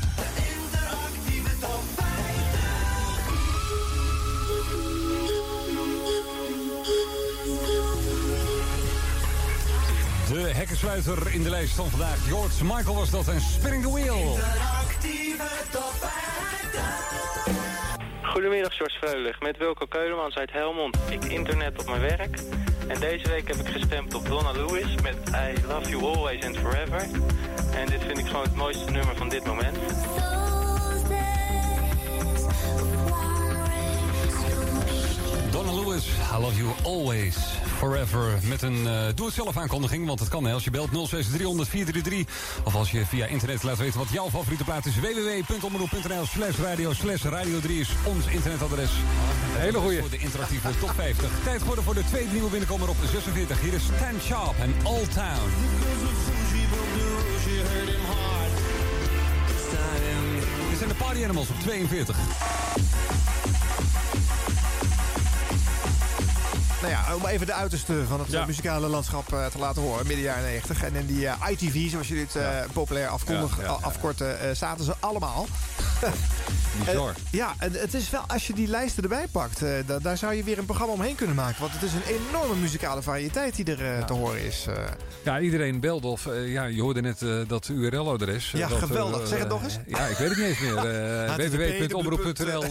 De hekkensluiter in de lijst van vandaag. George Michael was dat en Spinning the Wheel. Goedemiddag, George Freulich. Met Wilco Keulemans uit Helmond. Ik internet op mijn werk. En deze week heb ik gestemd op Donna Lewis met I Love You Always and Forever. En dit vind ik gewoon het mooiste nummer van dit moment. Donna Lewis, I Love You Always Forever. Met een doe-het-zelf aankondiging, want het kan als je belt 06 300 433. Of als je via internet laat weten wat jouw favoriete plaat is. www.omroep.nl/radio/radio 3 is ons internetadres. Hele goeie. Voor de interactieve top 50. Tijd geworden voor de tweede nieuwe binnenkomer op 46. Hier is Stan Sharp en Old Town. Dit zijn de Party Animals op 42. Nou ja, om even de uiterste van het muzikale landschap te laten horen. Midden jaren 90. En in die ITV, zoals jullie het populair afkorten, zaten ze allemaal. Bizar. En het is wel, als je die lijsten erbij pakt, daar zou je weer een programma omheen kunnen maken. Want het is een enorme muzikale variëteit die er te horen is. Ja, iedereen belde of... je hoorde net dat URL-adres. Ja, geweldig. Zeg het nog eens. Ja, ik weet het niet eens meer. www.omroep.nl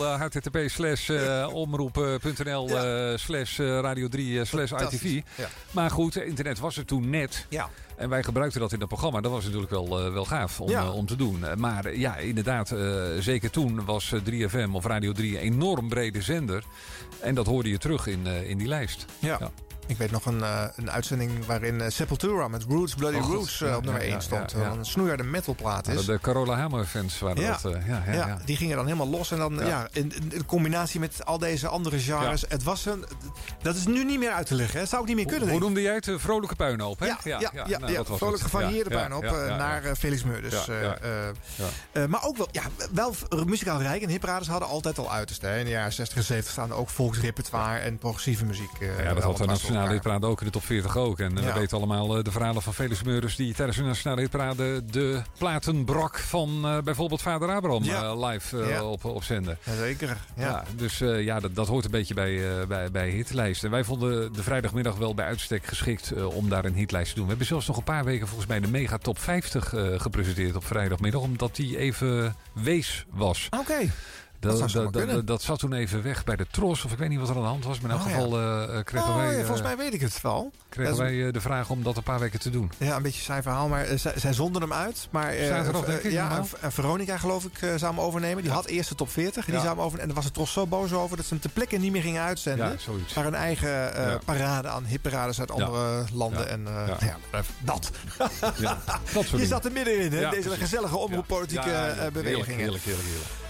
http://omroep.nl/radio 3/ITV. Maar goed, internet was er toen net. Ja. En wij gebruikten dat in het programma. Dat was natuurlijk wel gaaf om te doen. Maar ja, inderdaad, zeker toen was 3FM of Radio 3 een enorm brede zender. En dat hoorde je terug in die lijst. Ja. Ik weet nog een uitzending waarin Sepultura met Roots, Bloody Roots op nummer 1 stond. Een snoeiharde metalplaat is. De Carola Hammer fans waren dat. Die gingen dan helemaal los. En dan in combinatie met al deze andere genres. Het was dat is nu niet meer uit te leggen. Hè. Dat zou ook niet meer kunnen. Hoe noemde jij het? Vrolijke puinhoop, hè? Dat was vrolijk gevarieerde puinhoop naar Felix Meurders. Maar ook wel muzikaal rijk. En hipparades hadden altijd al uitersten. In de jaren 60 en 70 staan er ook volksrepertoire en progressieve muziek. Dat had de nationale hitparade ook in de top 40 ook. En we weten allemaal de verhalen van Felix Meurders die tijdens de nationale hitparade de platen brak van bijvoorbeeld Vader Abraham live op zender. Zeker. Dus dat hoort een beetje bij hitlijsten. En wij vonden de vrijdagmiddag wel bij uitstek geschikt om daar een hitlijst te doen. We hebben zelfs nog een paar weken volgens mij de Mega Top 50 gepresenteerd op vrijdagmiddag, omdat die even wees was. Oké. Dat zat toen even weg bij de Tros. Of ik weet niet wat er aan de hand was. Maar in elk geval kregen wij... volgens mij weet ik het wel. Kregen wij de vraag om dat een paar weken te doen. Ja, een beetje saai verhaal. Maar zij zonden hem uit. Maar zaterdag, denk ik. Veronica, geloof ik, zou hem overnemen. Die had eerst de top 40. En die zou hem overnemen. En daar was de Tros zo boos over dat ze hem ter plekke niet meer gingen uitzenden. Ja, zoiets. Maar een eigen parade aan hitparades uit andere landen. Dat. Dat je zat er middenin, hè? Deze gezellige omroeppolitieke bewegingen. Heerlijk.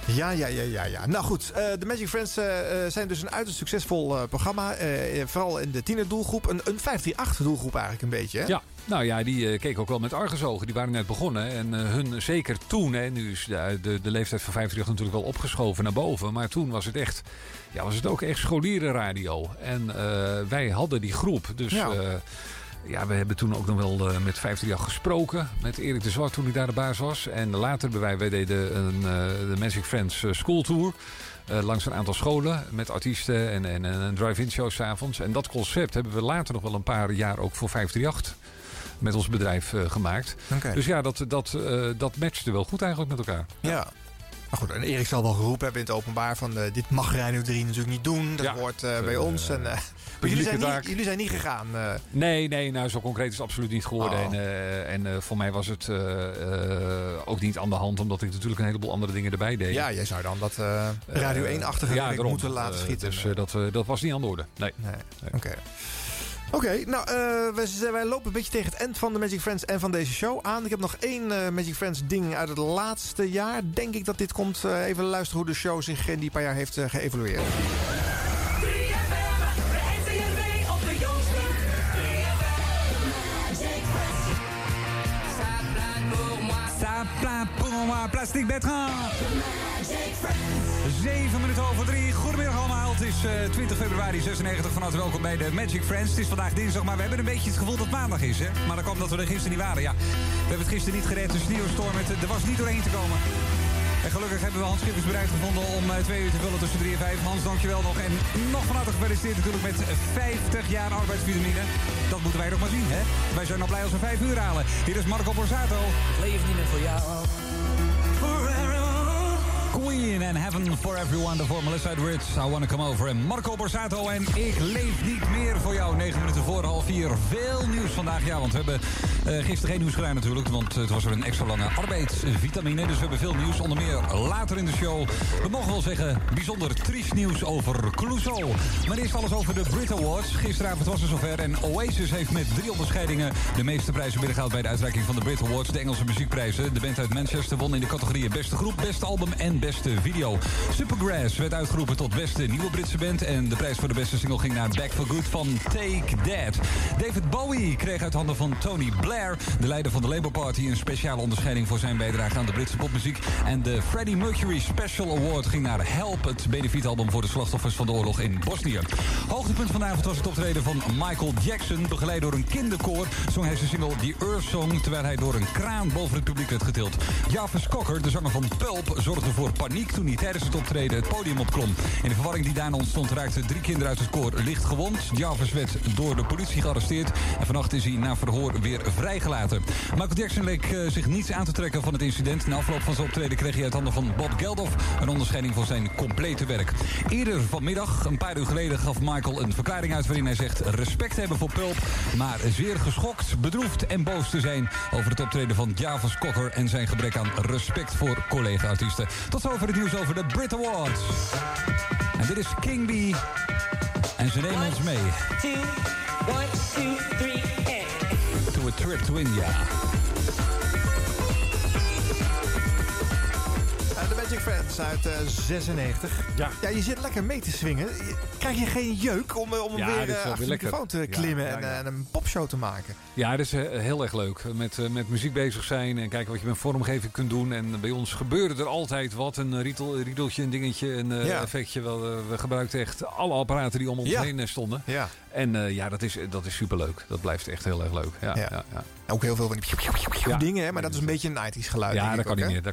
Ja. Nou goed, de Magic Friends zijn dus een uiterst succesvol programma. Vooral in de tienerdoelgroep. Een 538-doelgroep eigenlijk een beetje, hè? Ja. Nou ja, die keken ook wel met argusogen. Die waren net begonnen. En hun zeker toen, hè, nu is de leeftijd van 538 natuurlijk wel opgeschoven naar boven. Maar toen was het echt, was het ook echt scholierenradio. En wij hadden die groep. Dus we hebben toen ook nog wel met 538 gesproken. Met Erik de Zwart toen hij daar de baas was. En later wij deden de Magic Friends School Tour. Langs een aantal scholen met artiesten en een drive-in show 's avonds. En dat concept hebben we later nog wel een paar jaar ook voor 538 met ons bedrijf gemaakt. Okay. Dus ja, dat matchte wel goed eigenlijk met elkaar. Ja. Maar goed, en Erik zal wel geroepen hebben in het openbaar van dit mag Radio 3 natuurlijk niet doen. Dat hoort bij ons. En, maar jullie zijn niet gegaan. Nee, nou zo concreet is het absoluut niet geworden. Oh. En voor mij was het ook niet aan de hand, omdat ik natuurlijk een heleboel andere dingen erbij deed. Ja, jij zou dan dat Radio 1-achtige moeten laten schieten. Dus dat was niet aan de orde. Nee. Oké, nou, wij lopen een beetje tegen het eind van de Magic Friends en van deze show aan. Ik heb nog één Magic Friends ding uit het laatste jaar. Denk ik dat dit komt. Even luisteren hoe de show zich in die paar jaar heeft geëvolueerd. Plastic Bertrand. 7 minuten over 3. Goedemiddag allemaal. Het is 20 februari 96. Van harte welkom bij de Magic Friends. Het is vandaag dinsdag, maar we hebben een beetje het gevoel dat het maandag is. Hè? Maar dat kwam omdat we er gisteren niet waren. Ja, we hebben het gisteren niet gered. De sneeuwstorm. Er was niet doorheen te komen. En gelukkig hebben we Hans Schippers bereid gevonden om 2 uur te vullen tussen 3 en 5. Hans, dankjewel nog. En nog van harte gefeliciteerd natuurlijk met 50 jaar arbeidsvitamine. Dat moeten wij nog maar zien, hè? Wij zijn al blij als we 5 uur halen. Hier is Marco Borsato. Ik leef niet meer voor jou. Queen and Heaven for Everyone, de Melissa Edwards, I Wanna Come Over. En Marco Borsato en Ik Leef Niet Meer voor jou. 9 minuten voor 3:30. Veel nieuws vandaag, ja, want we hebben gisteren geen nieuws gedaan natuurlijk, want het was er een extra lange arbeidsvitamine. Dus we hebben veel nieuws, onder meer later in de show. We mogen wel zeggen, bijzonder triest nieuws over Clouseau. Maar eerst alles over de Brit Awards. Gisteravond was het zover en Oasis heeft met 3 onderscheidingen de meeste prijzen binnengehaald bij de uitreiking van de Brit Awards, de Engelse muziekprijzen. De band uit Manchester won in de categorieën beste groep, beste album en beste video. Supergrass werd uitgeroepen tot beste nieuwe Britse band en de prijs voor de beste single ging naar Back for Good van Take That. David Bowie kreeg uit handen van Tony Blair, de leider van de Labour Party, een speciale onderscheiding voor zijn bijdrage aan de Britse popmuziek. En de Freddie Mercury Special Award ging naar Help, het benefiet-album voor de slachtoffers van de oorlog in Bosnië. Hoogtepunt vanavond was het optreden van Michael Jackson. Begeleid door een kinderkoor zong hij zijn single The Earth Song, terwijl hij door een kraan boven het publiek werd getild. Jarvis Cocker, de zanger van Pulp, zorgde voor paniek toen hij tijdens het optreden het podium opklom. In de verwarring die daarna ontstond raakten 3 kinderen uit het koor licht gewond. Jarvis werd door de politie gearresteerd en vannacht is hij na verhoor weer vrijgelaten. Michael Jackson leek zich niets aan te trekken van het incident. Na afloop van zijn optreden kreeg hij uit handen van Bob Geldof een onderscheiding voor zijn complete werk. Eerder vanmiddag, een paar uur geleden, gaf Michael een verklaring uit waarin hij zegt respect hebben voor Pulp, maar zeer geschokt, bedroefd en boos te zijn over het optreden van Jarvis Cocker en zijn gebrek aan respect voor collega-artiesten. Tot zover het nieuws over de Brit Awards. En dit is King B. En ze nemen ons mee. 1, 2, 3, and... To a trip to India. De Magic Friends uit 96. Ja, je zit lekker mee te swingen. Krijg je geen jeuk om weer achter de microfoon te klimmen en een popshow te maken? Ja, dat is heel erg leuk. Met muziek bezig zijn en kijken wat je met vormgeving kunt doen. En bij ons gebeurde er altijd wat. Een riedeltje, een dingetje, een effectje. We gebruikten echt alle apparaten die om ons heen stonden. Ja. En dat is superleuk. Dat blijft echt heel erg leuk. Ja. Ook heel veel van die dingen, hè? Maar dat is een beetje een 90's geluid. Ja, dat kan niet meer.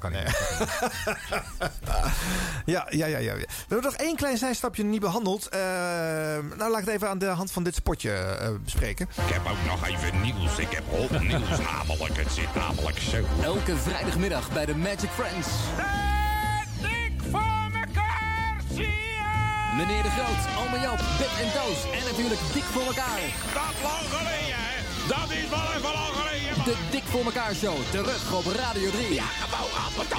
Ja. We hebben nog 1 klein zijstapje niet behandeld. Nou, laat ik het even aan de hand van dit spotje bespreken. Ik heb ook nog even nieuws. Ik heb hot nieuws namelijk. Het zit namelijk zo. Elke vrijdagmiddag bij de Magic Friends. Dik voor elkaar, zie je! Meneer De Groot, Ome Joop, Beb en Toos en natuurlijk Dik voor elkaar. Dat lang geleden, hè? Dat is wel even lang geleden, man. De Dik voor elkaar show, terug op Radio 3. Ja, gewoon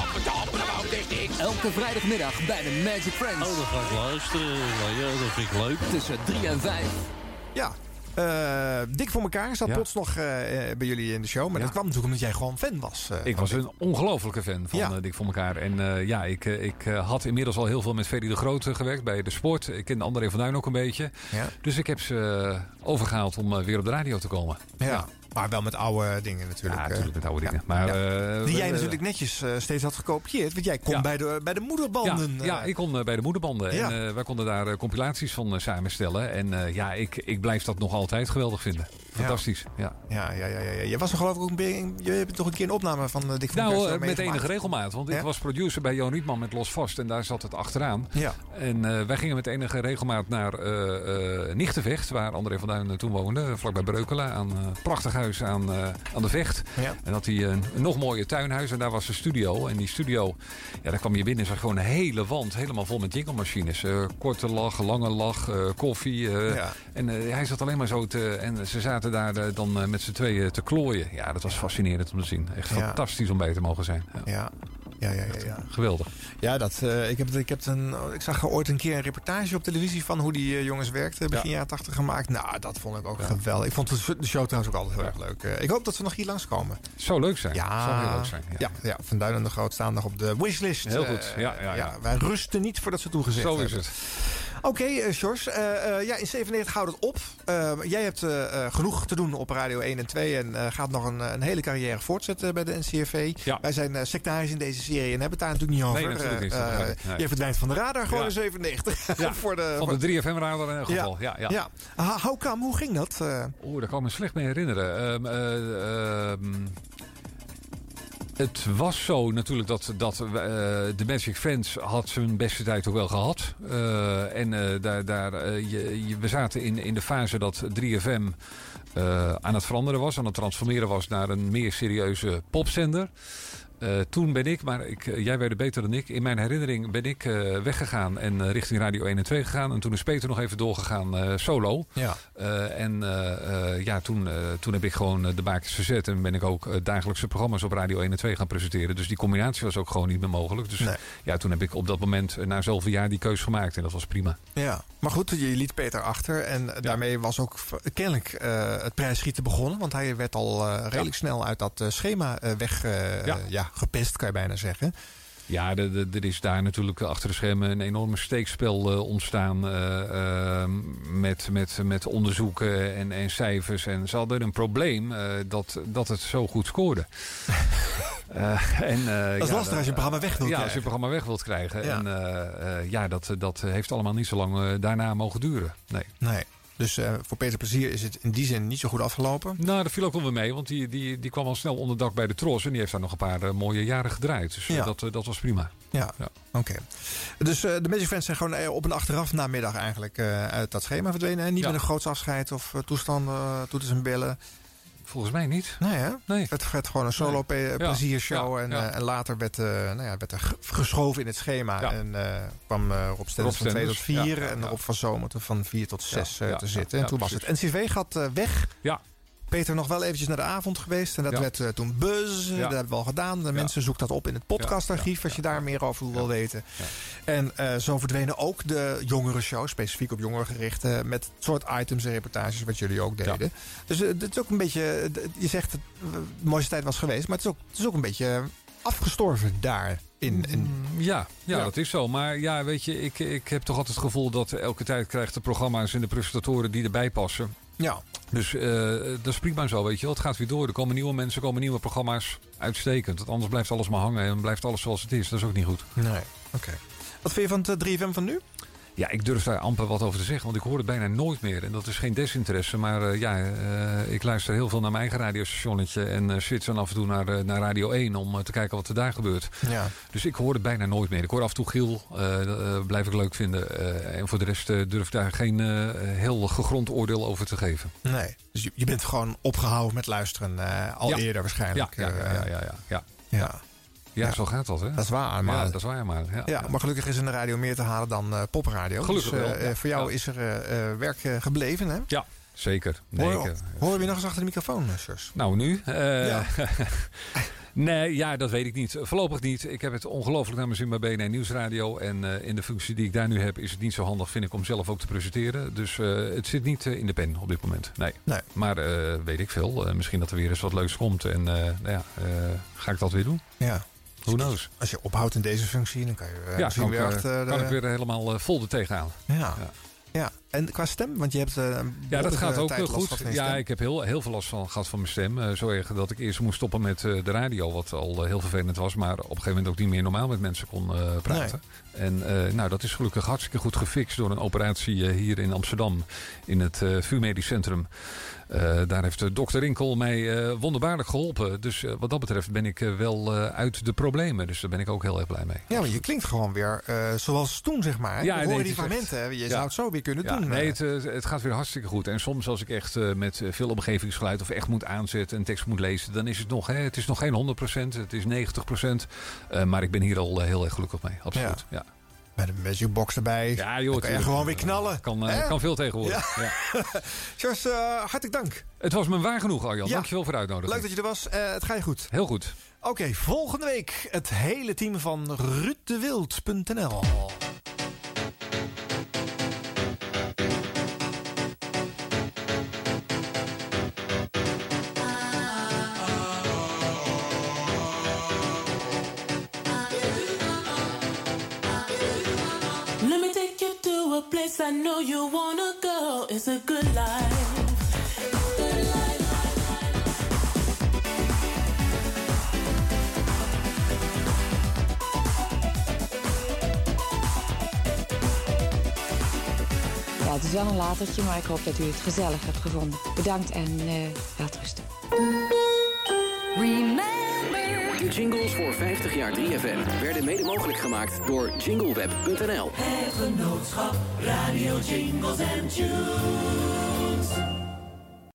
Elke vrijdagmiddag bij de Magic Friends. Oh, dat ga ik luisteren. Ja, dat vind ik leuk. Tussen 3 en 5. Ja. Dik voor elkaar zat plots nog bij jullie in de show. Maar dat kwam natuurlijk omdat jij gewoon fan was. Ik was een ongelofelijke fan van Dik voor elkaar. En ik had inmiddels al heel veel met Ferry de Groot gewerkt bij de sport. Ik kende André van Duin ook een beetje. Ja. Dus ik heb ze overgehaald om weer op de radio te komen. Ja. Maar wel met oude dingen natuurlijk. Ja, natuurlijk met oude dingen. Maar, die jij natuurlijk netjes steeds had gekopieerd. Want jij kon bij de moederbanden. Ja, ik kon bij de moederbanden. Ja. En wij konden daar compilaties van samenstellen. En ik blijf dat nog altijd geweldig vinden. Fantastisch. Ja. Je was er geloof ik ook je hebt toch een keer een opname van Dik voor elkaar met enige regelmaat. Want ik was producer bij Johan Rietman met Los Vast. En daar zat het achteraan. Ja. En wij gingen met enige regelmaat naar Nichtenvecht. Waar André van Duin toen woonde. Vlakbij Breukelen. Aan prachtig huis aan de Vecht. Ja. En had hij een nog mooier tuinhuis. En daar was de studio. En die studio, daar kwam je binnen en zag gewoon een hele wand helemaal vol met jingle-machines. Korte lach, lange lach, koffie. En hij zat alleen maar zo en ze zaten daar dan met z'n tweeën te klooien. Ja, dat was fascinerend om te zien. Echt fantastisch om bij te mogen zijn. Ja. Geweldig. Ja, ik zag ooit een keer een reportage op televisie van hoe die jongens werkten. Begin jaren 80 gemaakt. Nou, dat vond ik ook geweldig. Ik vond de show trouwens ook altijd heel erg leuk. Ik hoop dat ze nog hier langskomen. Zou leuk zijn. Ja, zou heel leuk zijn. Ja, Van Duin en de Groot staan nog op de wishlist. Heel goed. Wij rusten niet voordat ze toegezegd hebben. Zo is het. Oké, Sjors. In 97 houdt het op. Jij hebt genoeg te doen op Radio 1 en 2 en gaat nog een hele carrière voortzetten bij de NCRV. Ja. Wij zijn sectarisch in deze serie en hebben het daar natuurlijk niet over. Nee, natuurlijk niet. Je verdwijnt van de radar gewoon in 97. Ja, van de 3FM-radar in elk geval. Ja. How come? Hoe ging dat? Daar kan ik me slecht mee herinneren. Het was zo natuurlijk dat de Magic Friends had zijn beste tijd ook wel gehad. We zaten in de fase dat 3FM aan het veranderen was. Aan het transformeren was naar een meer serieuze popzender. Toen ben ik, maar jij weet het beter dan ik. In mijn herinnering ben ik weggegaan en richting Radio 1 en 2 gegaan. En toen is Peter nog even doorgegaan solo. Ja. Toen heb ik gewoon de baakjes verzet. En ben ik ook dagelijkse programma's op Radio 1 en 2 gaan presenteren. Dus die combinatie was ook gewoon niet meer mogelijk. Dus toen heb ik op dat moment na zoveel jaar die keus gemaakt. En dat was prima. Ja, maar goed, je liet Peter achter. En daarmee was ook kennelijk het prijsschieten begonnen. Want hij werd al redelijk snel uit dat schema gepest, kan je bijna zeggen. Ja, er is daar natuurlijk achter de schermen een enorme steekspel ontstaan met onderzoeken en cijfers. En ze hadden een probleem dat het zo goed scoorde. Dat is lastig als je een programma weg wilt krijgen. Ja, als je een programma weg wilt krijgen. Ja. En dat heeft allemaal niet zo lang daarna mogen duren. Nee. Dus voor Peter Plezier is het in die zin niet zo goed afgelopen? Nou, dat viel ook wel weer mee. Want die kwam al snel onder dak bij de Tros. En die heeft daar nog een paar mooie jaren gedraaid. Dus dat was prima. Ja. Oké. Dus de Magic Friends zijn gewoon op een achteraf namiddag eigenlijk uit dat schema verdwenen. Hè? Niet met een groots afscheid of toestanden, toeters en bellen. Volgens mij niet. Nee, hè? Nee. Het werd gewoon een solo pleziershow. En later werd er geschoven in het schema. Ja. En kwam Rob Stenders van 2 tot 4. En Rob van Zomer van 4 tot 6 te zitten. En toen was het NCV gaat weg. Ja. Peter nog wel eventjes naar de avond geweest. En dat werd toen buzz. Dat hebben we al gedaan. De mensen zoeken dat op in het podcastarchief. Als je daar meer over wil weten. Ja. En zo verdwenen ook de jongere shows. Specifiek op jongeren gericht. Met het soort items en reportages wat jullie ook deden. Ja. Dus het is ook een beetje... Je zegt het de mooiste tijd was geweest. Maar het is ook een beetje afgestorven daar. Ja, dat is zo. Maar ja, weet je, ik heb toch altijd het gevoel dat elke tijd krijgt de programma's en de presentatoren die erbij passen. Ja. Dus dat is prima zo, weet je wel. Het gaat weer door. Er komen nieuwe mensen, komen nieuwe programma's. Uitstekend. Want anders blijft alles maar hangen en blijft alles zoals het is. Dat is ook niet goed. Nee, oké. Wat vind je van het 3FM van nu? Ja, ik durf daar amper wat over te zeggen, want ik hoor het bijna nooit meer. En dat is geen desinteresse, maar ik luister heel veel naar mijn eigen radiostationnetje en switch dan af en toe naar Radio 1 om te kijken wat er daar gebeurt. Ja. Dus ik hoor het bijna nooit meer. Ik hoor af en toe Giel, blijf ik leuk vinden. En voor de rest durf ik daar geen heel gegrond oordeel over te geven. Nee, dus je bent gewoon opgehouden met luisteren, eerder waarschijnlijk. Ja. Ja, zo gaat dat, hè? Dat is waar, maar. Ja, dat is waar, maar. Ja, maar gelukkig is in de radio meer te halen dan popradio. Gelukkig dus, wel. Voor jou is er werk gebleven, hè? Ja, zeker. Hoor je nog eens achter de microfoon, Sjors? Nou, nu? Nee, ja, dat weet ik niet. Voorlopig niet. Ik heb het ongelooflijk naar mijn zin bij BNN Nieuwsradio. En in de functie die ik daar nu heb is het niet zo handig, vind ik, om zelf ook te presenteren. Dus het zit niet in de pen op dit moment. Nee. Maar weet ik veel. Misschien dat er weer eens wat leuks komt. En ga ik dat weer doen? Ja. Who knows? Als je ophoudt in deze functie, dan kan je kan ik weer helemaal vol er tegenaan. Ja, en qua stem? Want je hebt dat gaat ook goed. Ja, ik heb heel veel last gehad van mijn stem. Zo erg dat ik eerst moest stoppen met de radio, wat al heel vervelend was. Maar op een gegeven moment ook niet meer normaal met mensen kon praten. Nee. En dat is gelukkig hartstikke goed gefixt door een operatie hier in Amsterdam. In het VU Medisch Centrum. Daar heeft dokter Rinkel mij wonderbaarlijk geholpen. Dus wat dat betreft ben ik wel uit de problemen. Dus daar ben ik ook heel erg blij mee. Ja, maar je klinkt gewoon weer zoals toen, zeg maar. Ja, hoor die fragmenten. Je zou het zo weer kunnen doen. Nee, het gaat weer hartstikke goed. En soms als ik echt met veel omgevingsgeluid of echt moet aanzetten, een tekst moet lezen, dan is het nog, het is nog geen 100%, het is 90%. Maar ik ben hier al heel erg gelukkig mee. Absoluut. Ja. Met een magicbox erbij. Ja, joh, kan je gewoon weer knallen. Kan veel tegenwoordig. Ja. Jos, hartelijk dank. Het was me waar genoeg, Arjan. Dankjewel voor de uitnodiging. Leuk dat je er was. Het gaat je goed. Heel goed. Oké, volgende week het hele team van ruuddewild.nl. A place I know you wanna go. It's a good life. Good life. Ja, het is wel een latertje, maar ik hoop dat u het gezellig hebt gevonden. Bedankt en welterusten. De jingles voor 50 jaar 3FM werden mede mogelijk gemaakt door jingleweb.nl. Het genootschap Radio Jingles and Tunes.